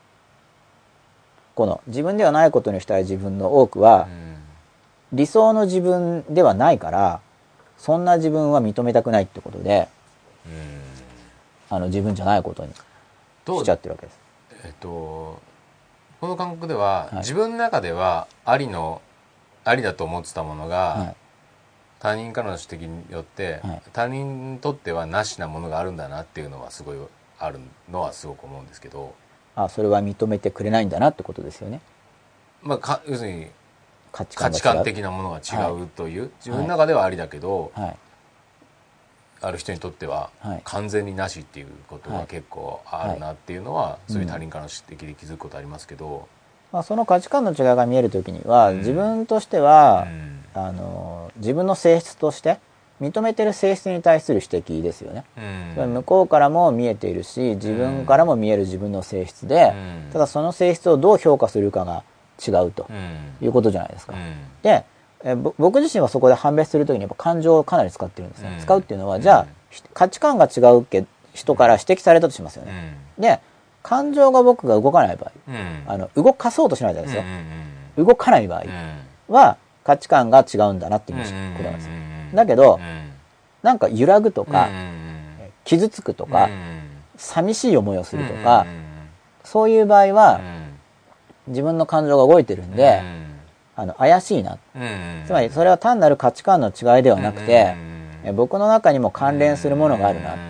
この自分ではないことにしたい自分の多くは、理想の自分ではないから、そんな自分は認めたくないってことで、あの自分じゃないことにしちゃってるわけです。 えっとこの感覚では、はい、自分の中ではありのありだと思ってたものが、はい、他人からの指摘によって、はい、他人にとってはなしなものがあるんだなっていうのはすごいあるのはすごく思うんですけど、 あ、それは認めてくれないんだなってことですよね。 まあ、か要するに価値観、価値観的なものが違うという、はい、自分の中ではありだけど、はい、ある人にとっては完全になしっていうことが結構あるなっていうのは、はい、そういう他人からの指摘で気づくことありますけど、 まあ、その価値観の違いが見えるときには、うん、自分としては、うん、あの自分の性質として認めてる性質に対する指摘ですよね、うん、それ向こうからも見えているし自分からも見える自分の性質で、うん、ただその性質をどう評価するかが違うということじゃないですか、うん、でえ僕自身はそこで判別するときにやっぱ感情をかなり使ってるんですね、うん、使うっていうのは、じゃあ価値観が違うけ人から指摘されたとしますよね、うん、で感情が僕が動かない場合、うん、あの動かそうとしないじゃないですよ、うんうんうん、動かない場合は価値観が違うんだなっていうことなんですよ、うん、だけど、うん、なんか揺らぐとか、うん、傷つくとか、うん、寂しい思いをするとか、うん、そういう場合は、うん、自分の感情が動いてるんで、うん、あの怪しいな、うん、つまりそれは単なる価値観の違いではなくて、うん、僕の中にも関連するものがあるな、うん、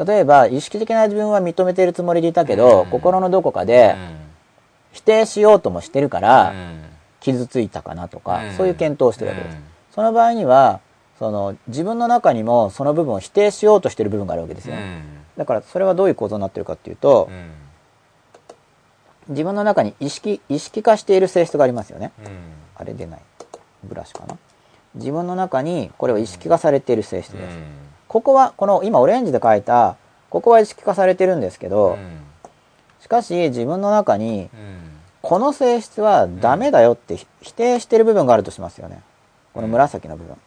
例えば意識的な自分は認めているつもりでいたけど、うん、心のどこかで否定しようともしてるから傷ついたかなとか、うん、そういう検討をしてるわけです、うん、その場合にはその自分の中にもその部分を否定しようとしている部分があるわけですよ、うん、だからそれはどういう構造になっているかっていうと、うん、自分の中に意識、意識化している性質がありますよね、うん、あれ出ないブラシかな、自分の中にこれは意識化されている性質です、うん、ここはこの今オレンジで書いたここは意識化されてるんですけど、うん、しかし自分の中にこの性質はダメだよって否定している部分があるとしますよね、この紫の部分、うん、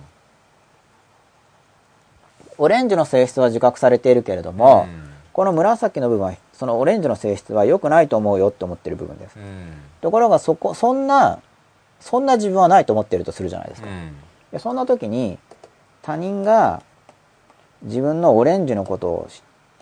オレンジの性質は自覚されているけれども、うん、この紫の部分はそのオレンジの性質は良くないと思うよって思っている部分です、うん、ところがそこそんなそんな自分はないと思っているとするじゃないですか、うん、でそんな時に他人が自分のオレンジのことを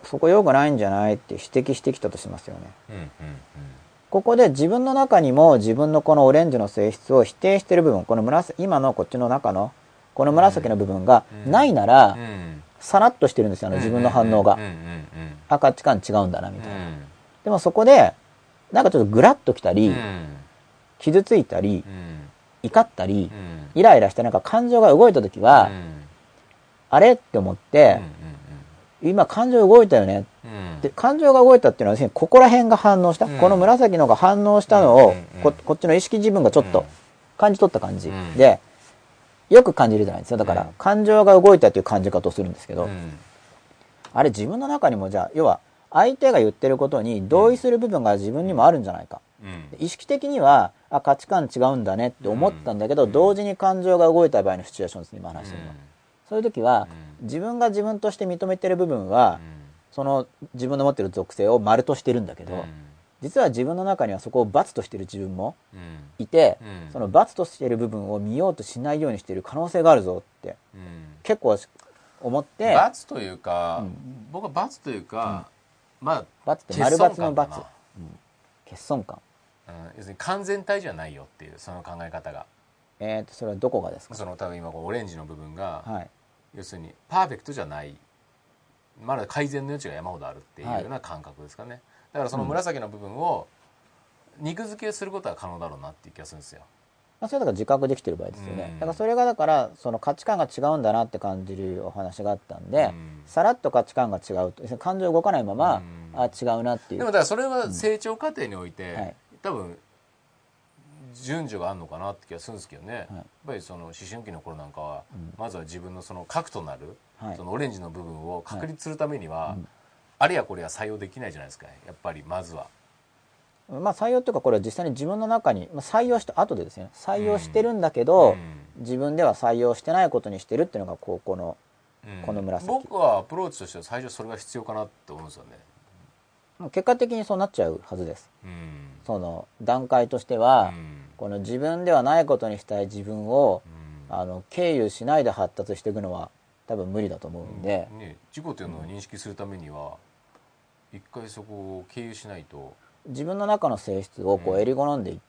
そこ良くないんじゃないって指摘してきたとしますよね、うんうんうん、ここで自分の中にも自分のこのオレンジの性質を否定している部分、この紫、今のこっちの中のこの紫の部分がないなら、うんうん、さらっとしてるんですよ、あの自分の反応が、あ、価値観違うんだなみたいな、うん、でもそこでなんかちょっとグラッときたり、うん、傷ついたり、うん、怒ったり、うん、イライラしてなんか感情が動いた時は、うん、あれって思って、うんうんうん、今感情動いたよね、うん、で感情が動いたっていうのはですね、ここら辺が反応した、うん、この紫のが反応したのを、うんうんうん、こ, こっちの意識自分がちょっと感じ取った感じ、うん、でよく感じるじゃないですか。だから、うん、感情が動いたっていう感じ方をするんですけど、うん、あれ自分の中にもじゃあ要は相手が言ってることに同意する部分が自分にもあるんじゃないか、うん、意識的にはあ価値観違うんだねって思ったんだけど、うん、同時に感情が動いた場合のシチュエーションですね、今話してるのは、うん、そういう時は、うん、自分が自分として認めてる部分は、うん、その自分の持ってる属性を丸としてるんだけど、うん、実は自分の中にはそこを罰としてる自分もいて、うん、その罰としてる部分を見ようとしないようにしてる可能性があるぞって、うん、結構思って、 罰というか、うん、僕は罰というか、うん、まあ罰って丸罰の罰、うん、欠損感、 うん、要するに完全体じゃないよっていうその考え方が、 えーとそれはどこがですか。 その多分今こうオレンジの部分が、はい、要するにパーフェクトじゃない、まだ改善の余地が山ほどあるっていうような感覚ですかね、はい、だからその紫の部分を肉付けすることは可能だろうなっていう気がするんですよ。 まあ、それだから自覚できてる場合ですよね、うん、だからそれがだからその価値観が違うんだなって感じるお話があったんで、うん、さらっと価値観が違うと感情動かないまま、うん、あ違うなっていう。 でもだからそれは成長過程において、うん、はい、多分順序があるのかなって気がするんですけどね、はい、やっぱりその思春期の頃なんかは、うん、まずは自分のその核となる、はい、そのオレンジの部分を確立するためには、はい、あれやこれや採用できないじゃないですか、やっぱりまずは。 まあ、採用というかこれは実際に自分の中に、まあ、採用した後でですね、採用してるんだけど、うん、自分では採用してないことにしてるっていうのが高校の、うん、この紫。 僕はアプローチとしては最初それが必要かなって思うんですよね。 結果的にそうなっちゃうはずです、うん、その段階としては、うん、この自分ではないことにしたい自分を、うん、あの経由しないで発達していくのは多分無理だと思うんで、 うんね、自己というのを認識するためには、うん、一回そこを経由しないと。 自分の中の性質をこう襟好んでいって、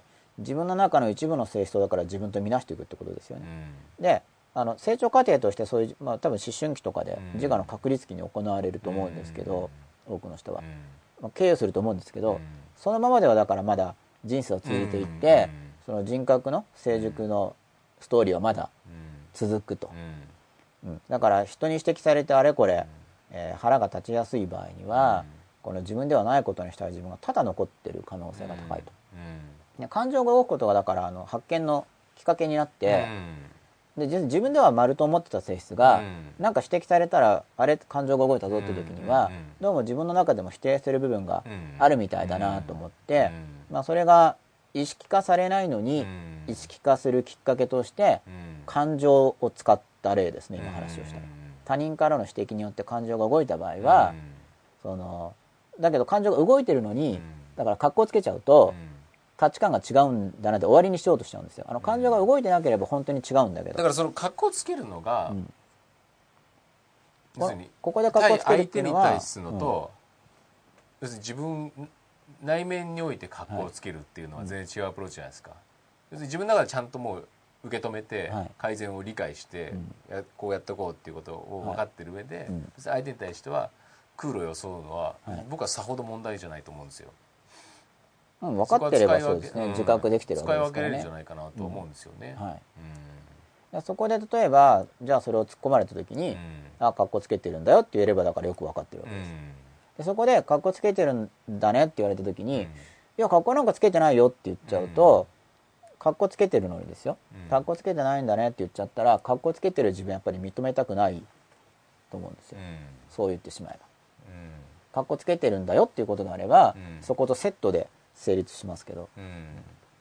うん、自分の中の一部の性質をだから自分と見なしていくってことですよね、うん、であの成長過程としてそういう、まあ、多分思春期とかで自我の確立期に行われると思うんですけど、うん、多くの人は、まあ、経由すると思うんですけど、うん、そのままではだからまだ人生を続いていって、うん、その人格の成熟のストーリーはまだ続くと、うんうん、だから人に指摘されてあれこれ、えー、腹が立ちやすい場合には、うん、この自分ではないことにしたい自分がただ残っている可能性が高いと、うんうん、感情が動くことがだからあの発見のきっかけになって、うん、で自分では丸と思ってた性質が、うん、なんか指摘されたらあれ感情が動いたぞって時には、うんうんうん、どうも自分の中でも否定する部分があるみたいだなと思って、うんうんまあ、それが意識化されないのに、うん、意識化するきっかけとして、うん、感情を使った例ですね、今話をした、うん、他人からの指摘によって感情が動いた場合は、うん、そのだけど感情が動いてるのに、うん、だから格好つけちゃうと、うん、価値観が違うんだなって終わりにしようとしちゃうんですよ。あの感情が動いてなければ本当に違うんだけど、 だからその格好つけるのが、うん、要するにここで格好つけるっていうのは相手に対するのと、うん、要するに自分内面において格好をつけるっていうのは全然違うアプローチじゃないですか、要するに自分の中でちゃんともう受け止めて、はい、改善を理解して、うん、やこうやっておこうっていうことを分かってる上で、はいうん、相手に対しては空路を装うのは、はい、僕はさほど問題じゃないと思うんですよ、 うん、分かってればそうですね、うん、自覚できてるわけですからね、 使い分けれるんじゃないかなと思うんですよね、うんはいうん、そこで例えばじゃあそれを突っ込まれた時に、うん、あ格好つけてるんだよって言えればだからよく分かってるわけです、うんでそこでカッコつけてるんだねって言われた時に、うん、いやカッコなんかつけてないよって言っちゃうと、うん、カッコつけてるのにですよ、うん、カッコつけてないんだねって言っちゃったらカッコつけてる自分やっぱり認めたくないと思うんですよ、うん、そう言ってしまえば、うん、カッコつけてるんだよっていうことがあれば、うん、そことセットで成立しますけど、うんうん、そう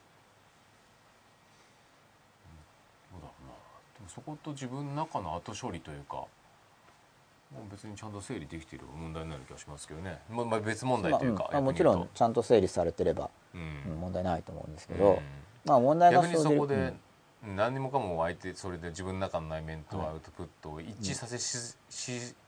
だろうな。でもそこと自分の中の後処理というか別にちゃんと整理できている問題になる気がしますけどね、まあ、別問題というか、 まあうん、もちろんちゃんと整理されてれば、うん、問題ないと思うんですけど、うんまあ、問題が逆にそこで何にもかも相手それで自分の中の内面とアウトプットを一致させし、うん、し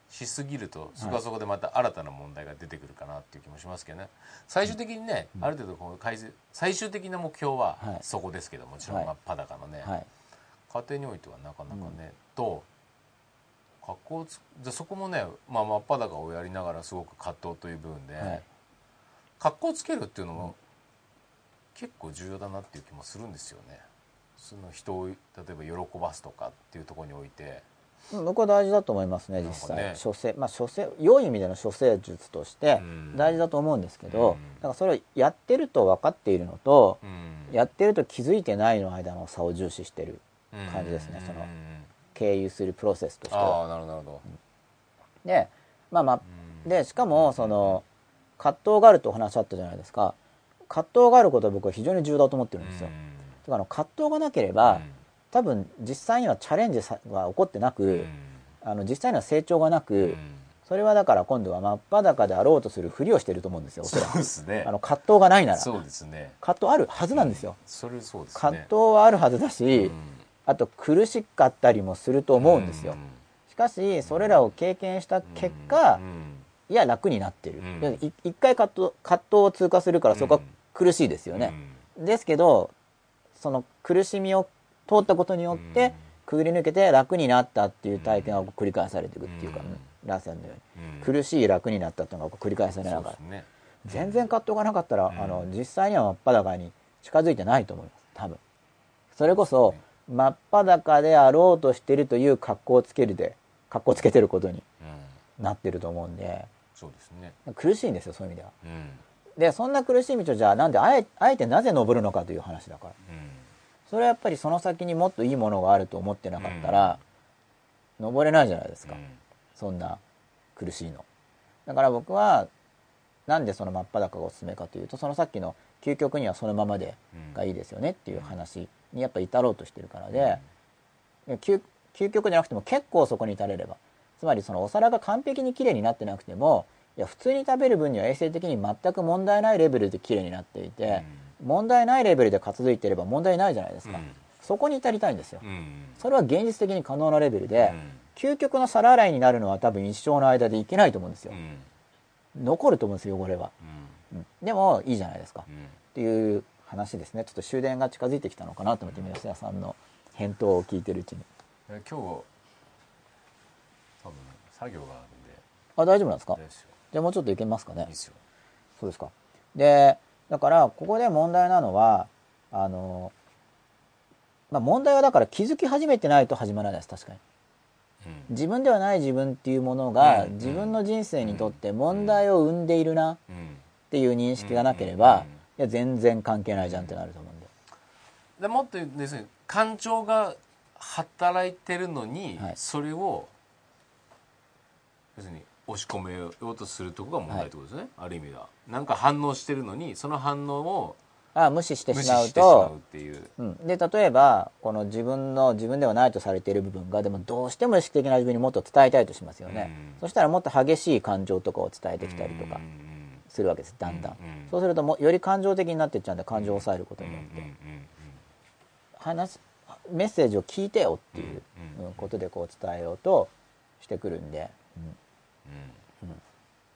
しすぎるとそこはそこでまた新たな問題が出てくるかなっていう気もしますけどね。最終的にね、うん、ある程度こう改善、最終的な目標はそこですけど、もちろん真っ裸のね、はい、家庭においてはなかなかね、うん、と格好つでそこもね、まあ、真っ裸をやりながらすごく葛藤という部分で、はい、格好つけるっていうのも結構重要だなっていう気もするんですよね。その人を例えば喜ばすとかっていうところにおいて僕は大事だと思いますね、実際。ね、処世、まあ処世、良い意味での処世術として大事だと思うんですけど、だからそれをやってると分かっているのと、やってると気づいてないの間の差を重視してる感じですね、その経由するプロセスとしては。 ああ、なるほど。 で、まあまあ、でしかもその葛藤があるとお話あったじゃないですか。葛藤があることは僕は非常に重要だと思ってるんですよ。だから葛藤がなければ、多分実際にはチャレンジは起こってなく、うん、あの実際には成長がなく、うん、それはだから今度は真っ裸であろうとするふりをしていると思うんですよ。 そうですね。 あの葛藤がないなら。 そうですね。 葛藤あるはずなんですよ。 うん、それそうですね。 葛藤はあるはずだし、うん、あと苦しかったりもすると思うんですよ。うん、しかしそれらを経験した結果、うん、いや楽になってる。うん、一回葛藤、葛藤を通過するからそこは苦しいですよね。うん、ですけどその苦しみを通ったことによってくぐり抜けて楽になったっていう体験が繰り返されていくっていうか、ラーセンのように苦しい楽になったっていうのが繰り返されながら、全然葛藤がなかったら、あの実際には真っ裸に近づいてないと思います。多分それこそ真っ裸であろうとしてるという格好をつけるで格好つけてることになってると思うんで、 そうですね、 苦しいんですよ、そういう意味では。でそんな苦しい道をじゃあなんであえあえてなぜ登るのかという話だから、それはやっぱりその先にもっといいものがあると思ってなかったら、うん、登れないじゃないですか、うん、そんな苦しいの。だから僕はなんでその真っ裸がおすすめかというと、そのさっきの究極にはそのままでがいいですよねっていう話にやっぱ至ろうとしてるからで、うん、究, 究極じゃなくても結構そこに至れれば、つまりそのお皿が完璧にきれいになってなくても、いや普通に食べる分には衛生的に全く問題ないレベルできれいになっていて、うん、問題ないレベルで片付いていれば問題ないじゃないですか、うん、そこに至りたいんですよ、うん、それは現実的に可能なレベルで、うん、究極の皿洗いになるのは多分一生の間でいけないと思うんですよ、うん、残ると思うんですよ、汚れは、うんうん、でもいいじゃないですか、うん、っていう話ですね。ちょっと終電が近づいてきたのかなと思って、吉田さんの返答を聞いてるうちに、 今日多分作業があるんで。 あ、大丈夫なんですか。じゃあもうちょっといけますかね。 いいですよ。 そうですか。でだからここで問題なのは、あの、まあ、問題はだから気づき始めてないと始まらないです。確かに、うん、自分ではない自分っていうものが、うん、自分の人生にとって問題を生んでいるなっていう認識がなければ、いや全然関係ないじゃんってなると思うんで。 でもっと言うですね、感情が働いてるのに、はい、それを要するに押し込めようとするところが問題ってことですね、はい、ある意味では。なんか反応してるのにその反応をあ無視してしまうと、っていう、うん、で例えばこの自分の自分ではないとされている部分がでもどうしても意識的な自分にもっと伝えたいとしますよね、うん、そしたらもっと激しい感情とかを伝えてきたりとかするわけです、だんだん、うん、そうするともより感情的になっていっちゃうんで、感情を抑えることによって話すメッセージを聞いてよっていうことでこう伝えようとしてくるんで、うんうんうん、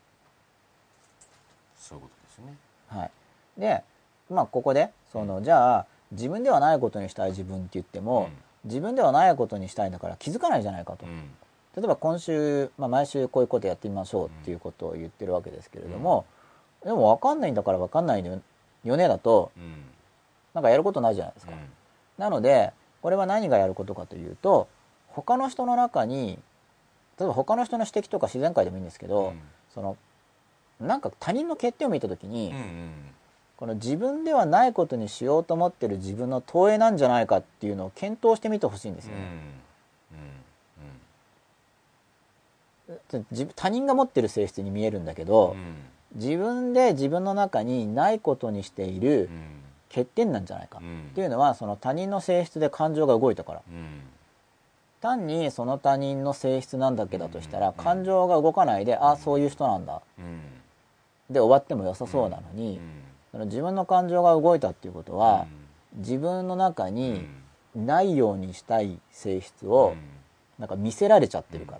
そういうことですね。 はい。で、まあここでその、うん、じゃあ自分ではないことにしたい自分って言っても、うん、自分ではないことにしたいんだから気づかないじゃないかと、うん、例えば今週、まあ、毎週こういうことやってみましょうっていうことを言ってるわけですけれども、うん、でも分かんないんだから分かんないよねだと、うん、なんかやることないじゃないですか、うん、なのでこれは何がやることかというと、他の人の中に例えば他の人の指摘とか自然界でもいいんですけど、うん、そのなんか他人の欠点を見たときに、うんうん、この自分ではないことにしようと思ってる自分の投影なんじゃないかっていうのを検討してみてほしいんですよね、うんうんうん、他人が持ってる性質に見えるんだけど、うん、自分で自分の中にないことにしている欠点なんじゃないかっていうのは、その他人の性質で感情が動いたから、うん、単にその他人の性質なんだけだとしたら、うん、感情が動かないで、うん、あそういう人なんだ、うんで終わっても良さそうなのに、うん、その自分の感情が動いたっていうことは、うん、自分の中にないようにしたい性質をなんか見せられちゃってるから、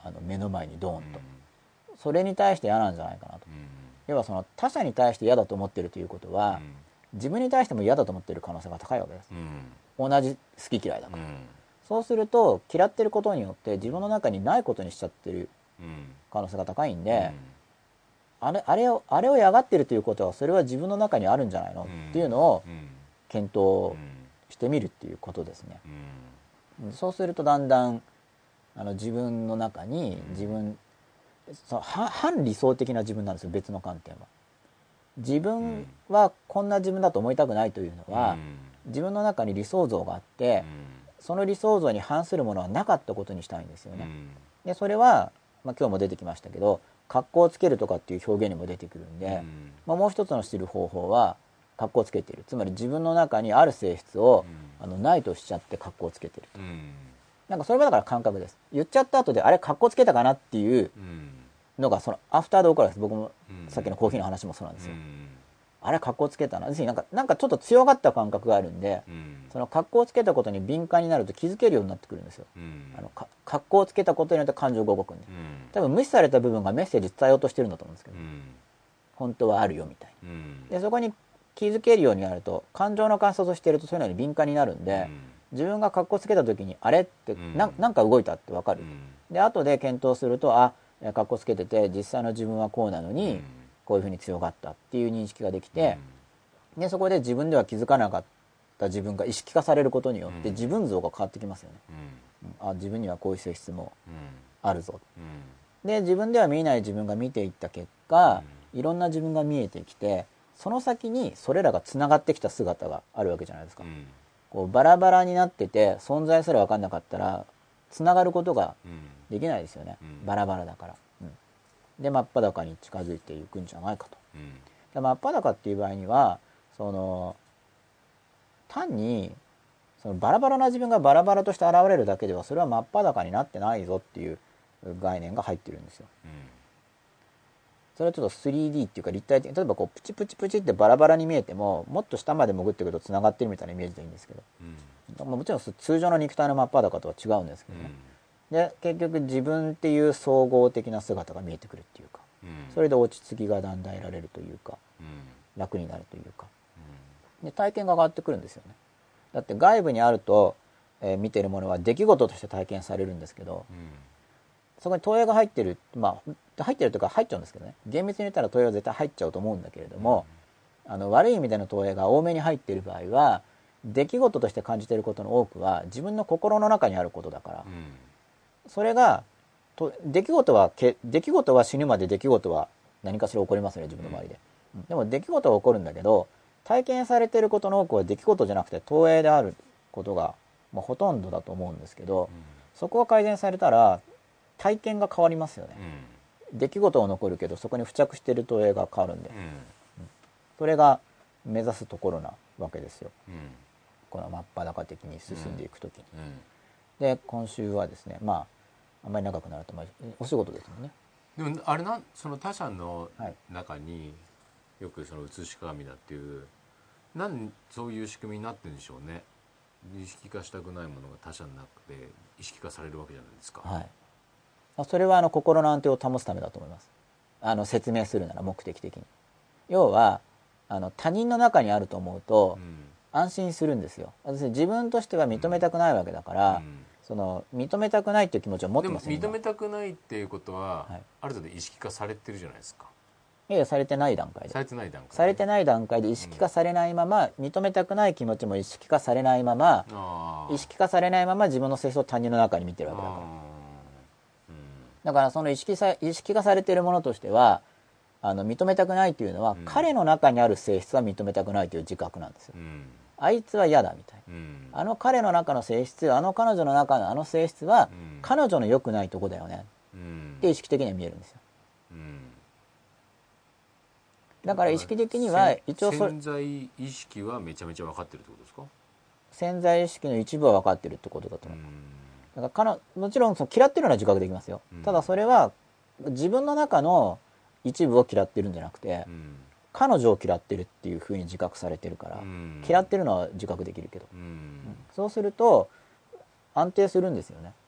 あの目の前にドーンと、それに対して嫌なんじゃないかなと。要はその他者に対して嫌だと思ってるということは、自分に対しても嫌だと思ってる可能性が高いわけです、同じ好き嫌いだから。そうすると嫌ってることによって自分の中にないことにしちゃってる可能性が高いんで、あれ、あれをあれを嫌がってるということはそれは自分の中にあるんじゃないのっていうのを検討してみるっていうことですね。そうするとだんだんあの自分の中に自分、その反理想的な自分なんですよ、別の観点は。自分はこんな自分だと思いたくないというのは、自分の中に理想像があって、その理想像に反するものはなかったことにしたいんですよね。でそれは、まあ、今日も出てきましたけど、格好をつけるとかっていう表現にも出てくるんで、まあ、もう一つの知る方法は格好をつけている、つまり自分の中にある性質を、あのないとしちゃって格好をつけていると、なんかそれはだから感覚です。言っちゃった後であれ格好つけたかなっていうのがそのアフターで起こるんです。僕もさっきのコーヒーの話もそうなんですよ。あれ格好つけたな、要するになんかなんかちょっと強がった感覚があるんで、その格好をつけたことに敏感になると気づけるようになってくるんですよ。あのか格好をつけたことによって感情が動くんで、多分無視された部分がメッセージ伝えようとしてるんだと思うんですけど、本当はあるよみたいな。でそこに気づけるようになると、感情の観察をしているとそういうのに敏感になるんで、自分が格好つけた時にあれってな、なんか動いたって分かる。で後で検討すると、あ、格好つけてて実際の自分はこうなのにこういうふうに強がったっていう認識ができて、でそこで自分では気づかなかった自分が意識化されることによって自分像が変わってきますよね。あ、自分にはこういう性質もあるぞ。で自分では見えない自分が見ていった結果、いろんな自分が見えてきて、その先にそれらがつながってきた姿があるわけじゃないですか。こうバラバラになってて存在すら分かんなかったらつながることができないですよね、バラバラだから。で真っ裸に近づいていくんじゃないかと。で真っ裸っていう場合には、その単にそのバラバラな自分がバラバラとして現れるだけではそれは真っ裸になってないぞっていう概念が入ってるんですよ。それはちょっと スリーディー っていうか立体的、例えばこうプチプチプチってバラバラに見えても、もっと下まで潜っていくとつながってるみたいなイメージでいいんですけど、もちろん通常の肉体の真っ裸とは違うんですけどね。で結局自分っていう総合的な姿が見えてくるっていうか、それで落ち着きがだんだん得られるというか、楽になるというか、で体験が変わってくるんですよね。だって外部にあると、えー、見てるものは出来事として体験されるんですけど、そこに投影が入ってる、まあ入ってるというか入っちゃうんですけどね、厳密に言ったら投影は絶対入っちゃうと思うんだけれども、あの悪い意味での投影が多めに入っている場合は、出来事として感じていることの多くは自分の心の中にあることだから、それがと出来事はけ出来事は死ぬまで出来事は何かしら起こりますね、自分の周りで。でも出来事は起こるんだけど、体験されていることの多くは出来事じゃなくて投影であることが、まあ、ほとんどだと思うんですけど、そこが改善されたら体験が変わりますよね。出来事は残るけどそこに付着している投影が変わるんで、それが目指すところなわけですよ、この真っ裸的に進んでいくときに。で今週はですね、まああんまり長くなると、まあ、お仕事ですもんね。 でもあれな、その他者の中によくその映し鏡だっていう、なんそういう仕組みになってるんでしょうね。意識化したくないものが他者の中で意識化されるわけじゃないですか。 はい、それはあの心の安定を保つためだと思います。あの説明するなら目的的に。要はあの他人の中にあると思うと安心するんですよ。自分としては認めたくないわけだから、うん、その認めたくないという気持ちを持ってますよね。 でも認めたくないっていうことは、はい、ある程度意識化されてるじゃないですか。 いやいや、されてない段階で。 されてない段階で。 されてない段階で意識化されないまま、うん、認めたくない気持ちも意識化されないまま、意識化されないまま自分の性質を他人の中に見てるわけだから。うん、だからその意識さ、意識化されているものとしては、あの認めたくないというのは、うん、彼の中にある性質は認めたくないという自覚なんですよ。うん、あいつは嫌だみたいな、うん、あの彼の中の性質、あの彼女の中のあの性質は、うん、彼女の良くないとこだよね、うん、って意識的には見えるんですよ。うん、だから意識的には一応潜在意識はめちゃめちゃ分かってるってことですか。 潜在意識の一部は分かってるってことだと思う。うん、だからもちろんその嫌ってるのは自覚できますよ。うん、ただそれは自分の中の一部を嫌ってるんじゃなくて、うん、彼女を嫌ってるっていうふうに自覚されてるから、うん、嫌ってるのは自覚できるけど、うんうん、そうすると安定するんですよね。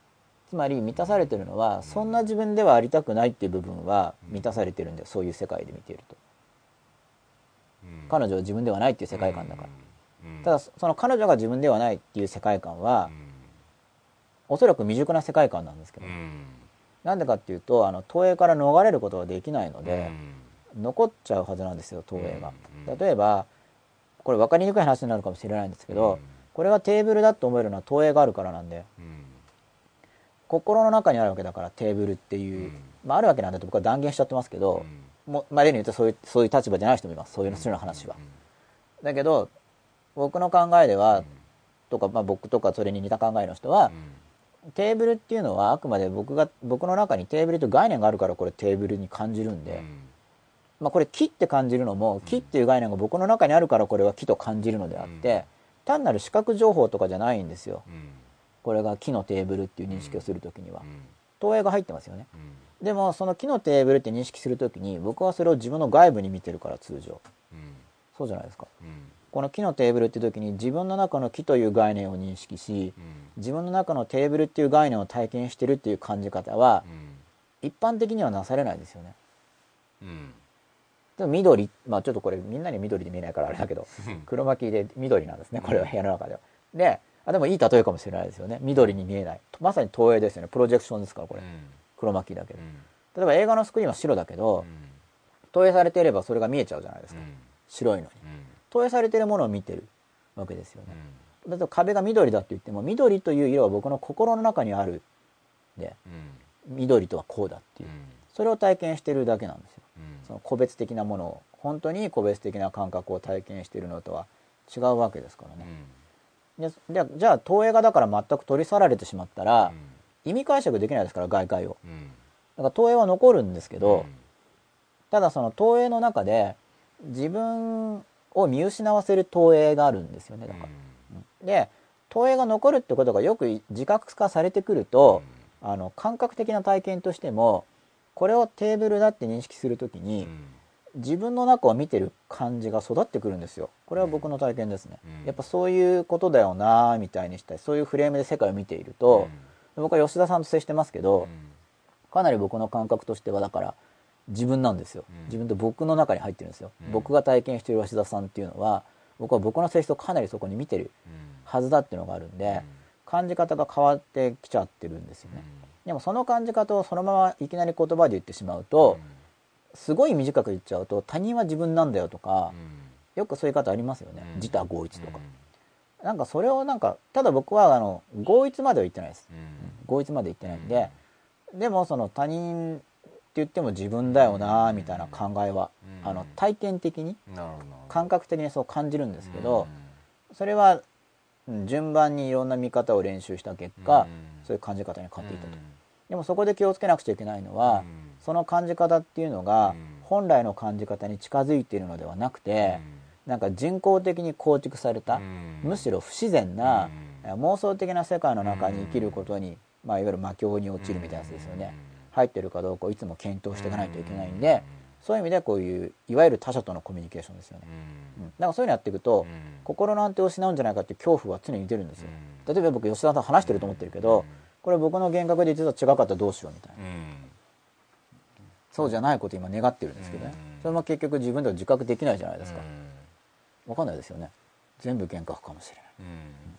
つまり満たされてるのは、うん、そんな自分ではありたくないっていう部分は満たされてるんだよ、そういう世界で見ていると、うん、彼女は自分ではないっていう世界観だから、うん、ただその彼女が自分ではないっていう世界観は、うん、おそらく未熟な世界観なんですけど、うん、なんでかっていうとあの投影から逃れることができないので、うん、残っちゃうはずなんですよ投影が、うん、例えばこれ分かりにくい話になるかもしれないんですけど、うん、これがテーブルだと思えるのは投影があるからなんで、うん、心の中にあるわけだからテーブルっていう、うん、まあ、あるわけなんだと僕は断言しちゃってますけど、うん、もまあ、例に言うとそういう、そういう立場じゃない人もいます、そういうの話は、うん、だけど僕の考えでは、うん、とか、まあ、僕とかそれに似た考えの人は、うん、テーブルっていうのはあくまで僕が僕の中にテーブルという概念があるからこれテーブルに感じるんで、うん、まあ、これ木って感じるのも木っていう概念が僕の中にあるからこれは木と感じるのであって、うん、単なる視覚情報とかじゃないんですよ、うん、これが木のテーブルっていう認識をするときには、うん、投影が入ってますよね、うん、でもその木のテーブルって認識するときに僕はそれを自分の外部に見てるから通常、うん、そうじゃないですか、うん、この木のテーブルっていうときに自分の中の木という概念を認識し、うん、自分の中のテーブルっていう概念を体験してるっていう感じ方は、うん、一般的にはなされないですよね、うん、でも緑、まあちょっとこれみんなに緑で見えないからあれだけど黒巻で緑なんですね、これは部屋の中では。で、あでもいい例えかもしれないですよね、緑に見えない、まさに投影ですよね、プロジェクションですからこれ、うん、黒巻だけど、うん、例えば映画のスクリーンは白だけど、うん、投影されていればそれが見えちゃうじゃないですか、うん、白いのに、うん、投影されているものを見てるわけですよね、うん、だって壁が緑だって言っても緑という色は僕の心の中にあるで、うん、緑とはこうだっていう、うん、それを体験してるだけなんですよ、うん、その個別的なものを本当に個別的な感覚を体験しているのとは違うわけですからね、うん、でじゃあ投影がだから全く取り去られてしまったら、うん、意味解釈できないですから外界を、うん、だから投影は残るんですけど、うん、ただその投影の中で自分を見失わせる投影があるんですよねだから、うん、で投影が残るってことがよく自覚化されてくると、うん、あの感覚的な体験としてもこれをテーブルだって認識するときに、うん、自分の中を見てる感じが育ってくるんですよ。これは僕の体験ですね、うん、やっぱそういうことだよなみたいにしたい、そういうフレームで世界を見ていると、うん、僕は吉田さんと接してますけど、うん、かなり僕の感覚としてはだから自分なんですよ、うん、自分と僕の中に入ってるんですよ、うん、僕が体験している吉田さんっていうのは僕は僕の性質をかなりそこに見てるはずだっていうのがあるんで、うん、感じ方が変わってきちゃってるんですよね、うん、でもその感じ方をそのままいきなり言葉で言ってしまうと、うん、すごい短く言っちゃうと他人は自分なんだよとか、うん、よくそういう方ありますよね、うん、自他合一とか、うん、なんかそれをなんかただ僕はあの合一までは言ってないです、うん、合一まで言ってないんで、うん、でもその他人って言っても自分だよなみたいな考えは、うん、あの体験的に感覚的にそう感じるんですけど、うん、それは順番にいろんな見方を練習した結果、うん、そういう感じ方に変わっていったと、うん、でもそこで気をつけなくちゃいけないのは、うん、その感じ方っていうのが本来の感じ方に近づいているのではなくて、うん、なんか人工的に構築された、うん、むしろ不自然な、うん、妄想的な世界の中に生きることに、まあ、いわゆる魔境に落ちるみたいなやつですよね、入ってるかどうかをいつも検討していかないといけないんで、そういう意味でこういういわゆる他者とのコミュニケーションですよね、うん、だからそういうのやっていくと、うん、心の安定を失うんじゃないかっていう恐怖は常に出るんですよ、うん、例えば僕吉田さんと話してると思ってるけど、うん、これ僕の幻覚で実は違かったらどうしようみたいな、うん、そうじゃないことを今願ってるんですけどね、うん、それも結局自分では自覚できないじゃないですか、分かんないですよね、全部幻覚かもしれない、うんうん、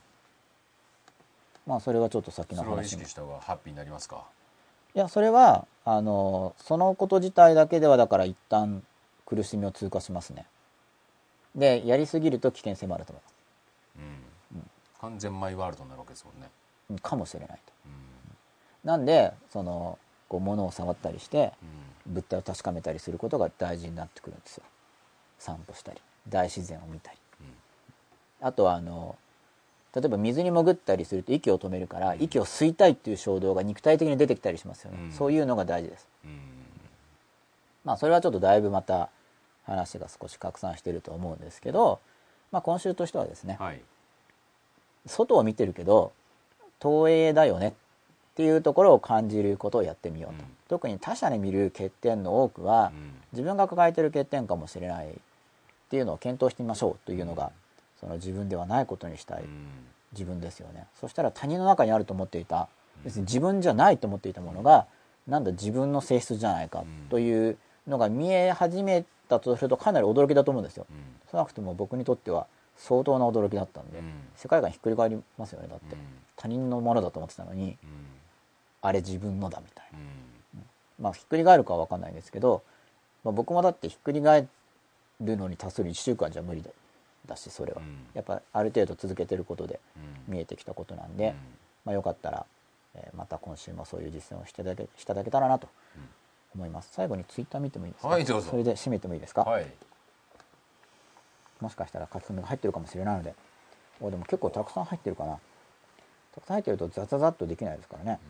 まあそれはちょっと先の話。それを意識した方がハッピーになりますか？いやそれはあのそのこと自体だけではだから一旦苦しみを通過しますね。でやりすぎると危険性もあると思います、うんうん、完全マイワールドになるわけですもんね、かもしれないと、うん、なんでそのこう物を触ったりして、うん、物体を確かめたりすることが大事になってくるんですよ。散歩したり大自然を見たり、うん、あとはあの例えば水に潜ったりすると息を止めるから、うん、息を吸いたいっていう衝動が肉体的に出てきたりしますよね、うん、そういうのが大事です、うん、まあそれはちょっとだいぶまた話が少し拡散していると思うんですけど、まあ、今週としてはですね、はい、外を見てるけど投影だよねっていうところを感じることをやってみようと、うん、特に他者に見る欠点の多くは、うん、自分が抱えている欠点かもしれないっていうのを検討してみましょうというのが、うん、その自分ではないことにしたい自分ですよね。そしたら他人の中にあると思っていた別に自分じゃないと思っていたものがなんだ自分の性質じゃないかというのが見え始めたとするとかなり驚きだと思うんですよ。少なくとも僕にとっては相当な驚きだったんで、世界観ひっくり返りますよね。だって他人のものだと思ってたのに、あれ自分のだみたいな、まあひっくり返るかは分かんないんですけど、まあ、僕もだってひっくり返るのに達するいっしゅうかんじゃ無理だだし、それはやっぱある程度続けてることで見えてきたことなんで、まあ、よかったら、えー、また今週もそういう実践をしていただけ、していただけたらなと思います。最後にツイッター見てもいいですか？ はい、どうぞ。 それで締めてもいいですか？ はい、 もしかしたら書き込みが入ってるかもしれないので。おでも結構たくさん入ってるかな。たくさん入ってるとザザザッとできないですからね、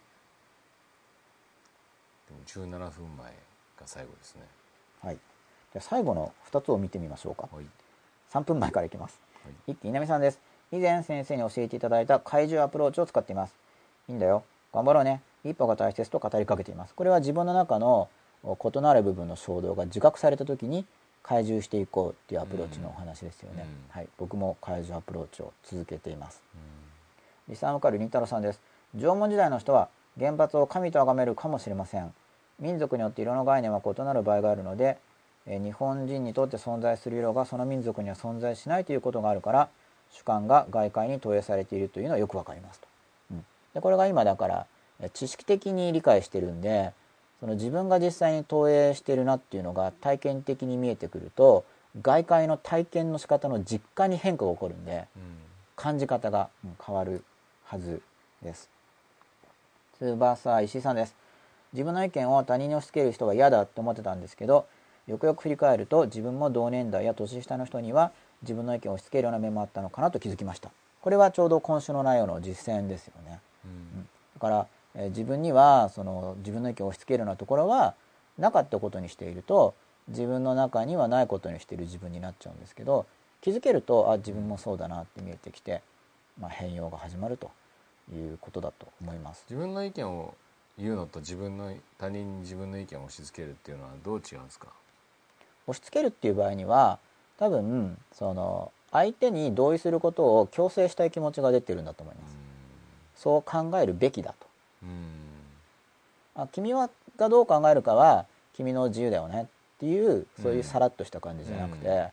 うん、でもじゅうななふんまえが最後ですね。 はい、じゃあ最後のふたつを見てみましょうか。はい、さんぷんまえからいきます。はい、一気稲見さんです。以前先生に教えていただいた怪獣アプローチを使っています。いいんだよ、頑張ろうね、一歩が大切と語りかけています。これは自分の中の異なる部分の衝動が自覚された時に怪獣していこうっていうアプローチのお話ですよね、うん、はい、僕も怪獣アプローチを続けています。うん、リサームカルリンタロさんです。縄文時代の人は原発を神と崇めるかもしれません。民族によって色の概念は異なる場合があるので、え日本人にとって存在する色がその民族には存在しないということがあるから主観が外界に投影されているというのはよくわかりますと、うん、でこれが今だから知識的に理解してるんで、その自分が実際に投影してるなっていうのが体験的に見えてくると外界の体験の仕方の実感に変化が起こるんで、うん、感じ方が変わるはずです。翼石井さんです。自分の意見を他人に押し付ける人は嫌だって思ってたんですけど、よくよく振り返ると自分も同年代や年下の人には自分の意見を押し付けるような面もあったのかなと気づきました。これはちょうど今週の内容の実践ですよね、うん、だからえ自分にはその自分の意見を押し付けるようなところはなかったことにしていると自分の中にはないことにしている自分になっちゃうんですけど、気づけるとあ自分もそうだなって見えてきて、まあ、変容が始まるということだと思います。 自分の意見を言うのと自分の他人に自分の意見を押し付けるっていうのはどう違うんですか？ 押し付けるっていう場合には多分その相手に同意することを強制したい気持ちが出てるんだと思います。そう考えるべきだと。うんあ君はがどう考えるかは君の自由だよねっていうそういうさらっとした感じじゃなくて、うんうん、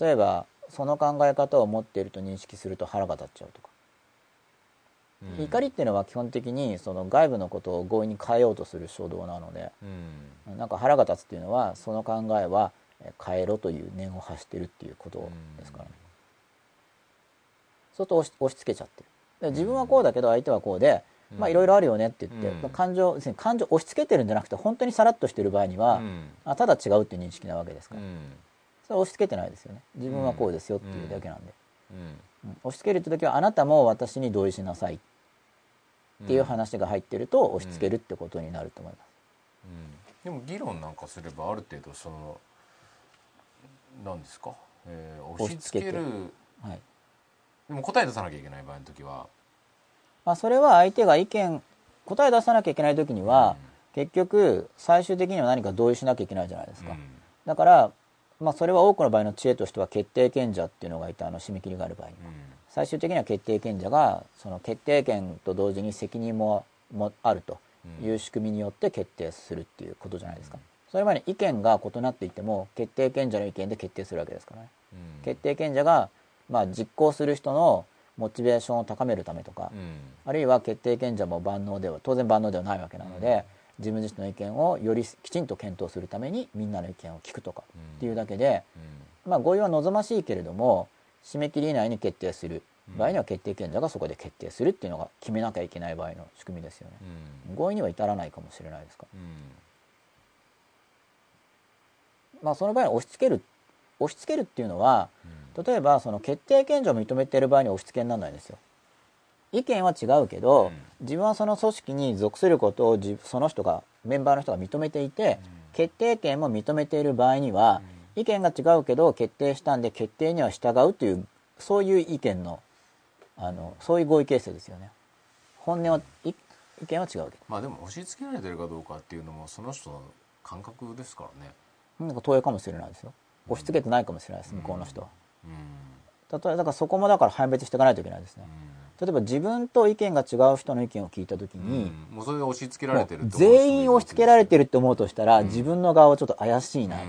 例えばその考え方を持っていると認識すると腹が立っちゃうとか、うん、怒りっていうのは基本的にその外部のことを強引に変えようとする衝動なので、うん、なんか腹が立つっていうのはその考えは変えろという念を発してるっていうことですからね。そうすると押し、押し付けちゃってる。自分はこうだけど相手はこうで、まあいろいろあるよねって言って、うん、感情、感情を押し付けてるんじゃなくて本当にさらっとしてる場合には、うん、あただ違うっていう認識なわけですから、うん、それは押し付けてないですよね。自分はこうですよっていうだけなんで、うんうん、押し付けるって時はあなたも私に同意しなさいっていう話が入ってると押し付けるってことになると思います、 うんうん、でも議論なんかすればある程度その何ですか、えー、押し付ける、はい、でも答え出さなきゃいけない場合の時は、 まあ、それは相手が意見答え出さなきゃいけない時には、うん、結局最終的には何か同意しなきゃいけないじゃないですか、うん、だから、まあ、それは多くの場合の知恵としては決定権者っていうのがいて、あの締め切りがある場合に、うん、最終的には決定権者がその決定権と同時に責任も、もあるという仕組みによって決定するっていうことじゃないですか、うん、それまで意見が異なっていても決定権者の意見で決定するわけですからね、うん、決定権者がまあ実行する人のモチベーションを高めるためとか、うん、あるいは決定権者も万能では当然万能ではないわけなので、うん、自分自身の意見をよりきちんと検討するためにみんなの意見を聞くとかっていうだけで、うん、まあ合意は望ましいけれども締め切り以内に決定する場合には決定権者がそこで決定するっていうのが決めなきゃいけない場合の仕組みですよね、うん、合意には至らないかもしれないですから、うん、まあその場合は押し付ける押し付けるっていうのは、うん、例えばその決定権者を認めている場合には押し付けにならないんですよ。意見は違うけど、うん、自分はその組織に属することをその人がメンバーの人が認めていて、うん、決定権も認めている場合には、うん、意見が違うけど決定したんで決定には従うというそういう意見のあのそういう合意形成ですよね。本音は、意見は違うけど、 まあでも押し付けられてるかどうかっていうのもその人の感覚ですからね。 なんか投影かもしれないですよ。押し付けてないかもしれないです、向こうの人は、うん、例えばだからそこもだから判別していかないといけないですね、 例えば自分と意見が違う人の意見を聞いた時に、 うん、もうそれで押し付けられてるって全員押し付けられてるって思うとしたら、うん、自分の側はちょっと怪しいな、うん、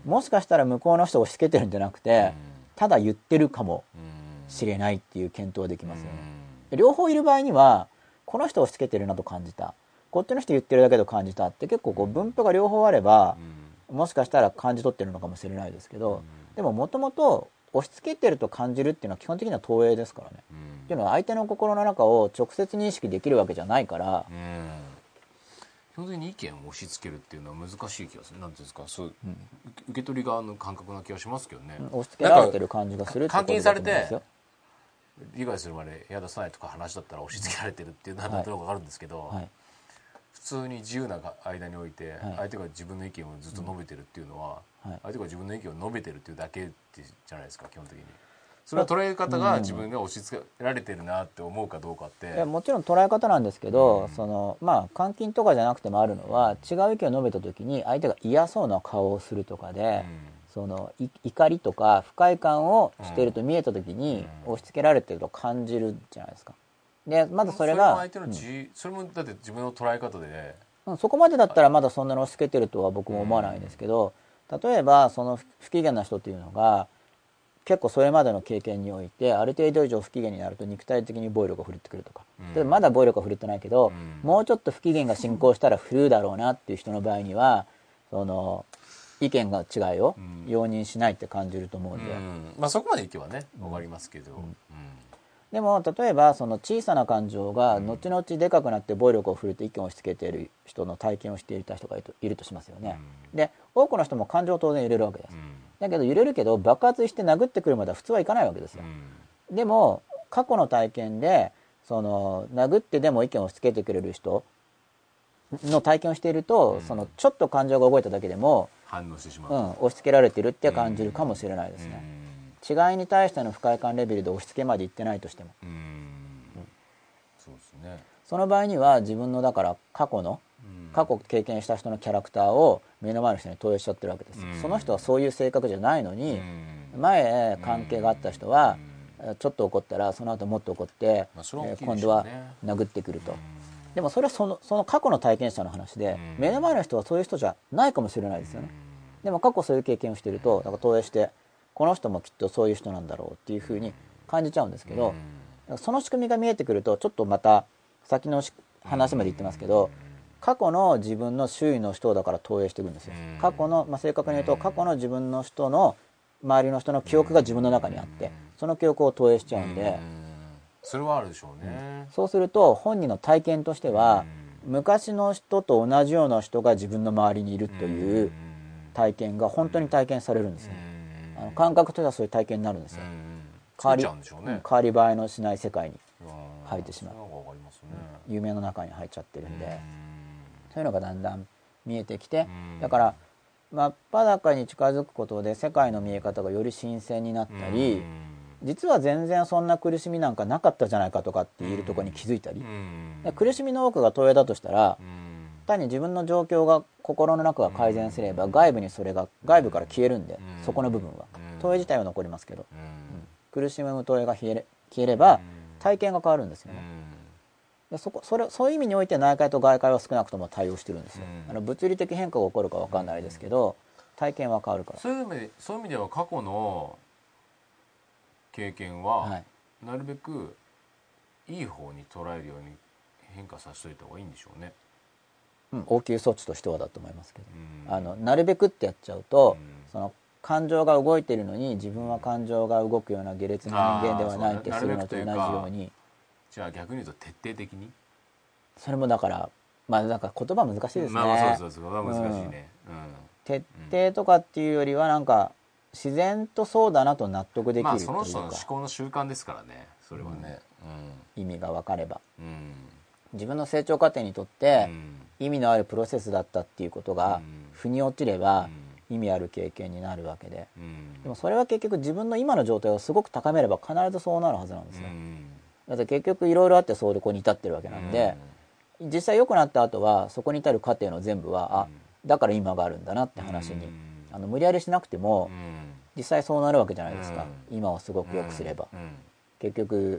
もしかしたら向こうの人を押し付けてるんじゃなくて、うん、ただ言ってるかもしれないっていう検討できますよね、うん、両方いる場合にはこの人を押し付けてるなと感じた、こっちの人言ってるだけと感じたって結構こう分布が両方あれば、うん、もしかしたら感じ取ってるのかもしれないですけど、うん、でももともと押し付けてると感じるっていうのは基本的には投影ですからね、うん、っていうのは相手の心の中を直接認識できるわけじゃないから、うん、 基本的に意見を押し付けるっていうのは難しい気がする。なんていうんですか、そう、うん、受け取り側の感覚な気がしますけどね、 うん、押し付けられてる感じがするってことだと思うんですよ。 監禁されて理解するまで部屋出さないとか話だったら押し付けられてるっていうのはなんとなく分かるんですけど、はいはい、普通に自由な間において相手が自分の意見をずっと述べてるっていうのは、はい、相手が自分の意見を述べてるっていうだけじゃないですか基本的に。それは捉え方が自分が押し付けられてるなって思うかどうかって、 いやもちろん捉え方なんですけど、うん、そのまあ監禁とかじゃなくてもあるのは、違う意見を述べた時に相手が嫌そうな顔をするとかで、うん、その怒りとか不快感をしていると見えた時に、うん、押し付けられてると感じるじゃないですか。でまずそれがそれも相手の自、うん、それもだって自分の捉え方で、 うん、そこまでだったらまだそんなに押し付けてるとは僕も思わないんですけど、例えばその不機嫌な人っていうのが結構それまでの経験においてある程度以上不機嫌になると肉体的に暴力が振るってくるとか、うん、でまだ暴力が振るってないけど、うん、もうちょっと不機嫌が進行したら振るだろうなっていう人の場合にはその意見が違いを容認しないって感じると思うんで、うん、 まあ、そこまでいけばね分かりますけど、うんうん、 でも例えばその小さな感情が後々でかくなって暴力を振るって意見を押し付けている人の体験をしていた人がいる と, いるとしますよね、うん、で多くの人も感情を当然揺れるわけです、うん、だけど揺れるけど爆発して殴ってくるまでは普通はいかないわけですよ、うん、でも過去の体験でその殴ってでも意見を押し付けてくれる人の体験をしていると、うん、そのちょっと感情が動いただけでも反応してしまう、 うん、押し付けられてるって感じるかもしれないですね、うん、違いに対しての不快感レベルで押し付けまでいってないとしても、うんうん、 そうですね、 その場合には自分のだから過去の、うん、過去経験した人のキャラクターを目の前の人に投影しちゃってるわけです、うん、その人はそういう性格じゃないのに、うん、前関係があった人は、うん、ちょっと怒ったらその後もっと怒って、まあそれは大きいでしょうね、今度は殴ってくると、うん、でもそれはその、その過去の体験者の話で、うん、目の前の人はそういう人じゃないかもしれないですよね、うん、でも過去そういう経験をしているとだから投影してこの人もきっとそういう人なんだろうっていうふうに感じちゃうんですけど、うん、その仕組みが見えてくるとちょっとまた先の話まで言ってますけど、過去の自分の周囲の人だから投影していくんですよ。過去の、まあ、正確に言うと過去の自分の人の周りの人の記憶が自分の中にあってその記憶を投影しちゃうんで、 それはあるでしょうね、 うん、そうすると本人の体験としては昔の人と同じような人が自分の周りにいるという体験が本当に体験されるんですよ。あの感覚としてはそういう体験になるんですよ。変わり、ね、変わり映えのしない世界に入ってしまう、夢の中に入っちゃってるんで、そういうのがだんだん見えてきて、だから真っ裸に近づくことで世界の見え方がより新鮮になったり、実は全然そんな苦しみなんかなかったじゃないかとかっていうところに気づいたり、苦しみの多くが投影だとしたら単に自分の状況が心の中が改善すれば外部にそれが外部から消えるんで、そこの部分は投影自体は残りますけど、うん、苦しみの投影が消えれ、消えれば体験が変わるんですよね。でそこそれそういう意味において内界と外界は少なくとも対応してるんですよ。あの物理的変化が起こるか分かんないですけど体験は変わるから。 そういう意味、そういう意味では過去の経験は、はい、なるべくいい方に捉えるように変化させといた方がいいんでしょうね。 うん、応急措置としてはだと思いますけど、うん、あのなるべくってやっちゃうと、うん、その感情が動いているのに自分は感情が動くような下劣な人間ではないってするのと同じように、 じゃあ逆に言うと徹底的にそれもだからまあなんか言葉難しいですね。 まあまあそうそうそう、難しいね、うんうん、 徹底とかっていうよりはなんか自然とそうだなと納得できるというか、まあ、 その人の思考の習慣ですからね、それはね、 うん、意味が分かれば、うん、自分の成長過程にとって意味のあるプロセスだったっていうことが腑に落ちれば意味ある経験になるわけで、うん、でもそれは結局自分の今の状態をすごく高めれば必ずそうなるはずなんですよ、うん、だって結局いろいろあってそこに至ってるわけなんで、うん、実際良くなった後はそこに至る過程の全部は、うん、あだから今があるんだなって話に、うん、あの無理やりしなくても、うん、実際そうなるわけじゃないですか、うん、今をすごく良くすれば、うん、結局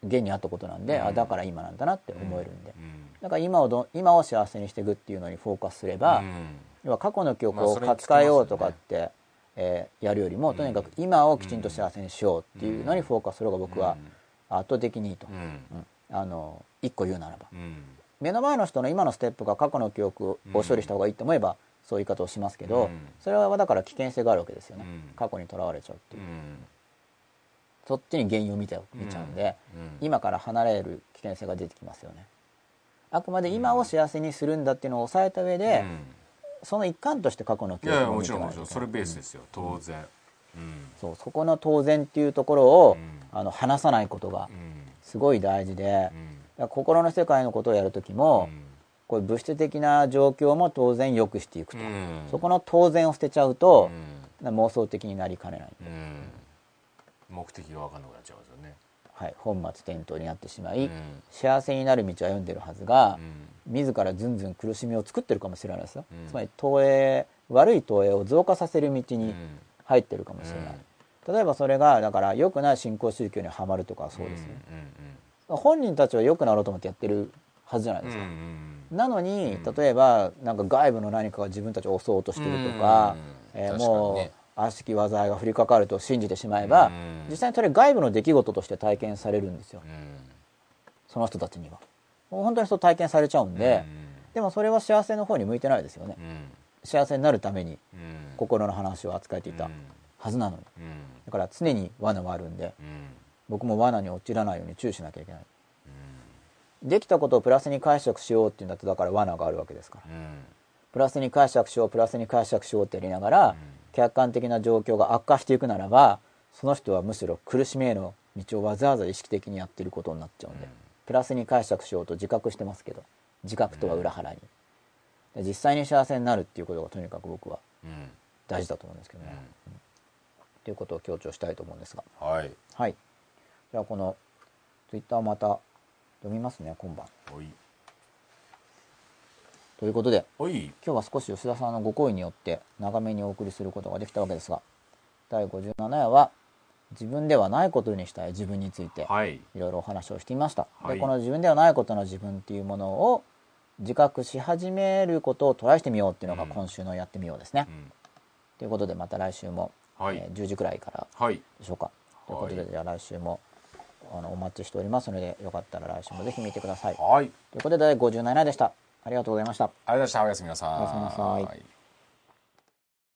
現にあったことなんで、うん、あだから今なんだなって思えるんで、うん、だから今をど今を幸せにしていくっていうのにフォーカスすれば、うん、要は過去の記憶を書き換えようとかって、まあねえー、やるよりもとにかく今をきちんと幸せにしようっていうのにフォーカスする方が僕は圧倒的にいいと、うんうん、あの一個言うならば、うん、目の前の人の今のステップが過去の記憶を処理した方がいいと思えばそういう言い方をしますけど、うん、それはだから危険性があるわけですよね、うん、過去にとらわれちゃうっていう、うん、そっちに原因を見ちゃう、見ちゃうんで、うん、今から離れる危険性が出てきますよね。あくまで今を幸せにするんだっていうのを抑えた上で、うん、その一環として過去の記憶を見ていかないといけない。いやいやもちろんもちろんそれベースですよ当然、うん、そうそこの当然っていうところを、うん、あの話さないことがすごい大事で、うん、心の世界のことをやるときも、うん、こういう物質的な状況も当然良くしていくと、うん、そこの当然を捨てちゃうと、うん、妄想的になりかねない、 うん、目的が分かんなくなっちゃいますよね。 はい、本末転倒になってしまい、うん、幸せになる道を歩んでるはずが、うん、自らずんずん苦しみを作ってるかもしれないですよ、うん、つまり投影悪い投影を増加させる道に入ってるかもしれない、うん、例えばそれがだから良くない信仰宗教にはまるとかそうですね、うんうんうん、本人たちは良くなろうと思ってやってるはずじゃないですか、うんうん、なのに例えばなんか外部の何かが自分たちを襲おうとしてるとか、うんうんえー、もう悪しき災いが降りかかると信じてしまえば、うん、実際にそれ外部の出来事として体験されるんですよ、うん、その人たちにはもう本当にそう体験されちゃうんで、うん、でもそれは幸せの方に向いてないですよね、うん、幸せになるために心の話を扱えていたはずなのに、うん、だから常に罠はあるんで、うん、僕も罠に陥らないように注意しなきゃいけない、うん、できたことをプラスに解釈しようっていうんだとだから罠があるわけですから、うん、プラスに解釈しようプラスに解釈しようってやりながら、うん客観的な状況が悪化していくならばその人はむしろ苦しみへの道をわざわざ意識的にやっていることになっちゃうんで、うん、プラスに解釈しようと自覚してますけど自覚とは裏腹に、うん、実際に幸せになるっていうことがとにかく僕は大事だと思うんですけどね、うんうん、ということを強調したいと思うんですがはい、はい、じゃあこのツイッターをまた読みますね今晩ということで今日は少し吉田さんのご好意によって長めにお送りすることができたわけですがだいごじゅうななやは自分ではないことにしたい自分についていろいろお話をしていました、はい、でこの自分ではないことの自分っていうものを自覚し始めることをトライしてみようっていうのが今週のやってみようですね、うん、ということでまた来週も、はいえー、じゅうじくらいからでしょうか、はい、ということでじゃあ来週もあのお待ちしておりますのでよかったら来週もぜひ見てください、はい、ということでだいごじゅうななでした。ありがとうございました。 ありがとうございました。おやすみなさい。 おやすみなさい。